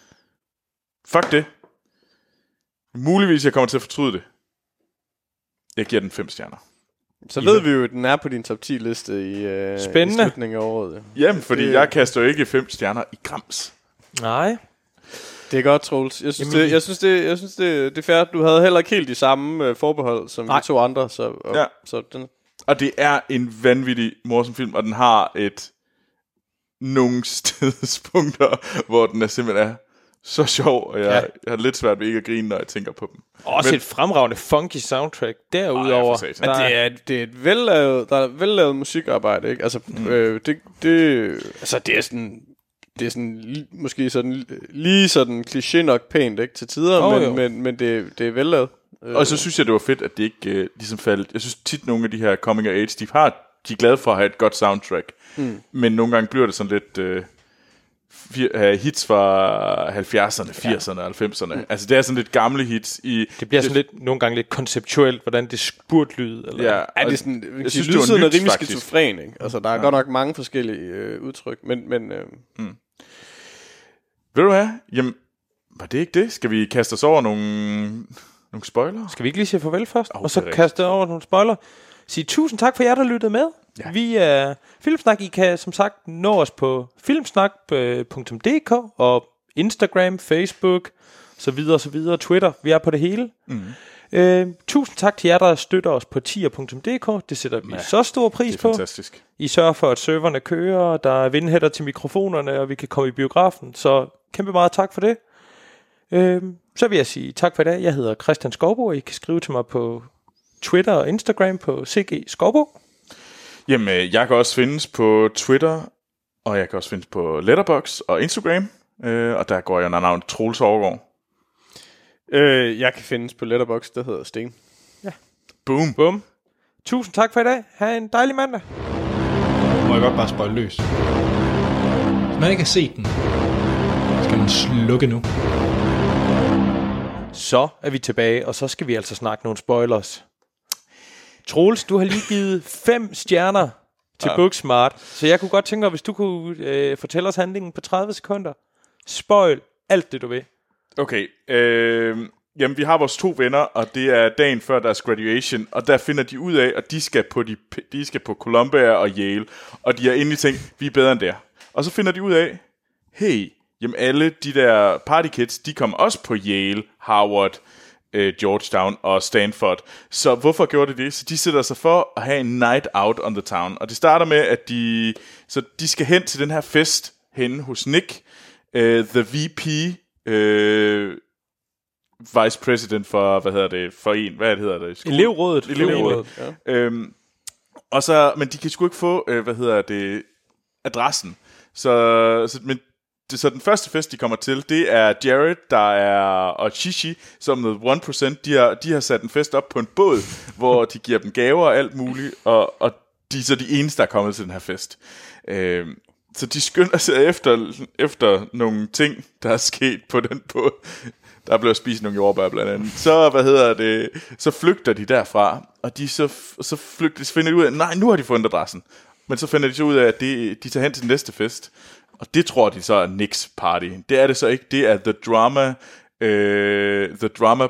[SPEAKER 2] Fuck det. Muligvis jeg kommer til at fortryde det. Jeg giver den fem stjerner.
[SPEAKER 3] Så ved vi jo, at den er på din top ti liste i, øh, i slutningen af året.
[SPEAKER 2] Jamen, fordi det... jeg kaster jo ikke fem stjerner i grams.
[SPEAKER 1] Nej.
[SPEAKER 3] Det er godt, Troels. Jeg synes, det, jeg synes, det, jeg synes det, det er fair. Du havde heller ikke helt de samme øh, forbehold som Nej. de to andre. Så, og,
[SPEAKER 2] ja.
[SPEAKER 3] så den...
[SPEAKER 2] og det er en vanvittig morsom film, og den har et nogle stedspunkter, hvor den er simpelthen er så sjov, og jeg, ja. jeg har lidt svært ved ikke at grine, når jeg tænker på dem.
[SPEAKER 1] Også Men, et fremragende funky soundtrack derudover.
[SPEAKER 3] Men det er, det er et vellavet, der er et vellavet musikarbejde, ikke? Altså, mm. øh, det, det, altså, det er sådan... Det er sådan, måske sådan, lige sådan kliché nok pænt, ikke, til tider, oh, men, men, men det, det er vellavet.
[SPEAKER 2] Og så synes jeg, det var fedt, at det ikke uh, ligesom faldt. Jeg synes tit, nogle af de her coming of age, de, har, de er glade for at have et godt soundtrack. Mm. Men nogle gange bliver det sådan lidt uh, fir, uh, hits fra halvfjerdserne, firserne, ja. halvfemserne. Mm. Altså det er sådan lidt gamle hits. I,
[SPEAKER 1] det bliver sådan det, lidt, nogle gange lidt konceptuelt, hvordan det spurt lyder. Eller?
[SPEAKER 2] Ja,
[SPEAKER 3] er det sådan, jeg, jeg synes, det er rimelig skizofren, ikke? Altså der er ja. godt nok mange forskellige øh, udtryk, men... men øh,
[SPEAKER 2] mm. Ved du hvad? Jamen, var det ikke det? Skal vi kaste os over nogle, nogle spoilere.
[SPEAKER 1] Skal vi ikke lige sige farvel først?
[SPEAKER 2] Oh,
[SPEAKER 1] og så kaste over nogle spoiler. Sige tusind tak for jer, der lyttede med. Ja. Vi er Filmsnak. I kan som sagt nå os på filmsnak punktum d k og Instagram, Facebook, så videre, så videre, Twitter. Vi er på det hele. Mm. Øh, tusind tak til jer, der støtter os på tier punktum d k. Det sætter vi ja, så stor pris på.
[SPEAKER 2] Fantastisk.
[SPEAKER 1] I sørger for, at serverne kører, der er vindhætter til mikrofonerne, og vi kan komme i biografen. Så kæmpe meget tak for det. Øh, så vil jeg sige tak for i dag. Jeg hedder Christian Skovbo, og I kan skrive til mig på Twitter og Instagram på C G Skovbo.
[SPEAKER 2] Jamen, jeg kan også findes på Twitter, og jeg kan også findes på Letterboxd og Instagram. Øh, og der går jeg under navnet Troels Overgaard.
[SPEAKER 3] Øh, jeg kan findes på Letterboxd, der hedder Sten.
[SPEAKER 1] Ja.
[SPEAKER 2] Boom.
[SPEAKER 1] Boom. Tusind tak for i dag. Ha' en dejlig mandag.
[SPEAKER 5] Må jeg godt bare spoil løs. Hvis man ikke har set den, skal man slukke nu.
[SPEAKER 1] Så er vi tilbage, og så skal vi altså snakke nogle spoilers. Troels, du har lige givet fem stjerner til ja. Booksmart, så jeg kunne godt tænke mig, hvis du kunne øh, fortælle os handlingen på tredive sekunder. Spoil alt det, du vil.
[SPEAKER 2] Okay, øh, jamen vi har vores to venner, og det er dagen før deres graduation, og der finder de ud af, at de skal på, de, de skal på Columbia og Yale, og de har endelig tænkt, vi er bedre end der. Og så finder de ud af, hey, jamen alle de der partykids, de kommer også på Yale, Harvard, øh, Georgetown og Stanford. Så hvorfor gjorde de det? Så de sætter sig for at have en night out on the town. Og det starter med, at de, så de skal hen til den her fest henne hos Nick, øh, the V P, øh, vice president for, hvad hedder det, for en, hvad hedder det? Skole?
[SPEAKER 1] Elevrådet.
[SPEAKER 2] Elevrådet. Ja. Øhm, og så, men de kan sgu ikke få, øh, hvad hedder det, adressen. Så, så men det, så den første fest, de kommer til, det er Jared, der er, og Shishi, som the one percent, de har, de har sat en fest op på en båd, hvor de giver dem gaver og alt muligt, og, og de er så de eneste, der er kommet til den her fest. Øhm, så de skynder sig efter, efter nogle ting, der er sket på den båd. Der er blevet spist nogle jordbær blandt andet. Så, hvad hedder det, så flygter de derfra, og de så, så flygter, så finder de ud af, nej, nu har de fundet adressen. Men så finder de så ud af, at de, de tager hen til den næste fest. Og det tror de så er Nicks party. Det er det så ikke. Det er The Drama, øh, The Drama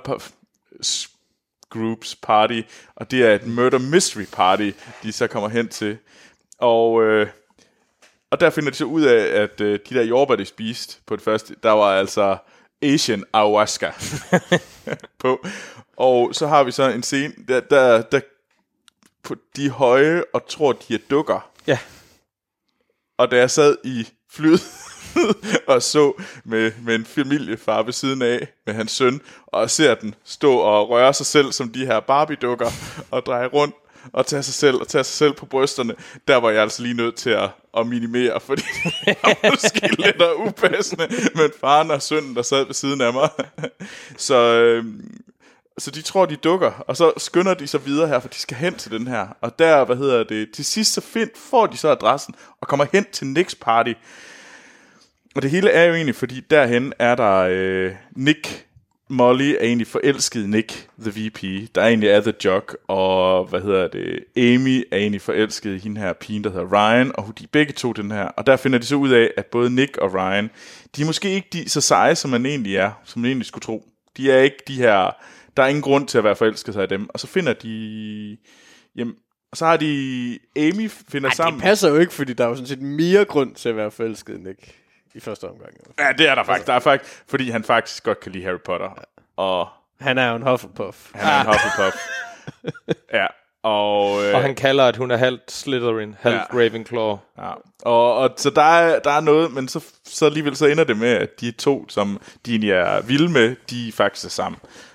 [SPEAKER 2] Groups party. Og det er et murder mystery party, de så kommer hen til. Og, øh, og der finder de så ud af, at øh, de der jordbær, de spiste på det første, der var altså Asian ayahuasca på. Og så har vi så en scene, der, der, der på de høje og tror, de er dukker.
[SPEAKER 1] Ja.
[SPEAKER 2] Og da jeg sad i flyet og så med, med en familiefar ved siden af, med hans søn, og ser den stå og røre sig selv som de her Barbie-dukker, og dreje rundt, og tage sig selv, og tage sig selv på brysterne, der var jeg altså lige nødt til at, at minimere, fordi det var måske lidt upassende, men faren og sønnen, der sad ved siden af mig. Så... Øh, Så de tror, de dukker, og så skynder de så videre her, for de skal hen til den her. Og der, hvad hedder det, til sidst så find, får de så adressen, og kommer hen til Nicks party. Og det hele er jo egentlig, fordi derhen er der øh, Nick, Molly er egentlig forelsket Nick, the V P. Der er egentlig er the jock, og hvad hedder det, Amy er egentlig forelsket i hende her pigen, der hedder Ryan, og de er begge to den her. Og der finder de så ud af, at både Nick og Ryan, de er måske ikke de, så seje, som man egentlig er, som man egentlig skulle tro. De er ikke de her... Der er ingen grund til at være forelsket sig af dem. Og så finder de... Jamen, og så har de... Amy finder
[SPEAKER 3] Ej,
[SPEAKER 2] sammen...
[SPEAKER 3] det passer jo ikke, fordi der er jo sådan set mere grund til at være forelsket end Nick i første omgang.
[SPEAKER 2] Ja, det er der faktisk. Der er faktisk... Fordi han faktisk godt kan lide Harry Potter. Ja. Og...
[SPEAKER 3] Han er jo en Hufflepuff.
[SPEAKER 2] Han er ah. en Hufflepuff. Ja. Og, øh...
[SPEAKER 1] og han kalder, at hun er halvt Slytherin, halvt ja. Ravenclaw.
[SPEAKER 2] Ja. Og, og så der er, der er noget, men så, så alligevel så ender det med, at de to, som de egentlig er vilde med, de faktisk er sammen.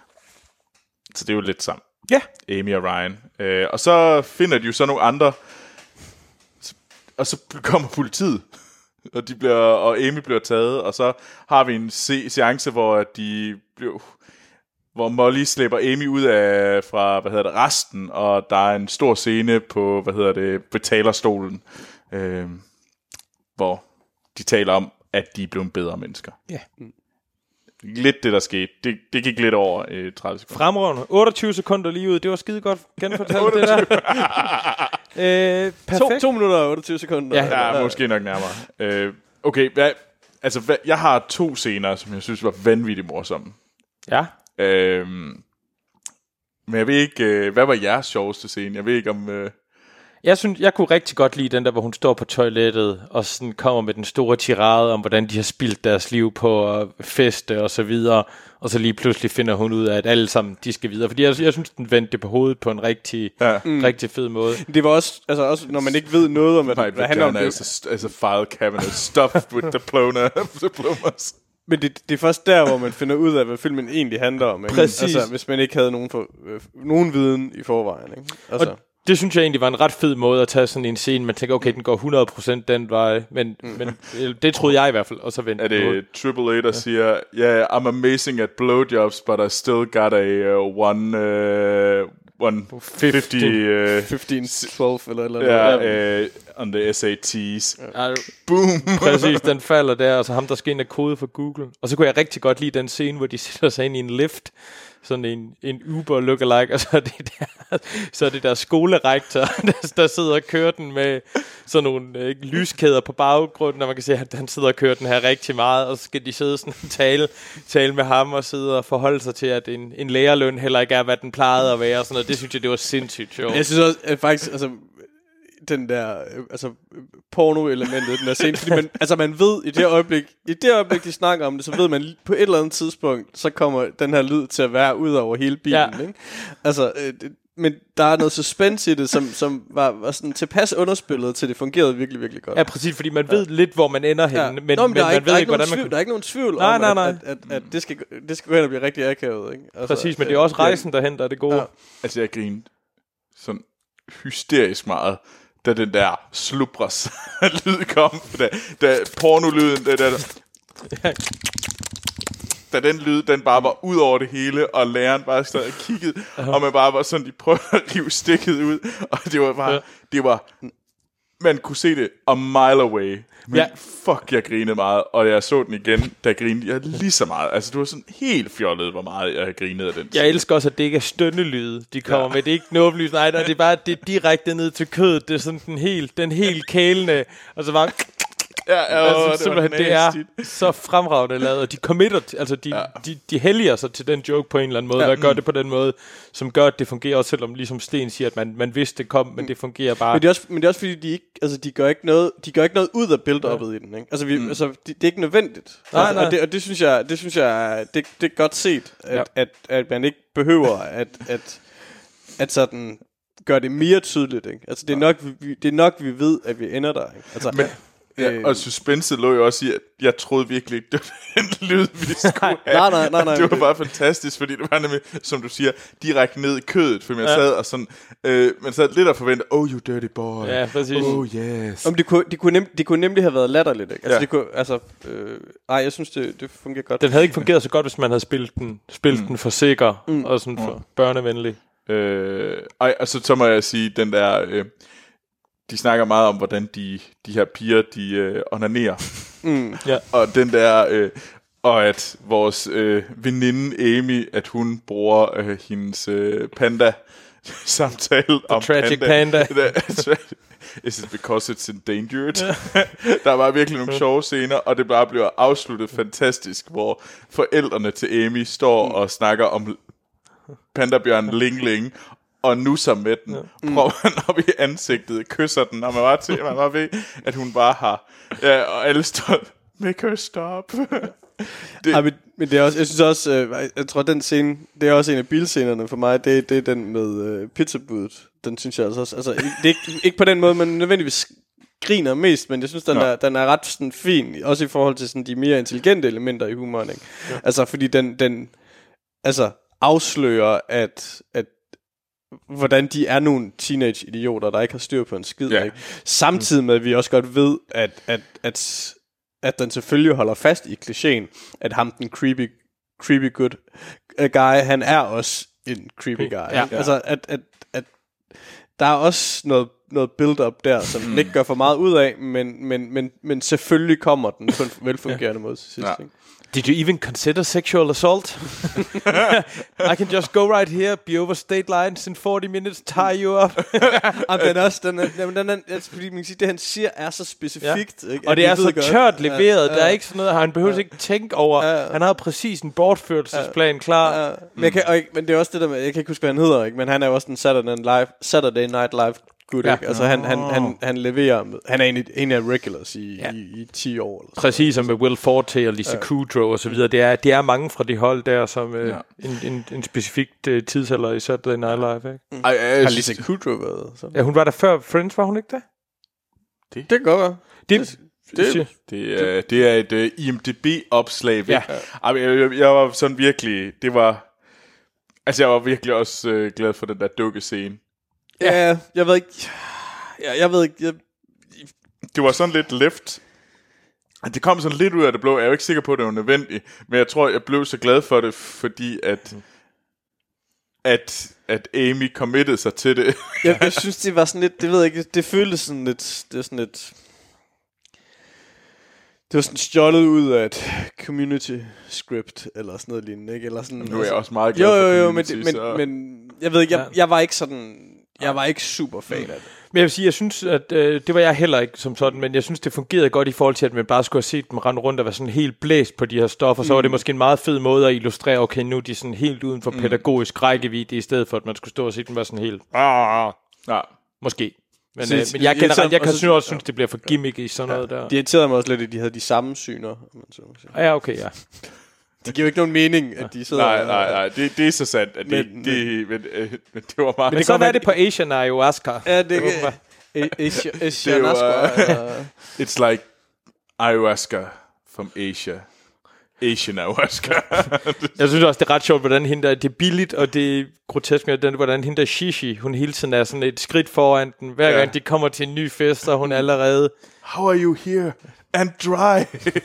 [SPEAKER 2] Så det er jo lidt sammen.
[SPEAKER 1] Ja.
[SPEAKER 2] Amy og Ryan. Øh, og så finder de jo så nogle andre. Og så kommer politiet. Og, de bliver, og Amy bliver taget. Og så har vi en se- seance, hvor de bliver, hvor Molly slipper Amy ud af fra, hvad hedder det, resten. Og der er en stor scene på, hvad hedder det, på talerstolen. Øh, hvor de taler om, at de er blevet bedre mennesker.
[SPEAKER 1] Ja.
[SPEAKER 2] Lidt det, der skete. Det, det gik lidt over øh, tredive sekunder.
[SPEAKER 1] Fremragende. otteogtyve sekunder lige ud. Det var skide godt genfortalt det der. øh, perfekt.
[SPEAKER 3] To, to minutter og otteogtyve sekunder.
[SPEAKER 2] Ja, ja, måske nok nærmere. Øh, okay, hvad, altså hvad, jeg har to scener, som jeg synes var vanvittigt morsomme.
[SPEAKER 1] Ja.
[SPEAKER 2] Øh, Men jeg ved ikke, øh, hvad var jeres sjoveste scene? Jeg ved ikke om... Øh...
[SPEAKER 1] Jeg synes, jeg kunne rigtig godt lide den der, hvor hun står på toilettet og sådan kommer med den store tirade om, hvordan de har spildt deres liv på at feste og så videre, og så lige pludselig finder hun ud af, at alle sammen, de skal videre. Fordi jeg, jeg synes, den vendte det på hovedet på en rigtig, ja. mm. rigtig fed måde.
[SPEAKER 3] Det var også, altså også, når man ikke ved noget om, hvad det handler om. Det
[SPEAKER 2] as a, as a file cabinet stuffed with diploma, diplomas.
[SPEAKER 3] Men det, det er først der, hvor man finder ud af, hvad filmen egentlig handler om. Ikke?
[SPEAKER 1] Præcis.
[SPEAKER 3] Altså, hvis man ikke havde nogen, for, øh, nogen viden i forvejen. Ikke? Altså.
[SPEAKER 1] Og det synes jeg egentlig var en ret fed måde at tage sådan en scene. Man tænker, okay, den går hundrede procent den vej, men, mm. men det troede jeg i hvert fald, og så vendte
[SPEAKER 2] er det Triple A, der ja. siger, yeah, I'm amazing at blowjobs, but I still got a uh, one, uh, one fifty, uh,
[SPEAKER 3] fifteen, twelve eller eller
[SPEAKER 2] noget. Ja, uh, on the S A T's.
[SPEAKER 1] Ja.
[SPEAKER 2] Boom!
[SPEAKER 1] Præcis, den falder der, og så ham, der skal ind og kode for Google. Og så kunne jeg rigtig godt lide den scene, hvor de sætter sig ind i en lift, sådan en, en Uber lookalike, og så er det der, så er det der skolerektor, der, der sidder og kører den med sådan nogle øh, lyskæder på baggrunden, og man kan se, at han sidder og kører den her rigtig meget, og så skal de sidde sådan og tale, tale med ham, og sidde og forholde sig til, at en, en lærerløn heller ikke er, hvad den plejede at være, og sådan noget. Det synes jeg, det var sindssygt sjovt.
[SPEAKER 3] Jeg synes også, at faktisk, altså, den der, altså, porno-elementet, den der scene, fordi man, altså, man ved i det øjeblik, i det øjeblik, de snakker om det, så ved man på et eller andet tidspunkt, så kommer den her lyd til at være ud over hele bilen, ja. Ikke? Altså, øh, det, men der er noget suspense i det, som, som var, var sådan tilpas underspillet, til det fungerede virkelig, virkelig godt.
[SPEAKER 1] Ja, præcis, fordi man ved ja. lidt, hvor man ender henne, ja. men,
[SPEAKER 3] Nå, men,
[SPEAKER 1] men man
[SPEAKER 3] ikke,
[SPEAKER 1] ved
[SPEAKER 3] ikke,
[SPEAKER 1] hvordan
[SPEAKER 3] tvivl,
[SPEAKER 1] man...
[SPEAKER 3] Der er ikke nogen tvivl
[SPEAKER 1] nej,
[SPEAKER 3] om,
[SPEAKER 1] nej, nej.
[SPEAKER 3] At, at, at, at det, skal, det skal gå hen og blive rigtig akavet, ikke? Altså,
[SPEAKER 1] præcis, men det er også rejsen derhen, der er det gode. Ja.
[SPEAKER 2] Altså, jeg grinede sådan hysterisk meget, da den der slubres lyd kom, da, da pornolyden, da, da, da den lyd, den bare var ud over det hele, og læreren bare stod og kiggede, uh-huh. og man bare var sådan, de prøvede at rive stikket ud, og det var bare, ja. det var, man kunne se det a mile away, men ja. fuck, jeg grinede meget, og jeg så den igen, der grinede jeg lige så meget, altså det var sådan helt fjollet, hvor meget jeg grinede af den.
[SPEAKER 1] Jeg elsker også, at det ikke er stønnelyde, de kommer ja. med, det er ikke nåblys, nej, nej, det er bare, det er direkte ned til kødet, det er sådan den helt, den helt kælende, og så bare...
[SPEAKER 2] Ja, ja,
[SPEAKER 1] altså, det, det er så fremragende lavet, og de committer, altså de, ja. de, de helliger sig til den joke på en eller anden måde, ja, og gør det på den måde, som gør, at det fungerer, også selvom ligesom Sten siger, at man, man vidste det kom, men det fungerer bare.
[SPEAKER 3] Men det er også, men det er også fordi, de ikke, altså de gør ikke noget, de gør ikke noget ud af build-up'et ja. i den, ikke? Altså, vi, mm. altså det, det er ikke nødvendigt.
[SPEAKER 1] Nej,
[SPEAKER 3] altså,
[SPEAKER 1] nej.
[SPEAKER 3] Og, det, og det synes jeg, det synes jeg, det, det er godt set, at, ja. at, at, at man ikke behøver at, at, at sådan gør det mere tydeligt, ikke? Altså det er nok, vi, det er nok, vi ved, at vi ender der, ikke? Altså,
[SPEAKER 2] men, ja, og suspenset lå jo også i, at jeg troede virkelig ikke, det var den lyd, vi skulle have.
[SPEAKER 3] nej, nej, nej, nej.
[SPEAKER 2] Det var bare fantastisk, fordi det var nemlig, som du siger, direkte ned i kødet, for jeg ja. sad og sådan, øh, man sad lidt og forventede, oh, you dirty boy.
[SPEAKER 1] Ja, præcis.
[SPEAKER 2] Oh, yes.
[SPEAKER 3] Om det kunne, det kunne, nem, det kunne nemlig have været latterligt, ikke? Altså, ja. det kunne, altså, øh, ej, jeg synes, det, det fungerer godt.
[SPEAKER 1] Den havde ikke fungeret så godt, hvis man havde spillet den, spillet mm. den for sikker, mm. og sådan for mm. børnevenlig.
[SPEAKER 2] Øh, ej, altså, så må jeg sige, den der... Øh, de snakker meget om, hvordan de, de her piger, de øh, onanerer.
[SPEAKER 3] Mm.
[SPEAKER 1] Ja.
[SPEAKER 2] Og den der, øh, og at vores øh, veninde Amy, at hun bruger øh, hendes øh, panda-samtale om
[SPEAKER 1] tragic panda.
[SPEAKER 2] panda. Is it because it's endangered? Der var virkelig nogle sjove scener, og det bare bliver afsluttet fantastisk, hvor forældrene til Amy står mm. og snakker om pandabjørnen Ling Ling, og nusser med den, ja. prøver han op i ansigtet, kysser den, og man var til, man var ved, at hun bare har, ja, og alle står, make her stop.
[SPEAKER 3] det. Ej, men, men det er også, jeg synes også, øh, jeg tror den scene, det er også en af bilscenerne for mig, det, det er den med øh, pizzabudet. Den synes jeg altså også, altså, det er ikke, ikke på den måde, man nødvendigvis griner mest, men jeg synes, den, er, den er ret sådan fin, også i forhold til sådan de mere intelligente elementer i humoren, ikke? Ja. Altså, fordi den, den altså, afslører, at, at hvordan de er nogle teenage-idioter, der ikke har styr på en skid. Yeah. Ikke? Samtidig med, at vi også godt ved, at, at, at, at den selvfølgelig holder fast i klichéen, at ham, den creepy, creepy good guy, han er også en creepy guy. Ja. Altså, at, at, at der er også noget, noget build-up der, som den ikke gør for meget ud af, men, men, men, men selvfølgelig kommer den på en velfungerende ja. måde til sidst. Ja. Ikke?
[SPEAKER 1] Did you even consider sexual assault? I can just go right here, be over state lines in forty minutes, tie you up.
[SPEAKER 3] Og den også, den er, jamen, den er, altså, fordi man kan sige, det han siger er så specifikt.
[SPEAKER 1] Ja.
[SPEAKER 3] Ikke?
[SPEAKER 1] Og det er så tørt leveret.
[SPEAKER 3] Ja,
[SPEAKER 1] der er ikke sådan noget, han behøver ja. ikke tænke over. Ja. Han har præcis en bortførelsesplan klar.
[SPEAKER 3] Ja. Men, jeg kan, og, men det er også det der med, jeg kan ikke huske, hvad han hedder, ikke? Men han er jo også en Saturday, live, Saturday Night Live good, ja. Ikke? Altså han, han, han, han leverer, med, han er en, en af regulars i, ja. i, i ti år. Eller
[SPEAKER 1] præcis som med Will Forte og Lisa ja. Kudrow og så videre. Det er, det er mange fra de hold der, som ja. øh, en, en, en specifik uh, tidsalder i Saturday Night Live. Ikke?
[SPEAKER 3] Mm. Ej, ej, har Lisa Kudrow været? Så?
[SPEAKER 1] Ja, hun var der før Friends, var hun ikke det?
[SPEAKER 3] Det, det kan godt være.
[SPEAKER 1] Det,
[SPEAKER 2] det, det, det, er, det er et uh, I M D B-opslag. Ja. Jeg, jeg, jeg var sådan virkelig, det var, altså jeg var virkelig også uh, glad for den der dukkescene.
[SPEAKER 3] Ja, ja, jeg ved ikke, ja, jeg ved ikke, jeg,
[SPEAKER 2] det var sådan lidt left. Det kom sådan lidt ud af det blå. Jeg er jo ikke sikker på, at det var nødvendigt, men jeg tror, jeg blev så glad for det, fordi at mm. at at Amy committede sig til det.
[SPEAKER 3] jeg, jeg synes, det var sådan lidt, det ved jeg ikke, det føltes sådan lidt, det er sådan lidt, det var sådan stjålet ud af et community script, eller sådan noget lignende, ikke? Eller sådan,
[SPEAKER 2] nu er jeg altså, også meget glad jo,
[SPEAKER 3] jo, jo,
[SPEAKER 2] for community,
[SPEAKER 3] men,
[SPEAKER 2] så...
[SPEAKER 3] men, men jeg ved ikke, jeg, jeg var ikke sådan, jeg var ikke super fan af det.
[SPEAKER 1] Men jeg vil sige, jeg synes, at øh, det var jeg heller ikke som sådan, men jeg synes, det fungerede godt i forhold til, at man bare skulle have set dem rende rundt og være sådan helt blæst på de her stoffer. Mm. Så var det måske en meget fed måde at illustrere, okay, nu er de sådan helt uden for mm. pædagogisk rækkevidde, i stedet for, at man skulle stå og se dem være sådan helt... Ah, ja, måske. Men, øh, men jeg, generelt, jeg kan også, også synes, det bliver for gimmick i sådan ja. noget der.
[SPEAKER 3] Det irriterede mig også lidt, at de havde de samme syner. Man så
[SPEAKER 1] ja, okay, ja.
[SPEAKER 3] Det giver jo ikke nogen mening, at de sidder...
[SPEAKER 2] Nej, nej, nej, det, det er så sandt, at det, men, det, men, øh, men det var meget...
[SPEAKER 1] Men det sådan er det på Asian Ayahuasca.
[SPEAKER 3] Ja, det er... Asian Ayahuasca.
[SPEAKER 2] It's like ayahuasca from Asia. Asian ayahuasca.
[SPEAKER 1] Jeg synes også, det er ret sjovt, hvordan hende der, det er billigt, og det er grotesk med, hvordan hende der Shishi, hun hele tiden er sådan et skridt foran den. Hver gang ja. de kommer til en ny fest, og hun er allerede...
[SPEAKER 2] How are you here? And dry.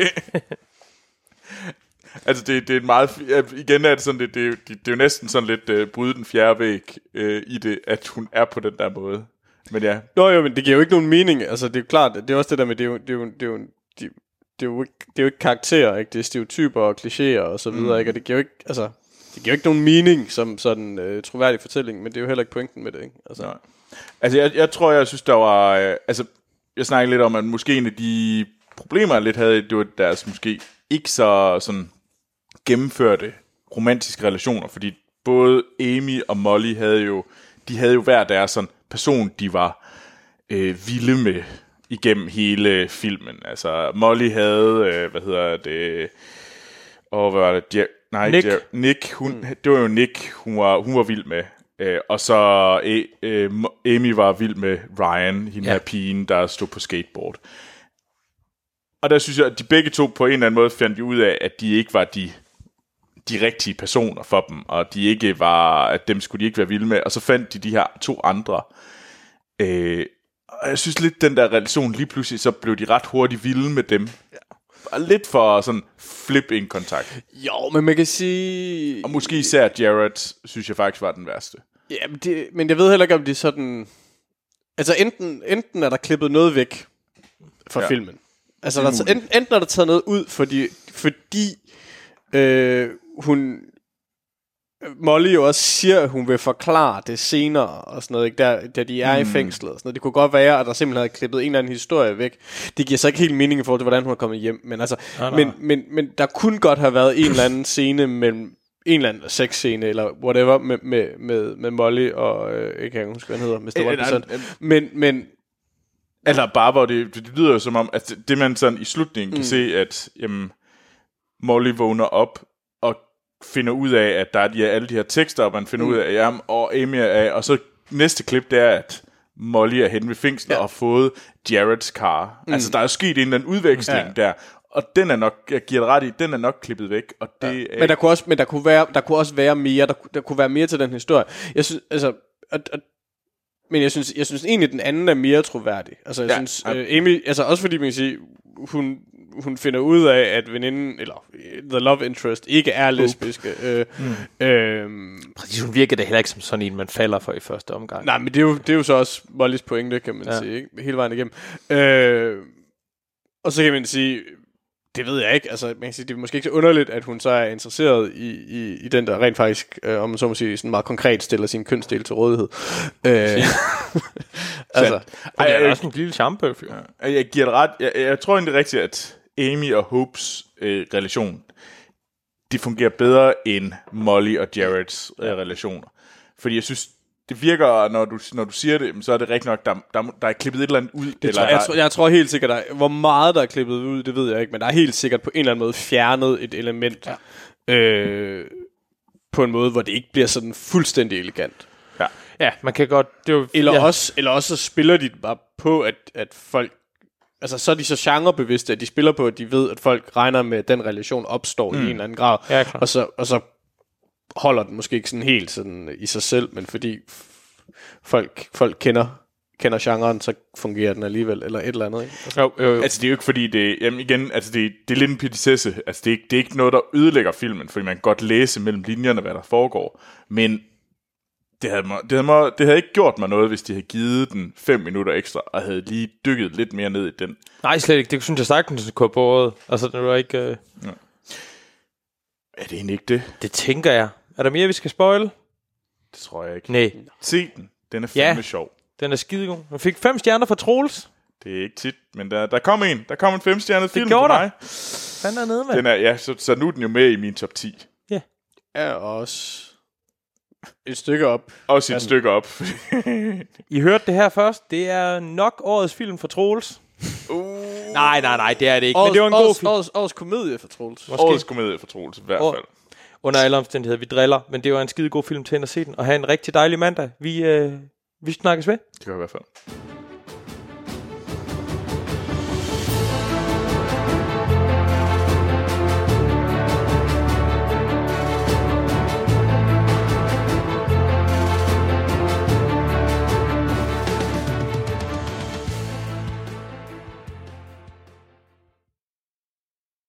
[SPEAKER 2] Altså det, det er en meget igen er det sådan det, det, det, det er jo næsten sådan lidt uh, bryde den fjerde væg uh, i det, at hun er på den der måde. Men ja.
[SPEAKER 3] Nå jo, men det giver jo ikke nogen mening. Altså det er jo klart, det er også det der med det er jo det er jo det er jo det, det er jo ikke, det er jo ikke karakterer, ikke? Det er stereotyper og klichéer og så videre, mm. ikke? Og det giver jo ikke altså det giver jo ikke nogen mening som sådan øh, troværdig fortælling, men det er jo heller ikke pointen med det, ikke? Altså
[SPEAKER 2] Nej. Altså jeg jeg tror jeg synes der var øh, altså jeg snakkede lidt om at måske en af de problemer jeg lidt havde, det var deres måske ikke så sådan gennemførte romantiske relationer, fordi både Amy og Molly havde jo, de havde jo hver deres sådan person, de var øh, vilde med igennem hele filmen. Altså Molly havde, øh, hvad hedder det, og hvad var det, Jer- nej,
[SPEAKER 1] Nick,
[SPEAKER 2] Jer- Nick hun, mm. det var jo Nick, hun var, hun var vild med, øh, og så øh, øh, Amy var vild med Ryan, hende ja. her pigen, der stod på skateboard. Og der synes jeg, at de begge to på en eller anden måde fandt ud af, at de ikke var de de rigtige personer for dem, og de ikke var, at dem skulle de ikke være vilde med, og så fandt de de her to andre. Øh, og jeg synes lidt, den der relation, lige pludselig, så blev de ret hurtigt vilde med dem. Ja. Lidt for sådan flip in kontakt.
[SPEAKER 3] Jo, men man kan sige...
[SPEAKER 2] Og måske især Jared, synes jeg faktisk var den værste.
[SPEAKER 3] Ja, men, det, men jeg ved heller ikke, om de sådan... Altså enten, enten er der klippet noget væk fra ja. filmen. Altså der, enten, enten er der taget noget ud, fordi, fordi øh, hun Molly jo også siger, at hun vil forklare det senere og sådan noget, ikke? Der, da de er mm. i fængslet og sådan noget. Det kunne godt være, at der simpelthen havde klippet en eller anden historie væk. Det giver så ikke helt mening i forhold til, hvordan hun er kommet hjem. Men, altså, ah, men, men, men der kunne godt have været en eller anden scene mellem en eller anden sexscene eller whatever med, med, med, med Molly og øh, ikke kan jeg huske, hvad han hedder, mister Watson. Men, men
[SPEAKER 2] eller bare hvor det, det lyder jo som om, at det man sådan i slutningen kan mm. se, at jamen, Molly vågner op og finder ud af, at der er de, alle de her tekster, og man finder mm. ud af, jamen, og Amy er, og så næste klip, det er, at Molly er henne ved fængslet ja. og har fået Jareds car. Mm. Altså, der er jo sket en eller anden udveksling ja. der, og den er nok, jeg giver det ret i, den er nok klippet væk. Og det ja. er
[SPEAKER 3] men der kunne også, men der kunne være, der kunne også være mere, der, der kunne være mere til den historie. Jeg synes, altså, at, at, men jeg synes, jeg synes egentlig, den anden er mere troværdig. Altså, jeg ja. synes, ja. Øh, Amy, altså også fordi man kan sige, hun, hun finder ud af, at veninden, eller the love interest, ikke er lesbiske. Øh, mm. øh,
[SPEAKER 1] Præcis, hun virker da heller ikke som sådan en, man falder for i første omgang.
[SPEAKER 3] Nej, men det er jo, det er jo så også Mollys pointe, kan man ja. sige, ikke? Hele vejen igennem. Øh, og så kan man sige, Det ved jeg ikke. Altså, man kan sige, det er måske ikke så underligt, at hun så er interesseret i, i, i den, der rent faktisk, øh, om man så må sige, sådan meget konkret stiller sin kønsdel til rådighed. Øh, altså,
[SPEAKER 1] og det er også en lille champøf.
[SPEAKER 2] Ja. Jeg giver det ret. Jeg, jeg tror egentlig rigtigt, at Amy og Hopes øh, relation, de fungerer bedre end Molly og Jareds øh, relationer. Fordi jeg synes, det virker, når du, når du siger det, så er det rigtigt nok, der, der, der er klippet et eller andet ud.
[SPEAKER 3] Det
[SPEAKER 2] eller
[SPEAKER 3] tror, jeg,
[SPEAKER 2] der,
[SPEAKER 3] tror, jeg tror helt sikkert, der er, hvor meget der er klippet ud, det ved jeg ikke, men der er helt sikkert på en eller anden måde fjernet et element ja. øh, på en måde, hvor det ikke bliver sådan fuldstændig elegant.
[SPEAKER 1] Ja, ja man kan godt... Det jo,
[SPEAKER 3] eller,
[SPEAKER 1] ja.
[SPEAKER 3] også, eller også så spiller de bare på, at, at folk... Altså, så er de så genrebevidste, at de spiller på, at de ved, at folk regner med, at den relation opstår mm. i en eller anden grad.
[SPEAKER 1] Ja,
[SPEAKER 3] og, så, og så holder den måske ikke sådan helt sådan i sig selv, men fordi folk, folk kender, kender genren, så fungerer den alligevel, eller et eller andet. Ikke? Altså,
[SPEAKER 2] jo, jo, jo. Altså, det er jo ikke fordi, det, jamen igen, altså det, det er lidt en petitesse. Altså, det er, ikke, det er ikke noget, der ødelægger filmen, fordi man kan godt læse mellem linjerne, hvad der foregår. Men det havde, det, havde, det havde ikke gjort mig noget, hvis de havde givet den fem minutter ekstra, og havde lige dykket lidt mere ned i den.
[SPEAKER 1] Nej, slet ikke. Det synes jeg sagtens kunne på året. Altså, det var ikke... Øh...
[SPEAKER 2] Ja. Er det egentlig ikke det?
[SPEAKER 1] Det tænker jeg. Er der mere, vi skal spoile?
[SPEAKER 2] Det tror jeg ikke.
[SPEAKER 1] Nej.
[SPEAKER 2] Se den. Den er fandme
[SPEAKER 1] ja,
[SPEAKER 2] sjov.
[SPEAKER 1] Den er skidegod. Man fik fem stjerner fra Troels.
[SPEAKER 2] Det er ikke tit, men der, der kom en. Der kom en femstjernet film
[SPEAKER 1] for
[SPEAKER 2] mig.
[SPEAKER 1] Den er nede med.
[SPEAKER 2] Den er, ja, så, så nu er den jo med i min top ti.
[SPEAKER 1] Ja.
[SPEAKER 3] Er også et stykke op.
[SPEAKER 2] Også et stykke op.
[SPEAKER 1] I hørte det her først. Det er nok årets film for Troels.
[SPEAKER 2] Uh.
[SPEAKER 1] Nej, nej, nej, det er det ikke.
[SPEAKER 3] Årets,
[SPEAKER 1] men det var en
[SPEAKER 3] årets,
[SPEAKER 1] god film.
[SPEAKER 3] Årets, årets komedie for Troels.
[SPEAKER 2] Måske. Årets komedie for Troels, i hvert
[SPEAKER 1] År,
[SPEAKER 2] fald.
[SPEAKER 1] Under alle omstændigheder, vi driller. Men det var en skide god film til at se den. Og have en rigtig dejlig mandag. Vi, øh, vi snakkes ved.
[SPEAKER 2] Det gør i hvert fald.